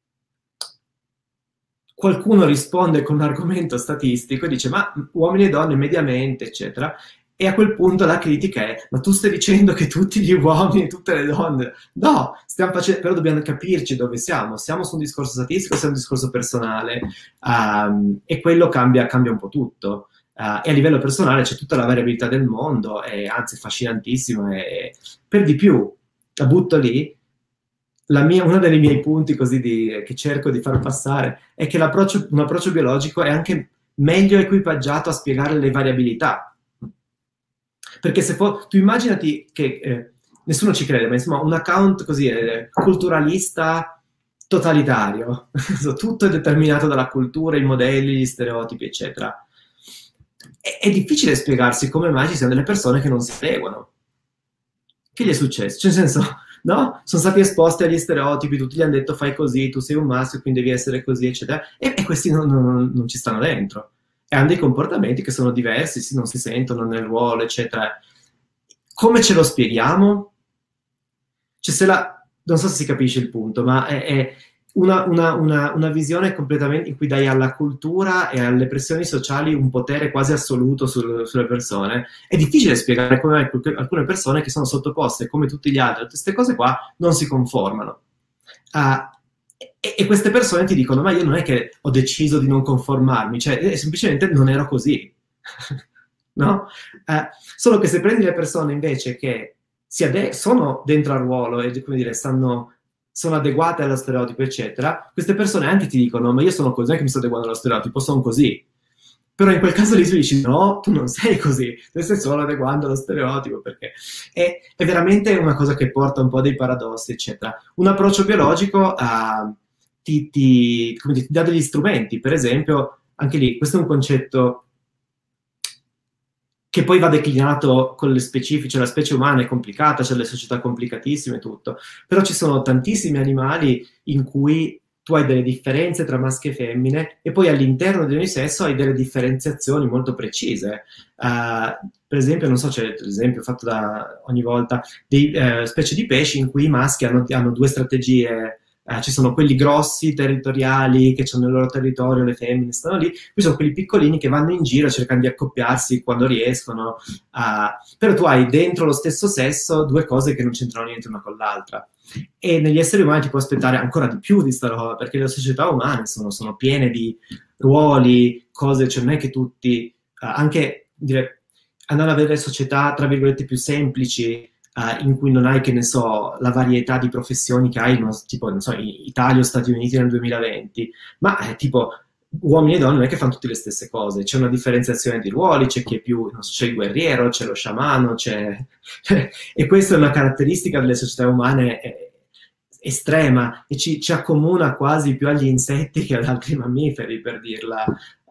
qualcuno risponde con un argomento statistico e dice ma uomini e donne mediamente, eccetera, e a quel punto la critica è ma tu stai dicendo che tutti gli uomini e tutte le donne... No, stiamo facendo, però dobbiamo capirci dove siamo su un discorso statistico, su un discorso personale, e quello cambia un po' tutto. E a livello personale c'è tutta la variabilità del mondo, e anzi è affascinantissimo, e per di più, la butto lì, uno dei miei punti così che cerco di far passare è che un approccio biologico è anche meglio equipaggiato a spiegare le variabilità. Perché se tu immaginati che nessuno ci crede, ma insomma un account così culturalista totalitario, tutto è determinato dalla cultura, i modelli, gli stereotipi, eccetera. È difficile spiegarsi come mai ci siano delle persone che non si adeguano. Che gli è successo? Cioè, nel senso, no? Sono stati esposti agli stereotipi, tutti gli hanno detto fai così, tu sei un maschio, quindi devi essere così, eccetera. E questi non ci stanno dentro. E hanno dei comportamenti che sono diversi, non si sentono nel ruolo, eccetera. Come ce lo spieghiamo? Cioè, non so se si capisce il punto, ma è una visione completamente in cui dai alla cultura e alle pressioni sociali un potere quasi assoluto sulle persone. È difficile spiegare come alcune persone che sono sottoposte, come tutti gli altri, a queste cose qua, non si conformano. E queste persone ti dicono, ma io non è che ho deciso di non conformarmi, cioè semplicemente non ero così, no? Solo che se prendi le persone invece che sono dentro al ruolo e, come dire, sono adeguate allo stereotipo, eccetera, queste persone anche ti dicono, ma io sono così, non è che mi sto adeguando allo stereotipo, sono così. Però in quel caso lì tu dici, no, tu non sei così, tu stai solo adeguando allo stereotipo, perché è veramente una cosa che porta un po' dei paradossi, eccetera. Un approccio biologico ti dà degli strumenti, per esempio, anche lì, questo è un concetto che poi va declinato con le specifiche, cioè la specie umana è complicata, c'è le società complicatissime e tutto, però ci sono tantissimi animali in cui tu hai delle differenze tra maschi e femmine e poi all'interno di ogni sesso hai delle differenziazioni molto precise. Per esempio, non so, c'è l'esempio fatto ogni volta di specie di pesci in cui i maschi hanno due strategie. Ci sono quelli grossi, territoriali, che hanno il loro territorio, le femmine stanno lì, poi sono quelli piccolini che vanno in giro, cercano di accoppiarsi quando riescono, però tu hai dentro lo stesso sesso due cose che non c'entrano niente una con l'altra. E negli esseri umani ti puoi aspettare ancora di più di sta roba, perché le società umane sono piene di ruoli, cose, cioè non è che tutti, anche dire, andare a vedere società, tra virgolette, più semplici, in cui non hai, che ne so, la varietà di professioni che hai, tipo, non so, Italia o Stati Uniti nel 2020, ma tipo uomini e donne non è che fanno tutte le stesse cose, c'è una differenziazione di ruoli, c'è chi è più, non so, c'è il guerriero, c'è lo sciamano, e questa è una caratteristica delle società umane estrema e ci accomuna quasi più agli insetti che ad altri mammiferi, per dirla.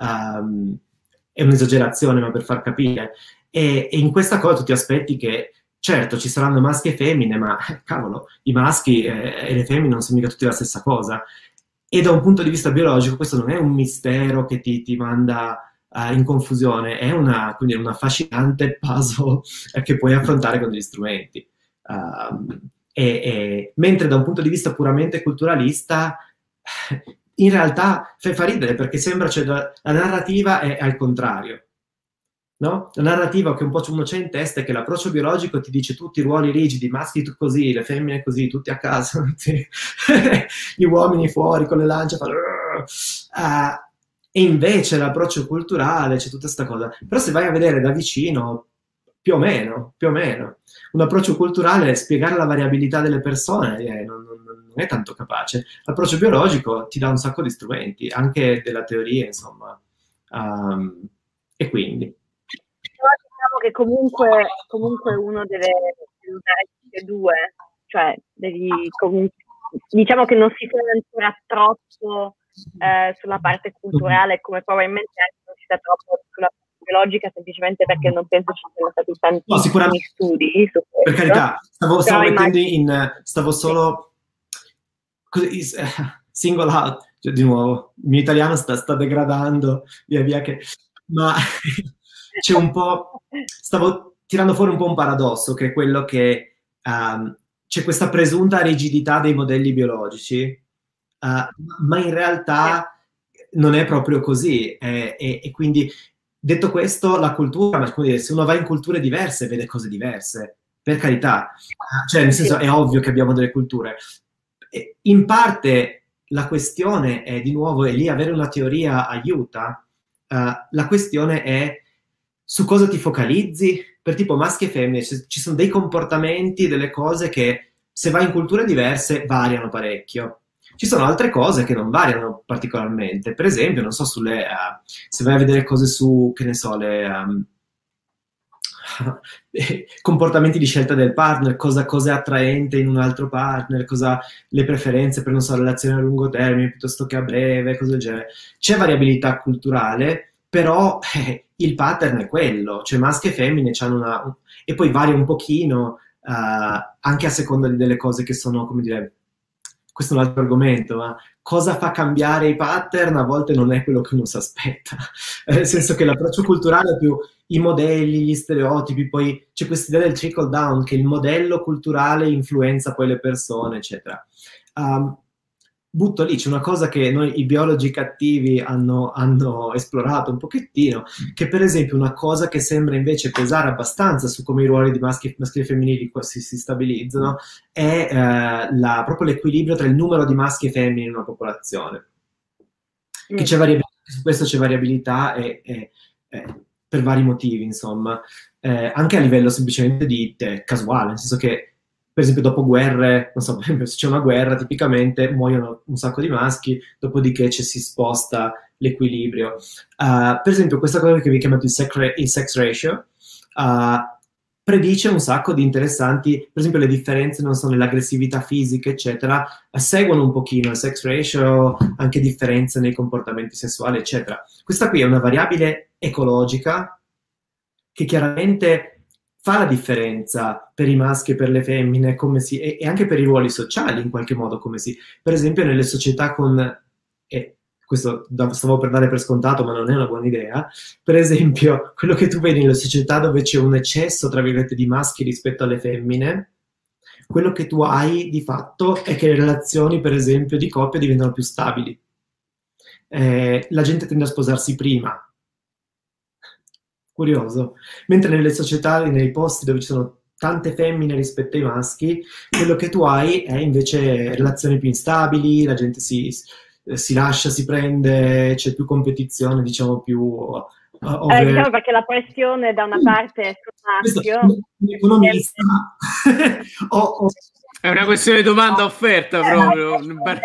È un'esagerazione, ma per far capire. E in questa cosa tu ti aspetti che certo, ci saranno maschi e femmine, ma cavolo, i maschi e le femmine non sono mica tutti la stessa cosa. E da un punto di vista biologico questo non è un mistero che ti manda in confusione, è quindi un affascinante puzzle che puoi affrontare con degli strumenti. Mentre da un punto di vista puramente culturalista, in realtà fa ridere, perché sembra, cioè, la narrativa è al contrario. No? La narrativa che un po' uno c'è in testa è che l'approccio biologico ti dice tutti i ruoli rigidi, maschi così, le femmine così, tutti a casa, gli uomini fuori con le lance, e invece l'approccio culturale c'è tutta questa cosa. Però se vai a vedere da vicino, più o meno, un approccio culturale, spiegare la variabilità delle persone non è tanto capace. L'approccio biologico ti dà un sacco di strumenti, anche della teoria, insomma. E quindi... Diciamo che comunque uno deve usare tutti e due, cioè diciamo che non si ferma ancora troppo sulla parte culturale, come probabilmente anche non si sta troppo sulla parte biologica, semplicemente perché non penso ci siano stati tantissimi studi su questo. Per carità, stavo solo così, single out, cioè, di nuovo, il mio italiano sta degradando via via che... Ma c'è un po', stavo tirando fuori un po' un paradosso, che è quello che c'è questa presunta rigidità dei modelli biologici, ma in realtà non è proprio così. E quindi, detto questo, la cultura, ma come dire, se uno va in culture diverse, vede cose diverse, per carità. Cioè, nel senso, è ovvio che abbiamo delle culture. In parte la questione è, di nuovo, e lì avere una teoria aiuta, la questione è su cosa ti focalizzi, per tipo maschi e femmine, ci sono dei comportamenti, delle cose che se vai in culture diverse variano parecchio. Ci sono altre cose che non variano particolarmente, per esempio, non so, se vai a vedere cose su, che ne so, comportamenti di scelta del partner, cosa è attraente in un altro partner, le preferenze per, non so, relazioni a lungo termine piuttosto che a breve, cose del genere. C'è variabilità culturale, però il pattern è quello, cioè maschi e femmine hanno e poi varia un pochino anche a seconda delle cose che sono, come dire, questo è un altro argomento, ma cosa fa cambiare i pattern a volte non è quello che uno si aspetta, nel senso che l'approccio culturale è più i modelli, gli stereotipi, poi c'è questa idea del trickle down, che il modello culturale influenza poi le persone, eccetera. Butto lì, c'è una cosa che noi, i biologi cattivi, hanno esplorato un pochettino, che per esempio una cosa che sembra invece pesare abbastanza su come i ruoli di maschi e femminili si stabilizzano è proprio l'equilibrio tra il numero di maschi e femmine in una popolazione. Che c'è variabilità, su questo c'è variabilità per vari motivi, insomma, anche a livello semplicemente casuale, nel senso che per esempio dopo guerre, non so, se c'è una guerra tipicamente muoiono un sacco di maschi, dopodiché si sposta l'equilibrio. Per esempio questa cosa che vi chiamate il sex ratio predice un sacco di interessanti, per esempio le differenze, non so, nell'aggressività fisica, eccetera, seguono un pochino il sex ratio, anche differenze nei comportamenti sessuali, eccetera. Questa qui è una variabile ecologica che chiaramente fa la differenza per i maschi e per le femmine, e anche per i ruoli sociali in qualche modo, per esempio nelle società questo stavo per dare per scontato, ma non è una buona idea, per esempio quello che tu vedi nelle società dove c'è un eccesso, tra virgolette, di maschi rispetto alle femmine, quello che tu hai di fatto è che le relazioni, per esempio, di coppia diventano più stabili. La gente tende a sposarsi prima. Curioso. Mentre nelle società, nei posti dove ci sono tante femmine rispetto ai maschi, quello che tu hai è invece relazioni più instabili, la gente si lascia, si prende, c'è più competizione, diciamo più... diciamo perché la pressione da una parte è sul maschio... Un economista... È una questione di domanda-offerta proprio.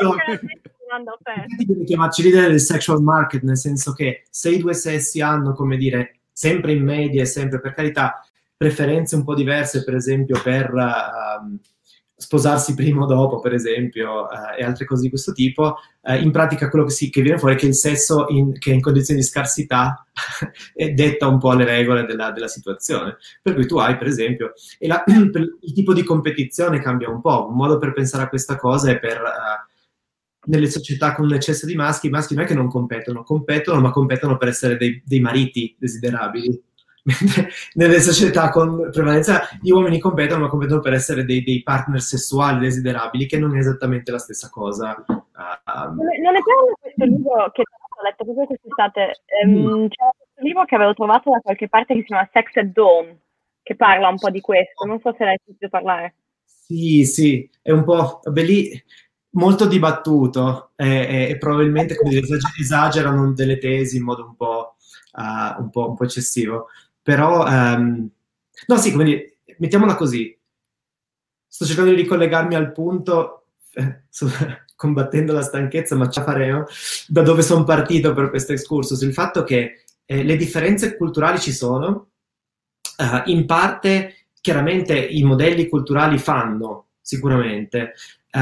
Devi chiamarci l'idea del sexual market, nel senso che se i due sessi hanno, come dire, sempre in media e sempre, per carità, preferenze un po' diverse, per esempio per sposarsi prima o dopo, per esempio, e altre cose di questo tipo, in pratica quello che viene fuori è che il sesso che è in condizioni di scarsità detta un po' le regole della situazione. Per cui tu hai, per esempio, il tipo di competizione cambia un po'. Un modo per pensare a questa cosa è nelle società con un eccesso di maschi, i maschi non è che non competono, ma competono per essere dei mariti desiderabili. Mentre nelle società con prevalenza gli uomini competono, ma competono per essere dei partner sessuali desiderabili, che non è esattamente la stessa cosa. Non è per questo libro che ho letto proprio quest'estate, c'è questo libro che avevo trovato da qualche parte che si chiama Sex at Dawn, che parla un po' di questo, non so se l'hai sentito parlare. Sì, è un po' molto dibattuto e probabilmente, come dire, esagerano delle tesi in modo un po' eccessivo, però no, sì, come dire, mettiamola così, sto cercando di ricollegarmi al punto, combattendo la stanchezza, ma ce la faremo, da dove sono partito per questo excursus, il fatto che le differenze culturali ci sono, in parte chiaramente i modelli culturali fanno sicuramente,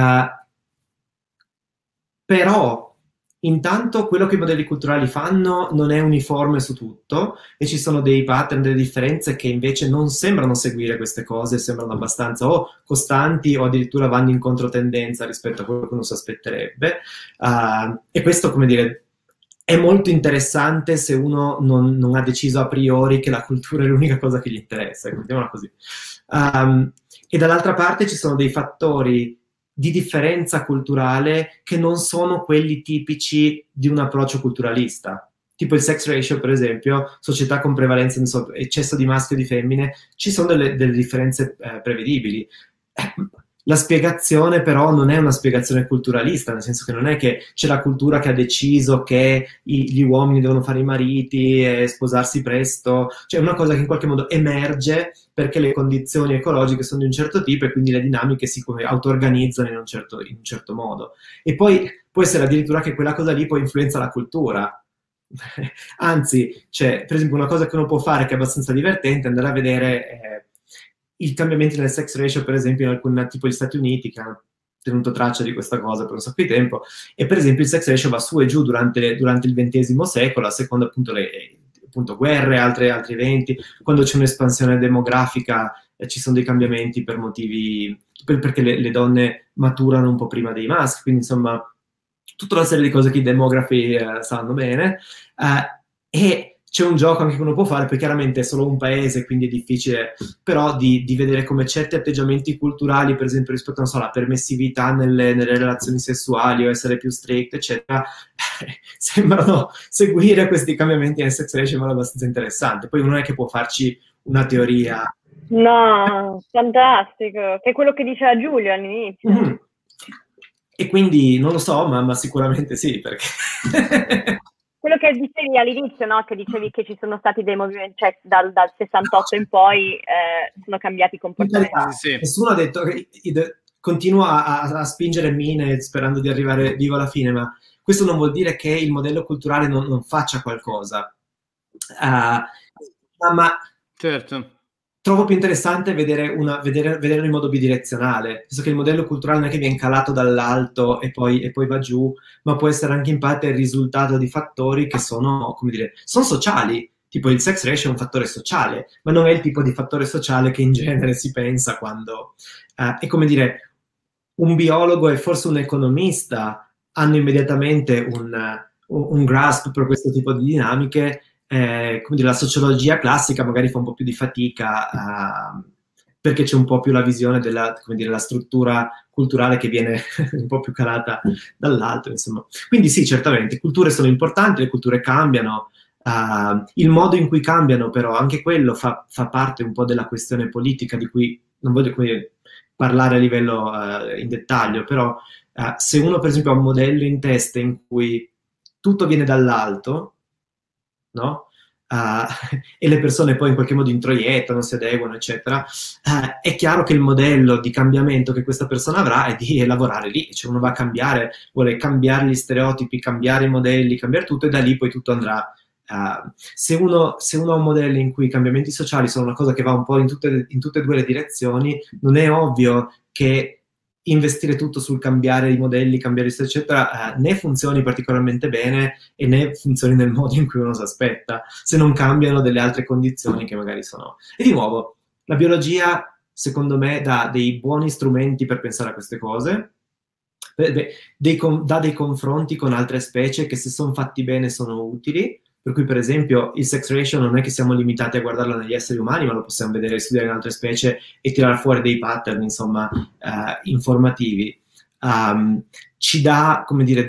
però intanto quello che i modelli culturali fanno non è uniforme su tutto e ci sono dei pattern, delle differenze che invece non sembrano seguire queste cose, sembrano abbastanza o costanti o addirittura vanno in controtendenza rispetto a quello che uno si aspetterebbe. E questo, come dire, è molto interessante se uno non ha deciso a priori che la cultura è l'unica cosa che gli interessa, mettiamola così. E dall'altra parte ci sono dei fattori di differenza culturale che non sono quelli tipici di un approccio culturalista. Tipo il sex ratio, per esempio, società con prevalenza, non so, eccesso di maschio e di femmine, ci sono delle differenze prevedibili. La spiegazione però non è una spiegazione culturalista, nel senso che non è che c'è la cultura che ha deciso che gli uomini devono fare i mariti e sposarsi presto, cioè è una cosa che in qualche modo emerge perché le condizioni ecologiche sono di un certo tipo e quindi le dinamiche si auto-organizzano in un certo modo. E poi può essere addirittura che quella cosa lì poi influenza la cultura. Anzi, c'è per esempio una cosa che uno può fare che è abbastanza divertente, andare a vedere i cambiamenti nel sex ratio, per esempio, in alcuni tipo gli Stati Uniti, che hanno tenuto traccia di questa cosa per un sacco di tempo, e per esempio il sex ratio va su e giù durante il XX secolo, a seconda appunto guerre, altri eventi, quando c'è un'espansione demografica ci sono dei cambiamenti per motivi, perché le donne maturano un po' prima dei maschi, quindi insomma tutta una serie di cose che i demografi sanno bene, e c'è un gioco anche che uno può fare, perché chiaramente è solo un paese, quindi è difficile, però di vedere come certi atteggiamenti culturali, per esempio rispetto, non so, alla permissività nelle relazioni sessuali o essere più strict, eccetera, sembrano seguire questi cambiamenti nel sex ratio in modo abbastanza interessante. Poi uno non è che può farci una teoria. No, fantastico, che è quello che diceva Giulio all'inizio. Mm-hmm. E quindi non lo so, ma sicuramente sì, perché... Quello che dicevi all'inizio, no? Che dicevi che ci sono stati dei movimenti, cioè dal 68 in poi sono cambiati i comportamenti. Sì. Nessuno ha detto che continua a spingere mine sperando di arrivare vivo alla fine, ma questo non vuol dire che il modello culturale non faccia qualcosa. Ma certo. Trovo più interessante vederlo in modo bidirezionale, nel senso che il modello culturale non è che viene calato dall'alto e poi va giù, ma può essere anche in parte il risultato di fattori che sono, come dire, sono sociali. Tipo il sex ratio è un fattore sociale, ma non è il tipo di fattore sociale che in genere si pensa quando... è come dire, un biologo e forse un economista hanno immediatamente un grasp per questo tipo di dinamiche. Come dire, la sociologia classica magari fa un po' più di fatica perché c'è un po' più la visione della, come dire, la struttura culturale che viene un po' più calata dall'alto, insomma. Quindi sì, certamente, culture sono importanti, le culture cambiano, il modo in cui cambiano però, anche quello fa parte un po' della questione politica di cui non voglio parlare a livello in dettaglio, però se uno per esempio ha un modello in testa in cui tutto viene dall'alto, no? E le persone poi in qualche modo introiettano, si adeguano, eccetera, è chiaro che il modello di cambiamento che questa persona avrà è di lavorare lì, cioè uno va a cambiare, vuole cambiare gli stereotipi, cambiare i modelli, cambiare tutto, e da lì poi tutto andrà. Se uno ha un modello in cui i cambiamenti sociali sono una cosa che va un po' in tutte e due le direzioni, non è ovvio che investire tutto sul cambiare i modelli, cambiare eccetera, né funzioni particolarmente bene e né funzioni nel modo in cui uno si aspetta, se non cambiano delle altre condizioni che magari sono. E di nuovo, la biologia, secondo me, dà dei buoni strumenti per pensare a queste cose, dà dei confronti con altre specie che, se sono fatti bene, sono utili. Per cui, per esempio, il sex ratio non è che siamo limitati a guardarlo negli esseri umani, ma lo possiamo vedere, studiare in altre specie e tirare fuori dei pattern, insomma, informativi. Ci dà, come dire,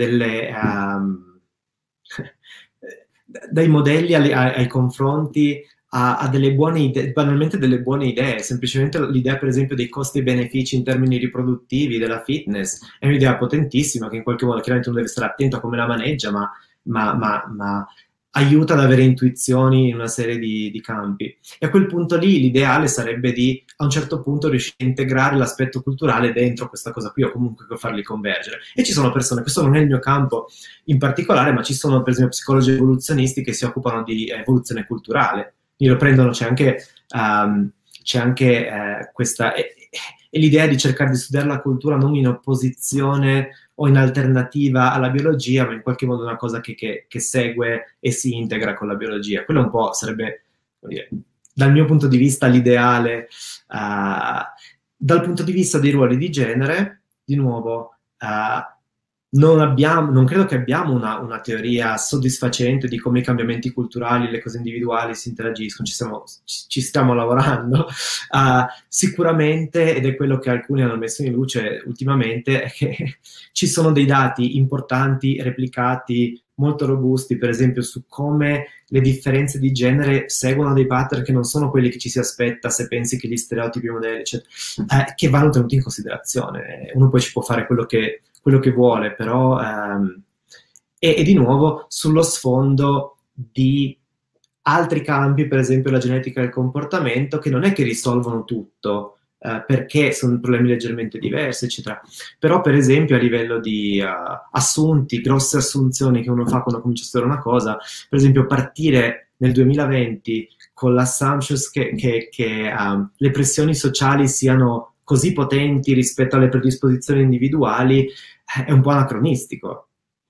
dai modelli ai confronti a delle buone idee, banalmente delle buone idee. Semplicemente l'idea, per esempio, dei costi e benefici in termini riproduttivi della fitness è un'idea potentissima che in qualche modo, chiaramente uno deve stare attento a come la maneggia, ma aiuta ad avere intuizioni in una serie di campi. E a quel punto lì l'ideale sarebbe di, a un certo punto, riuscire a integrare l'aspetto culturale dentro questa cosa qui, o comunque farli convergere. E ci sono persone, questo non è il mio campo in particolare, ma ci sono per esempio psicologi evoluzionisti che si occupano di evoluzione culturale. Lo prendono, c'è anche questa... E l'idea di cercare di studiare la cultura non in opposizione o in alternativa alla biologia, ma in qualche modo una cosa che segue e si integra con la biologia. Quello un po' sarebbe, dal mio punto di vista, l'ideale. Dal punto di vista dei ruoli di genere, di nuovo, non credo che abbiamo una teoria soddisfacente di come i cambiamenti culturali, le cose individuali si interagiscono, ci stiamo lavorando. Sicuramente, ed è quello che alcuni hanno messo in luce ultimamente, è che ci sono dei dati importanti, replicati, molto robusti, per esempio su come le differenze di genere seguono dei pattern che non sono quelli che ci si aspetta se pensi che gli stereotipi, i modelli, eccetera, che vanno tenuti in considerazione. Uno poi ci può fare quello che vuole, però e di nuovo sullo sfondo di altri campi, per esempio la genetica del comportamento, che non è che risolvono tutto, perché sono problemi leggermente diversi, eccetera. Però, per esempio, a livello di assunti, grosse assunzioni che uno fa quando comincia a studiare una cosa, per esempio partire nel 2020 con l'assumption che le pressioni sociali siano così potenti rispetto alle predisposizioni individuali, è un po' anacronistico.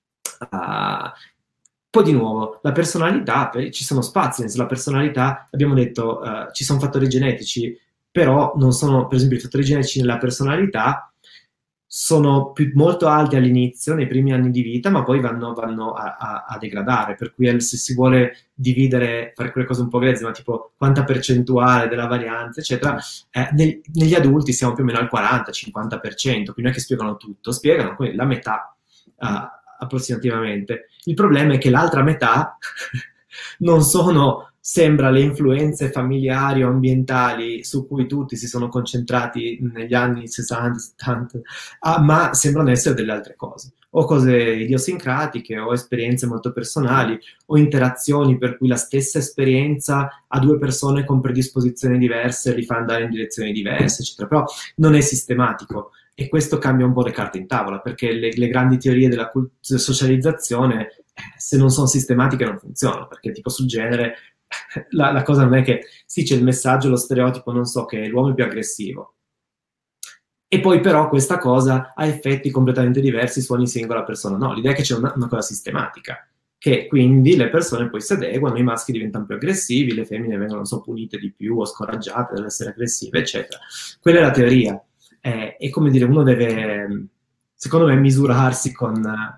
Poi di nuovo, la personalità, ci sono spazi, la personalità, abbiamo detto, ci sono fattori genetici, però non sono, per esempio, i fattori genetici nella personalità sono molto alti all'inizio, nei primi anni di vita, ma poi vanno a degradare, per cui se si vuole dividere, fare quelle cose un po' grezze, ma tipo quanta percentuale della varianza, eccetera, negli adulti siamo più o meno al 40-50%, quindi non è che spiegano tutto, spiegano la metà approssimativamente. Il problema è che l'altra metà non sono, sembra, le influenze familiari o ambientali su cui tutti si sono concentrati negli anni 60-70, ma sembrano essere delle altre cose, o cose idiosincratiche, o esperienze molto personali, o interazioni per cui la stessa esperienza a due persone con predisposizioni diverse li fa andare in direzioni diverse, eccetera. Però non è sistematico. E questo cambia un po' le carte in tavola, perché le grandi teorie della socializzazione, se non sono sistematiche, non funzionano, perché tipo sul genere la cosa non è che sì, c'è il messaggio, lo stereotipo, non so, che l'uomo è più aggressivo, e poi però questa cosa ha effetti completamente diversi su ogni singola persona. No, l'idea è che c'è una cosa sistematica, che quindi le persone poi si adeguano, i maschi diventano più aggressivi, le femmine vengono, non so, punite di più o scoraggiate dall'essere aggressive, eccetera. Quella è la teoria. E come dire, uno deve, secondo me, misurarsi con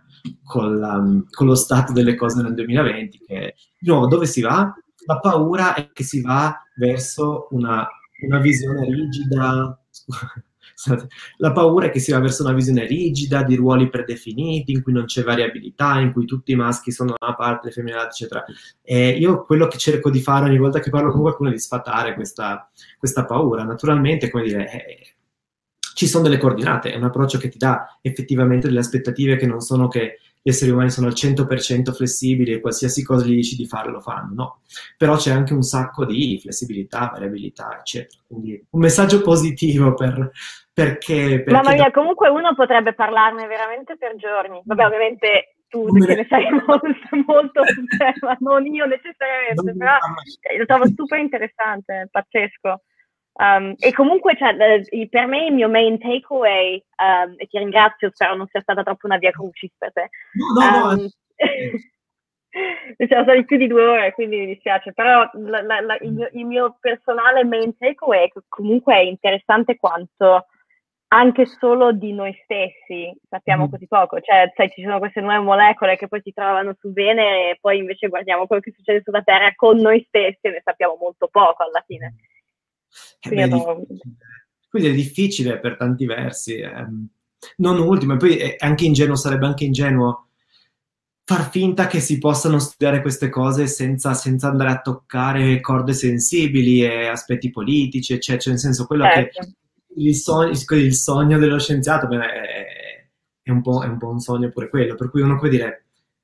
lo stato delle cose nel 2020, che, di nuovo, dove si va? La paura è che si va verso una visione rigida, la paura è che si va verso una visione rigida di ruoli predefiniti, in cui non c'è variabilità, in cui tutti i maschi sono da una parte, le femmine dall'altra, eccetera. E io quello che cerco di fare ogni volta che parlo con qualcuno è di sfatare questa paura. Naturalmente, come dire, ci sono delle coordinate, è un approccio che ti dà effettivamente delle aspettative che non sono che gli esseri umani sono al 100% flessibili e qualsiasi cosa gli dici di fare lo fanno, no. Però c'è anche un sacco di flessibilità, variabilità, eccetera. Quindi un messaggio positivo perché Mamma mia, comunque uno potrebbe parlarne veramente per giorni. Vabbè, ovviamente tu te ne sai molto sul tema, non io necessariamente, però lo trovo super interessante, pazzesco. E comunque, cioè, per me il mio main takeaway, e ti ringrazio, spero non sia stata troppo una via crucis per te. No. Siamo stati più di 2 ore, quindi mi dispiace, però il mio personale main takeaway è che comunque è interessante quanto anche solo di noi stessi sappiamo così poco. Cioè, sai, ci sono queste nuove molecole che poi si trovano su Venere e poi invece guardiamo quello che succede sulla Terra con noi stessi e ne sappiamo molto poco alla fine. Quindi è difficile per tanti versi, non ultimo, e poi sarebbe anche ingenuo far finta che si possano studiare queste cose senza andare a toccare corde sensibili e aspetti politici, cioè nel senso, quello certo. Che il sogno dello scienziato è un po' un sogno pure quello, per cui uno può dire,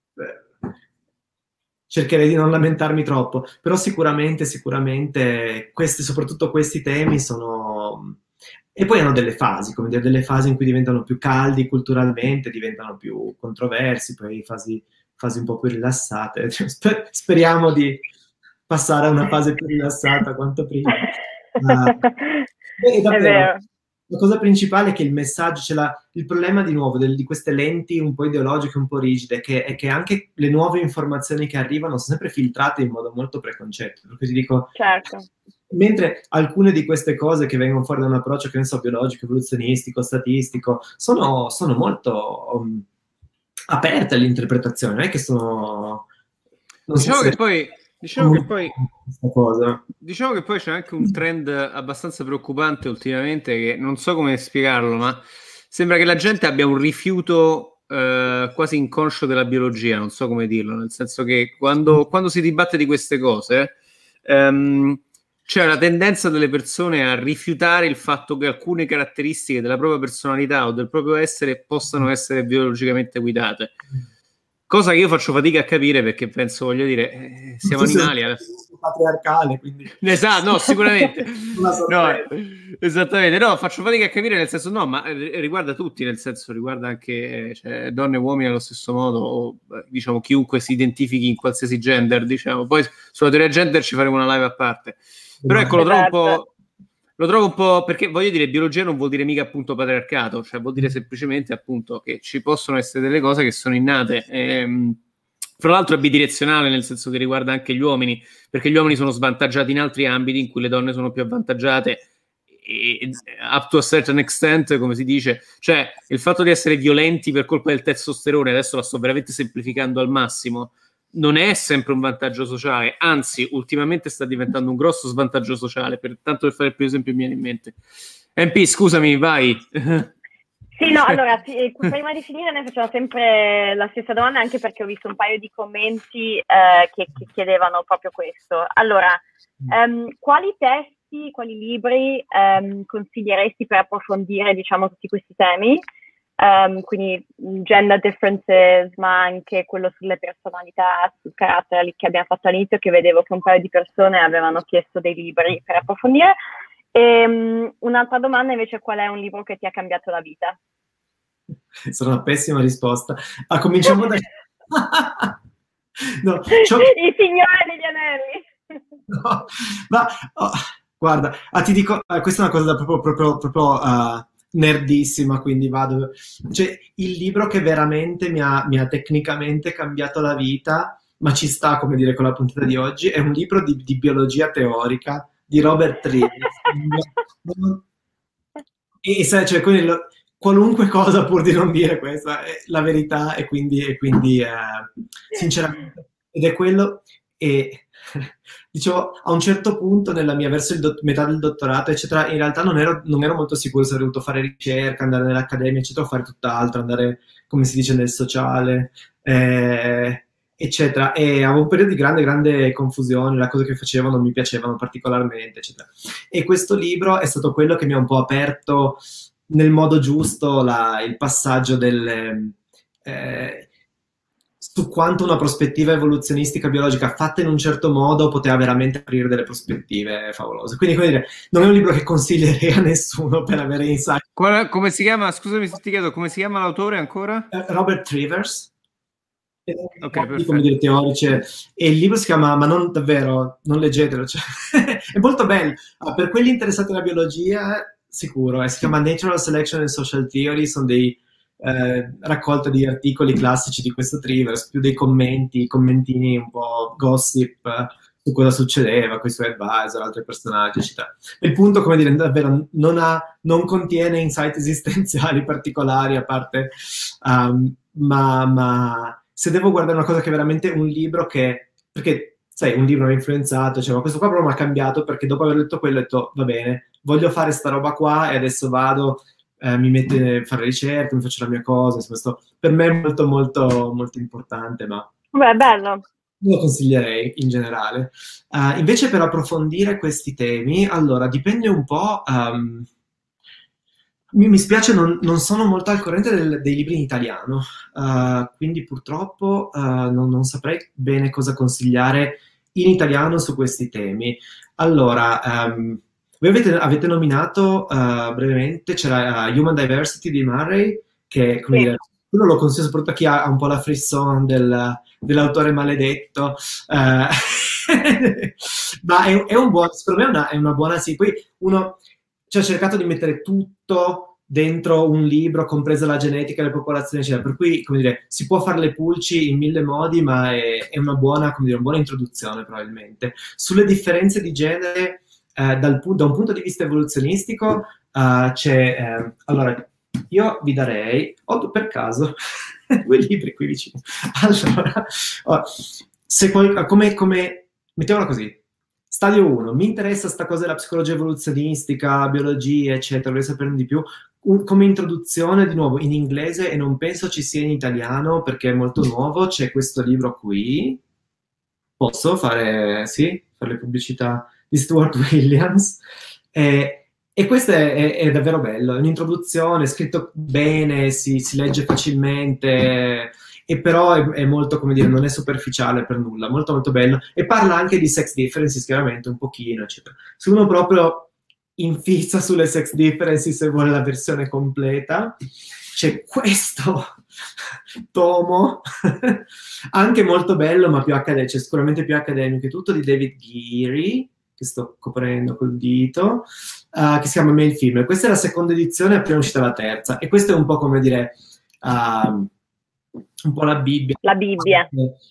cercherei di non lamentarmi troppo, però sicuramente soprattutto questi temi sono... E poi hanno delle fasi, come dire, delle fasi in cui diventano più caldi culturalmente, diventano più controversi, poi fasi un po' più rilassate. Speriamo di passare a una fase più rilassata quanto prima. È vero. La cosa principale è che il messaggio, il problema di nuovo di queste lenti un po' ideologiche, un po' rigide, è che anche le nuove informazioni che arrivano sono sempre filtrate in modo molto preconcetto. Per cui ti dico, certo. Mentre alcune di queste cose che vengono fuori da un approccio, che ne so, biologico, evoluzionistico, statistico, sono molto aperte all'interpretazione, non è che sono... Non so Diciamo se... che poi, diciamo che poi, questa cosa. diciamo che poi c'è anche un trend abbastanza preoccupante ultimamente, che non so come spiegarlo, ma sembra che la gente abbia un rifiuto quasi inconscio della biologia, non so come dirlo, nel senso che quando si dibatte di queste cose, c'è la tendenza delle persone a rifiutare il fatto che alcune caratteristiche della propria personalità o del proprio essere possano essere biologicamente guidate. Cosa che io faccio fatica a capire, perché penso, voglio dire, siamo animali. Patriarcale, quindi... Esatto, no, sicuramente. Una sorpresa. No, esattamente. No, faccio fatica a capire, nel senso, no, ma riguarda tutti, nel senso, riguarda anche cioè, donne e uomini allo stesso modo, o diciamo chiunque si identifichi in qualsiasi gender, diciamo. Poi sulla teoria gender ci faremo una live a parte. Però ecco, lo trovo un po', perché voglio dire, biologia non vuol dire mica appunto patriarcato, cioè vuol dire semplicemente appunto che ci possono essere delle cose che sono innate. Fra l'altro è bidirezionale, nel senso che riguarda anche gli uomini, perché gli uomini sono svantaggiati in altri ambiti in cui le donne sono più avvantaggiate, e up to a certain extent, come si dice, cioè il fatto di essere violenti per colpa del testosterone, adesso la sto veramente semplificando al massimo, non è sempre un vantaggio sociale, anzi ultimamente sta diventando un grosso svantaggio sociale, tanto per fare il primo esempio mi viene in mente. MP, scusami, vai. Sì, no, allora, prima di finire ne facciamo sempre la stessa domanda, anche perché ho visto un paio di commenti che chiedevano proprio questo. Allora, quali testi, quali libri consiglieresti per approfondire, diciamo, tutti questi temi? Quindi gender differences, ma anche quello sulle personalità, sul carattere che abbiamo fatto all'inizio, che vedevo che un paio di persone avevano chiesto dei libri per approfondire. E un'altra domanda invece, qual è un libro che ti ha cambiato la vita? Sarà una pessima risposta. Cominciamo da... no, I Signori degli Anelli. No, ma guarda, ti dico, questa è una cosa proprio nerdissima, quindi vado. Cioè, il libro che veramente mi ha tecnicamente cambiato la vita, ma ci sta, come dire, con la puntata di oggi, è un libro di biologia teorica di Robert Trivers. E sai, cioè, quindi qualunque cosa pur di non dire questa è la verità, e quindi sinceramente, ed è quello. E dicevo, a un certo punto nella mia verso metà del dottorato eccetera, in realtà non ero molto sicuro se avrei dovuto fare ricerca, andare nell'accademia eccetera, o fare tutt'altro, andare, come si dice, nel sociale eccetera, e avevo un periodo di grande confusione, le cose che facevo non mi piacevano particolarmente eccetera, e questo libro è stato quello che mi ha un po' aperto nel modo giusto il passaggio su quanto una prospettiva evoluzionistica biologica fatta in un certo modo poteva veramente aprire delle prospettive favolose. Quindi, come dire, non è un libro che consiglierei a nessuno per avere insight. Come si chiama? Scusami se ti chiedo, come si chiama l'autore ancora? Robert Trivers. Ok, come dire, teorici, e il libro si chiama, ma non davvero, non leggetelo, cioè, è molto bello. Per quelli interessati alla biologia, sicuro, si chiama Natural Selection and Social Theory, sono dei raccolta di articoli classici di questo Trivers, più dei commentini un po' gossip su cosa succedeva con i suoi advisor, altri personaggi, eccetera. Il punto, come dire, davvero non contiene insight esistenziali particolari, a parte, ma se devo guardare una cosa che è veramente un libro perché sai, un libro mi ha influenzato, cioè, ma questo qua proprio mi ha cambiato, perché dopo aver letto quello ho detto, va bene, voglio fare sta roba qua, e adesso vado, mi metto a fare ricerche, mi faccio la mia cosa. Questo per me è molto molto molto importante, ma beh, bello. lo consiglierei in generale. Invece, per approfondire questi temi, allora dipende un po'. Mi spiace, non sono molto al corrente dei libri in italiano, quindi purtroppo non saprei bene cosa consigliare in italiano su questi temi. Allora, voi avete nominato brevemente, c'era Human Diversity di Murray, che, come dire, quello lo consiglio soprattutto a chi ha un po' la frisson dell'autore maledetto, ma è un buon, secondo me è una buona, sì. Poi uno ci ha cercato di mettere tutto dentro un libro, compresa la genetica, le popolazioni, eccetera. Per cui, come dire, si può fare le pulci in 1000 modi, ma è una buona, come dire, una buona introduzione, probabilmente. Sulle differenze di genere, da un punto di vista evoluzionistico, c'è allora, io vi darei, ho per caso, 2 libri qui vicino. Allora, mettiamola così. Stadio 1, mi interessa sta cosa della psicologia evoluzionistica, biologia, eccetera, vorrei saperne di più. Come introduzione, di nuovo, in inglese, e non penso ci sia in italiano perché è molto nuovo, c'è questo libro qui. Posso fare le pubblicità di Stuart Williams. E questo è davvero bello, è un'introduzione, è scritto bene, si legge facilmente, e però è molto, come dire, non è superficiale per nulla, molto molto bello, e parla anche di sex differences, chiaramente, un pochino, eccetera. Se uno proprio infissa sulle sex differences e vuole la versione completa, c'è questo tomo, anche molto bello, ma più accademico, cioè sicuramente più accademico, è tutto di David Geary, che sto coprendo col dito, che si chiama Male Female. Questa è la seconda edizione, appena uscita la terza, e questo è un po' come dire un po' la Bibbia. La Bibbia.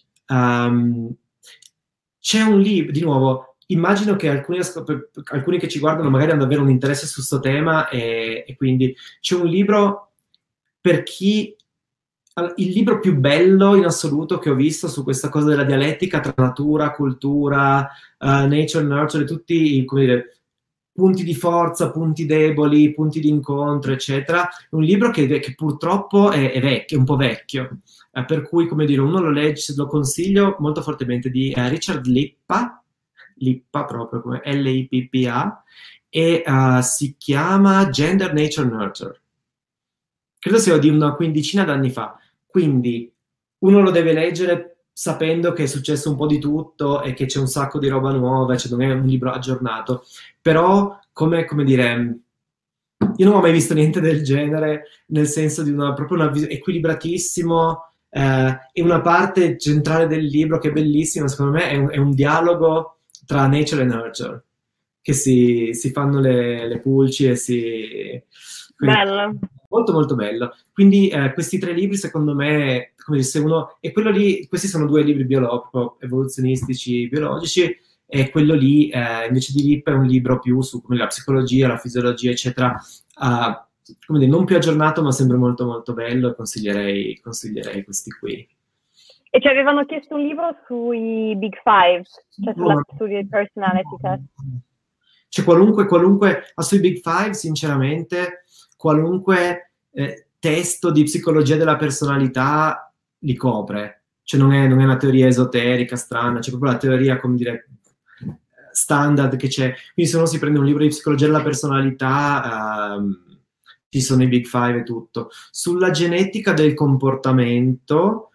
C'è un libro, di nuovo, immagino che alcuni che ci guardano magari hanno davvero un interesse su questo tema, e quindi c'è un libro per chi... Il libro più bello in assoluto che ho visto su questa cosa della dialettica tra natura, cultura, nature, nurture, tutti, come dire, punti di forza, punti deboli, punti di incontro, eccetera. È un libro che purtroppo è vecchio, è un po' vecchio, per cui, come dire, uno lo legge, lo consiglio molto fortemente, di Richard Lippa proprio come Lippa, e si chiama Gender, Nature, Nurture. Credo sia di una quindicina d'anni fa. Quindi uno lo deve leggere sapendo che è successo un po' di tutto e che c'è un sacco di roba nuova, cioè non è un libro aggiornato. Però, come dire, io non ho mai visto niente del genere, nel senso di proprio equilibratissimo, e una parte centrale del libro che è bellissima, secondo me, è un dialogo tra nature e nurture, che si fanno le pulci e si... Bello. Molto molto bello. Quindi questi 3 libri, secondo me, come se uno... E quello lì, questi sono 2 libri evoluzionistici, biologici, e quello lì, invece di Lippa, è un libro più su come la psicologia, la fisiologia, eccetera, come dire, non più aggiornato, ma sempre molto molto bello, e consiglierei questi qui. E ci avevano chiesto un libro sui Big Five, cioè sui personality test. Cioè qualunque sui Big Five, sinceramente, qualunque testo di psicologia della personalità li copre. Cioè non è una teoria esoterica, strana, c'è proprio la teoria, come dire, standard che c'è. Quindi se uno si prende un libro di psicologia della personalità, ci sono i Big Five e tutto. Sulla genetica del comportamento,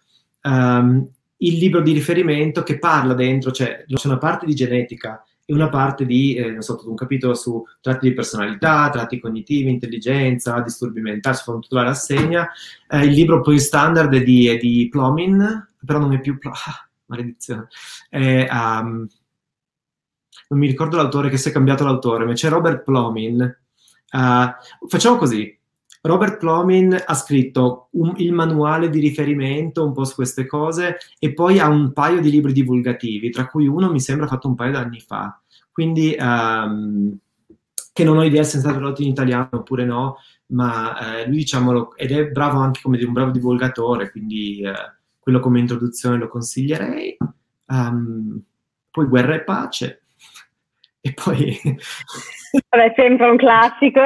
il libro di riferimento che parla dentro, cioè c'è una parte di genetica e una parte di, non so, un capitolo su tratti di personalità, tratti cognitivi, intelligenza, disturbi mentali, si fa tutta la rassegna. Il libro poi standard è di Plomin, però non è più... maledizione. Non mi ricordo l'autore, che si è cambiato l'autore, ma c'è Robert Plomin. Facciamo così. Robert Plomin ha scritto il manuale di riferimento un po' su queste cose, e poi ha un paio di libri divulgativi, tra cui uno mi sembra fatto un paio d'anni fa, quindi che non ho idea se è stato tradotto in italiano oppure no, ma lui, diciamolo, ed è bravo anche come un bravo divulgatore, quindi quello come introduzione lo consiglierei. Poi Guerra e Pace, e poi... Vabbè, sempre un classico.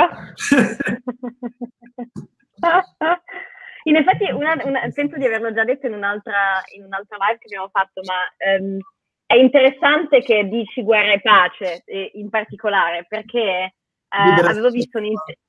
In effetti, penso di averlo già detto in un'altra live che abbiamo fatto, ma è interessante che dici Guerra e Pace in particolare, perché avevo visto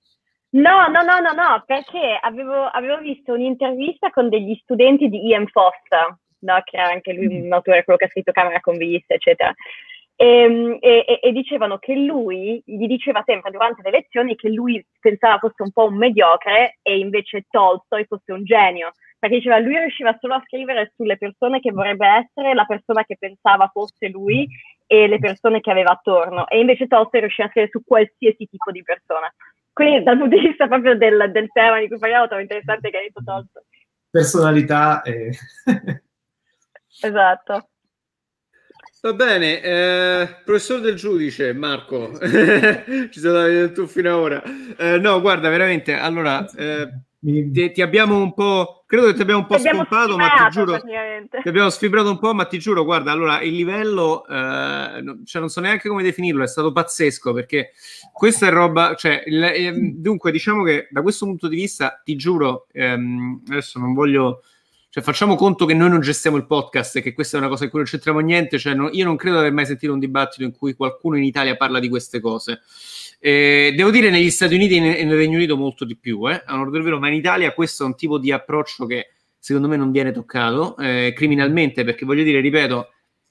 perché avevo visto un'intervista con degli studenti di Ian Foster, no? Che era anche lui un autore, quello che ha scritto Camera con vista, eccetera. E dicevano che lui gli diceva sempre durante le lezioni che lui pensava fosse un po' un mediocre e invece Tolstoi fosse un genio, perché diceva lui riusciva solo a scrivere sulle persone che vorrebbe essere la persona che pensava fosse lui e le persone che aveva attorno, e invece Tolstoi riusciva a scrivere su qualsiasi tipo di persona. Quindi dal punto di vista proprio del tema di cui parliamo, trovo interessante che hai detto Tolstoi. Personalità Esatto. Va bene, professor del giudice Marco, ci sono dato tu fino ad ora. No, guarda, veramente, allora, ti abbiamo un po', credo che ti abbiamo un po' scompato, ma ti giuro, ti abbiamo sfibrato un po', ma ti giuro, guarda, allora, il livello, cioè non so neanche come definirlo, è stato pazzesco, perché questa è roba, cioè, dunque, diciamo che da questo punto di vista, ti giuro, adesso non voglio... Cioè, facciamo conto che noi non gestiamo il podcast e che questa è una cosa in cui non c'entriamo niente. Cioè, io non credo di aver mai sentito un dibattito in cui qualcuno in Italia parla di queste cose. Devo dire negli Stati Uniti e nel Regno Unito molto di più, a onor del vero, ma in Italia questo è un tipo di approccio che secondo me non viene toccato criminalmente, perché voglio dire, ripeto,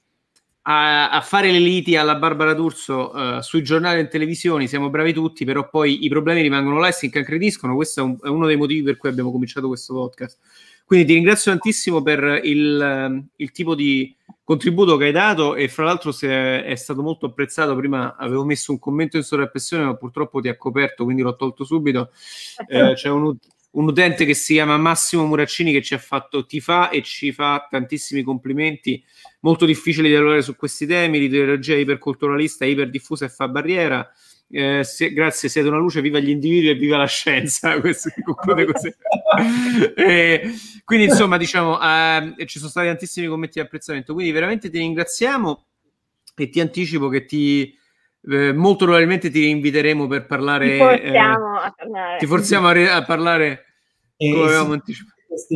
a fare le liti alla Barbara D'Urso sui giornali e in televisioni siamo bravi tutti, però poi i problemi rimangono là e si incancreniscono. Questo è uno dei motivi per cui abbiamo cominciato questo podcast. Quindi ti ringrazio tantissimo per il tipo di contributo che hai dato, e fra l'altro è stato molto apprezzato. Prima avevo messo un commento in sovrappressione, ma purtroppo ti ha coperto, quindi l'ho tolto subito. C'è un utente che si chiama Massimo Muraccini che ti fa tantissimi complimenti. Molto difficile di lavorare su questi temi, l'ideologia iperculturalista, iperdiffusa e fa barriera. Grazie, siete una luce, viva gli individui e viva la scienza. Questo si conclude così. Quindi insomma, diciamo, ci sono stati tantissimi commenti di apprezzamento, quindi veramente ti ringraziamo e ti anticipo che molto probabilmente ti inviteremo per parlare. Ti forziamo a parlare come avevamo anticipato.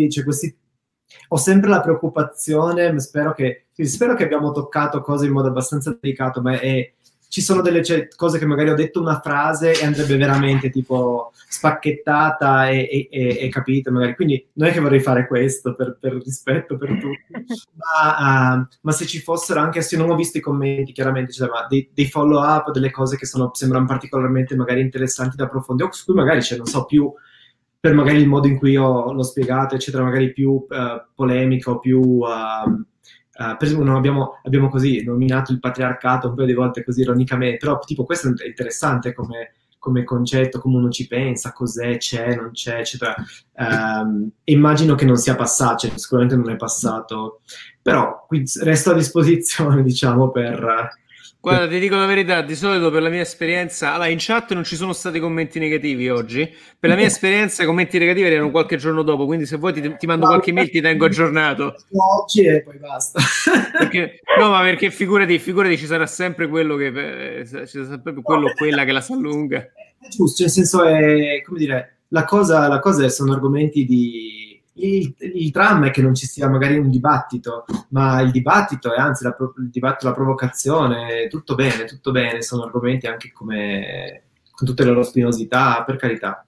Ho sempre la preoccupazione, spero che abbiamo toccato cose in modo abbastanza delicato, ma ci sono delle cose che magari ho detto una frase e andrebbe veramente tipo spacchettata e capito magari, quindi non è che vorrei fare questo per rispetto per tutti, ma se ci fossero, anche se non ho visto i commenti chiaramente, cioè, ma dei follow up, delle cose che sembrano particolarmente magari interessanti da approfondire, o su cui magari non so più, per magari il modo in cui io l'ho spiegato eccetera, magari più polemico, più per esempio abbiamo così nominato il patriarcato un paio di volte così ironicamente, però tipo questo è interessante come concetto, come uno ci pensa, cos'è, c'è, non c'è, eccetera. Immagino che non sia passato, cioè, sicuramente non è passato, però qui resto a disposizione, diciamo, per... Guarda, ti dico la verità, di solito per la mia esperienza, allora in chat non ci sono stati commenti negativi oggi, per la mia esperienza i commenti negativi erano qualche giorno dopo, quindi se vuoi ti mando qualche mail, ti tengo aggiornato. Oggi e poi basta. Perché figurati, ci sarà sempre quello ci sarà sempre quello o quella che la sa lunga. È giusto, nel senso è, come dire, la cosa sono argomenti di... Il dramma è che non ci sia magari un dibattito, ma il dibattito è anzi il dibattito, la provocazione, tutto bene, sono argomenti anche come con tutte le loro spinosità, per carità.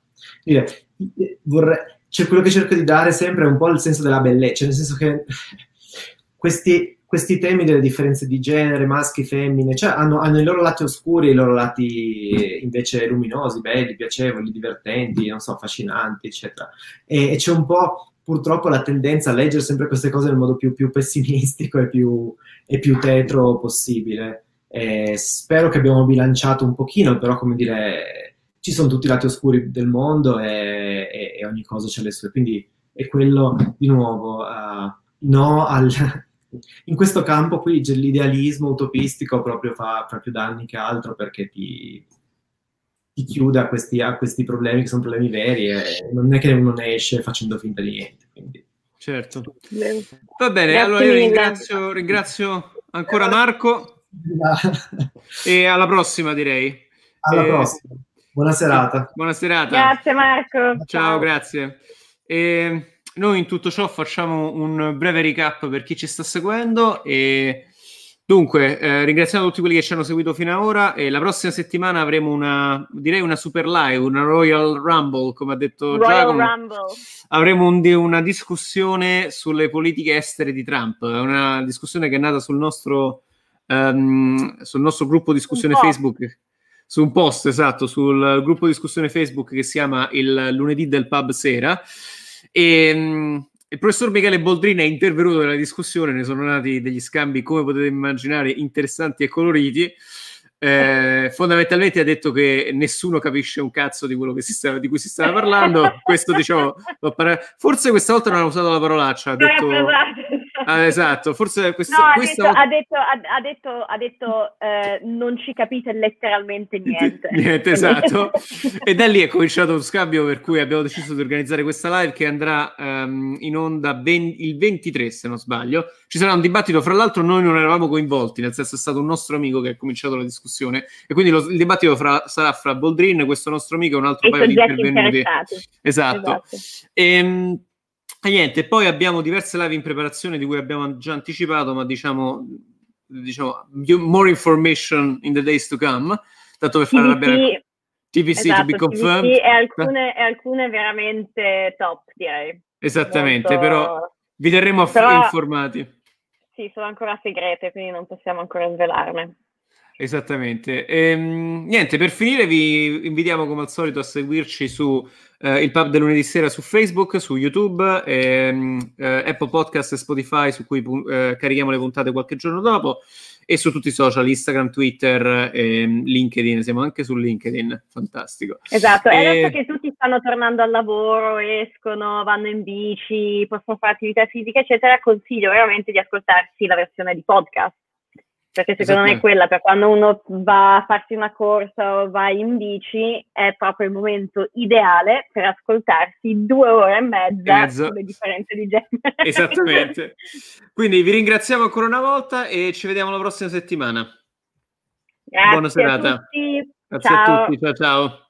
Cioè, quello che cerco di dare sempre è un po' il senso della bellezza, nel senso che questi temi delle differenze di genere, maschi, femmine, cioè hanno i loro lati oscuri e i loro lati invece luminosi, belli, piacevoli, divertenti, non so, affascinanti, eccetera. E c'è un po' purtroppo la tendenza a leggere sempre queste cose nel modo più pessimistico e più tetro possibile. Spero che abbiamo bilanciato un pochino, però come dire, ci sono tutti i lati oscuri del mondo e ogni cosa c'ha le sue, quindi è quello, di nuovo, no in questo campo qui l'idealismo utopistico proprio fa più danni che altro, perché ti chiude a questi problemi che sono problemi veri, e non è che uno ne esce facendo finta di niente. Quindi. Certo. Va bene, grazie, allora io ringrazio ancora Marco e alla prossima, direi. Alla prossima. Buona serata. Buona serata. Grazie Marco. Ciao. Grazie. Noi in tutto ciò facciamo un breve recap per chi ci sta seguendo e dunque ringraziamo tutti quelli che ci hanno seguito fino ad ora, e la prossima settimana avremo una super live, una Royal Rumble, come ha detto Giacomo. Avremo una discussione sulle politiche estere di Trump, una discussione che è nata sul nostro gruppo discussione Facebook, su un post, esatto, sul gruppo discussione Facebook che si chiama il lunedì del pub sera. E il professor Michele Boldrin è intervenuto nella discussione, ne sono nati degli scambi, come potete immaginare, interessanti e coloriti. Fondamentalmente ha detto che nessuno capisce un cazzo di quello di cui si stava parlando. Questo, diciamo, forse questa volta non ha usato la parolaccia, ha detto Esatto, forse No, ha detto non ci capite letteralmente niente. Niente, esatto. E da lì è cominciato un scambio per cui abbiamo deciso di organizzare questa live che andrà in onda il 23, se non sbaglio. Ci sarà un dibattito, fra l'altro noi non eravamo coinvolti, nel senso è stato un nostro amico che ha cominciato la discussione e quindi il dibattito sarà fra Boldrin, questo nostro amico e un altro paio di intervenuti. Esatto. E niente, poi abbiamo diverse live in preparazione di cui abbiamo già anticipato, ma diciamo more information in the days to come, tanto per far arrabbiare TVC, esatto, to be confirmed. TVC e alcune veramente top, direi. Esattamente, molto... però vi terremo informati. Sì, sono ancora segrete, quindi non possiamo ancora svelarne. Esattamente. Niente, per finire vi invitiamo come al solito a seguirci su il Pub del lunedì sera su Facebook, su YouTube, Apple Podcast e Spotify, su cui carichiamo le puntate qualche giorno dopo, e su tutti i social, Instagram, Twitter, LinkedIn. Siamo anche su LinkedIn, fantastico. Esatto, e adesso che tutti stanno tornando al lavoro, escono, vanno in bici, possono fare attività fisica, eccetera, consiglio veramente di ascoltarsi la versione di podcast. Perché secondo me quella, per quando uno va a farsi una corsa o va in bici, è proprio il momento ideale per ascoltarsi 2 ore e mezza sulle differenze di genere. Esattamente. Quindi vi ringraziamo ancora una volta e ci vediamo la prossima settimana. Grazie. Buona serata. A tutti. Grazie a tutti. Ciao ciao.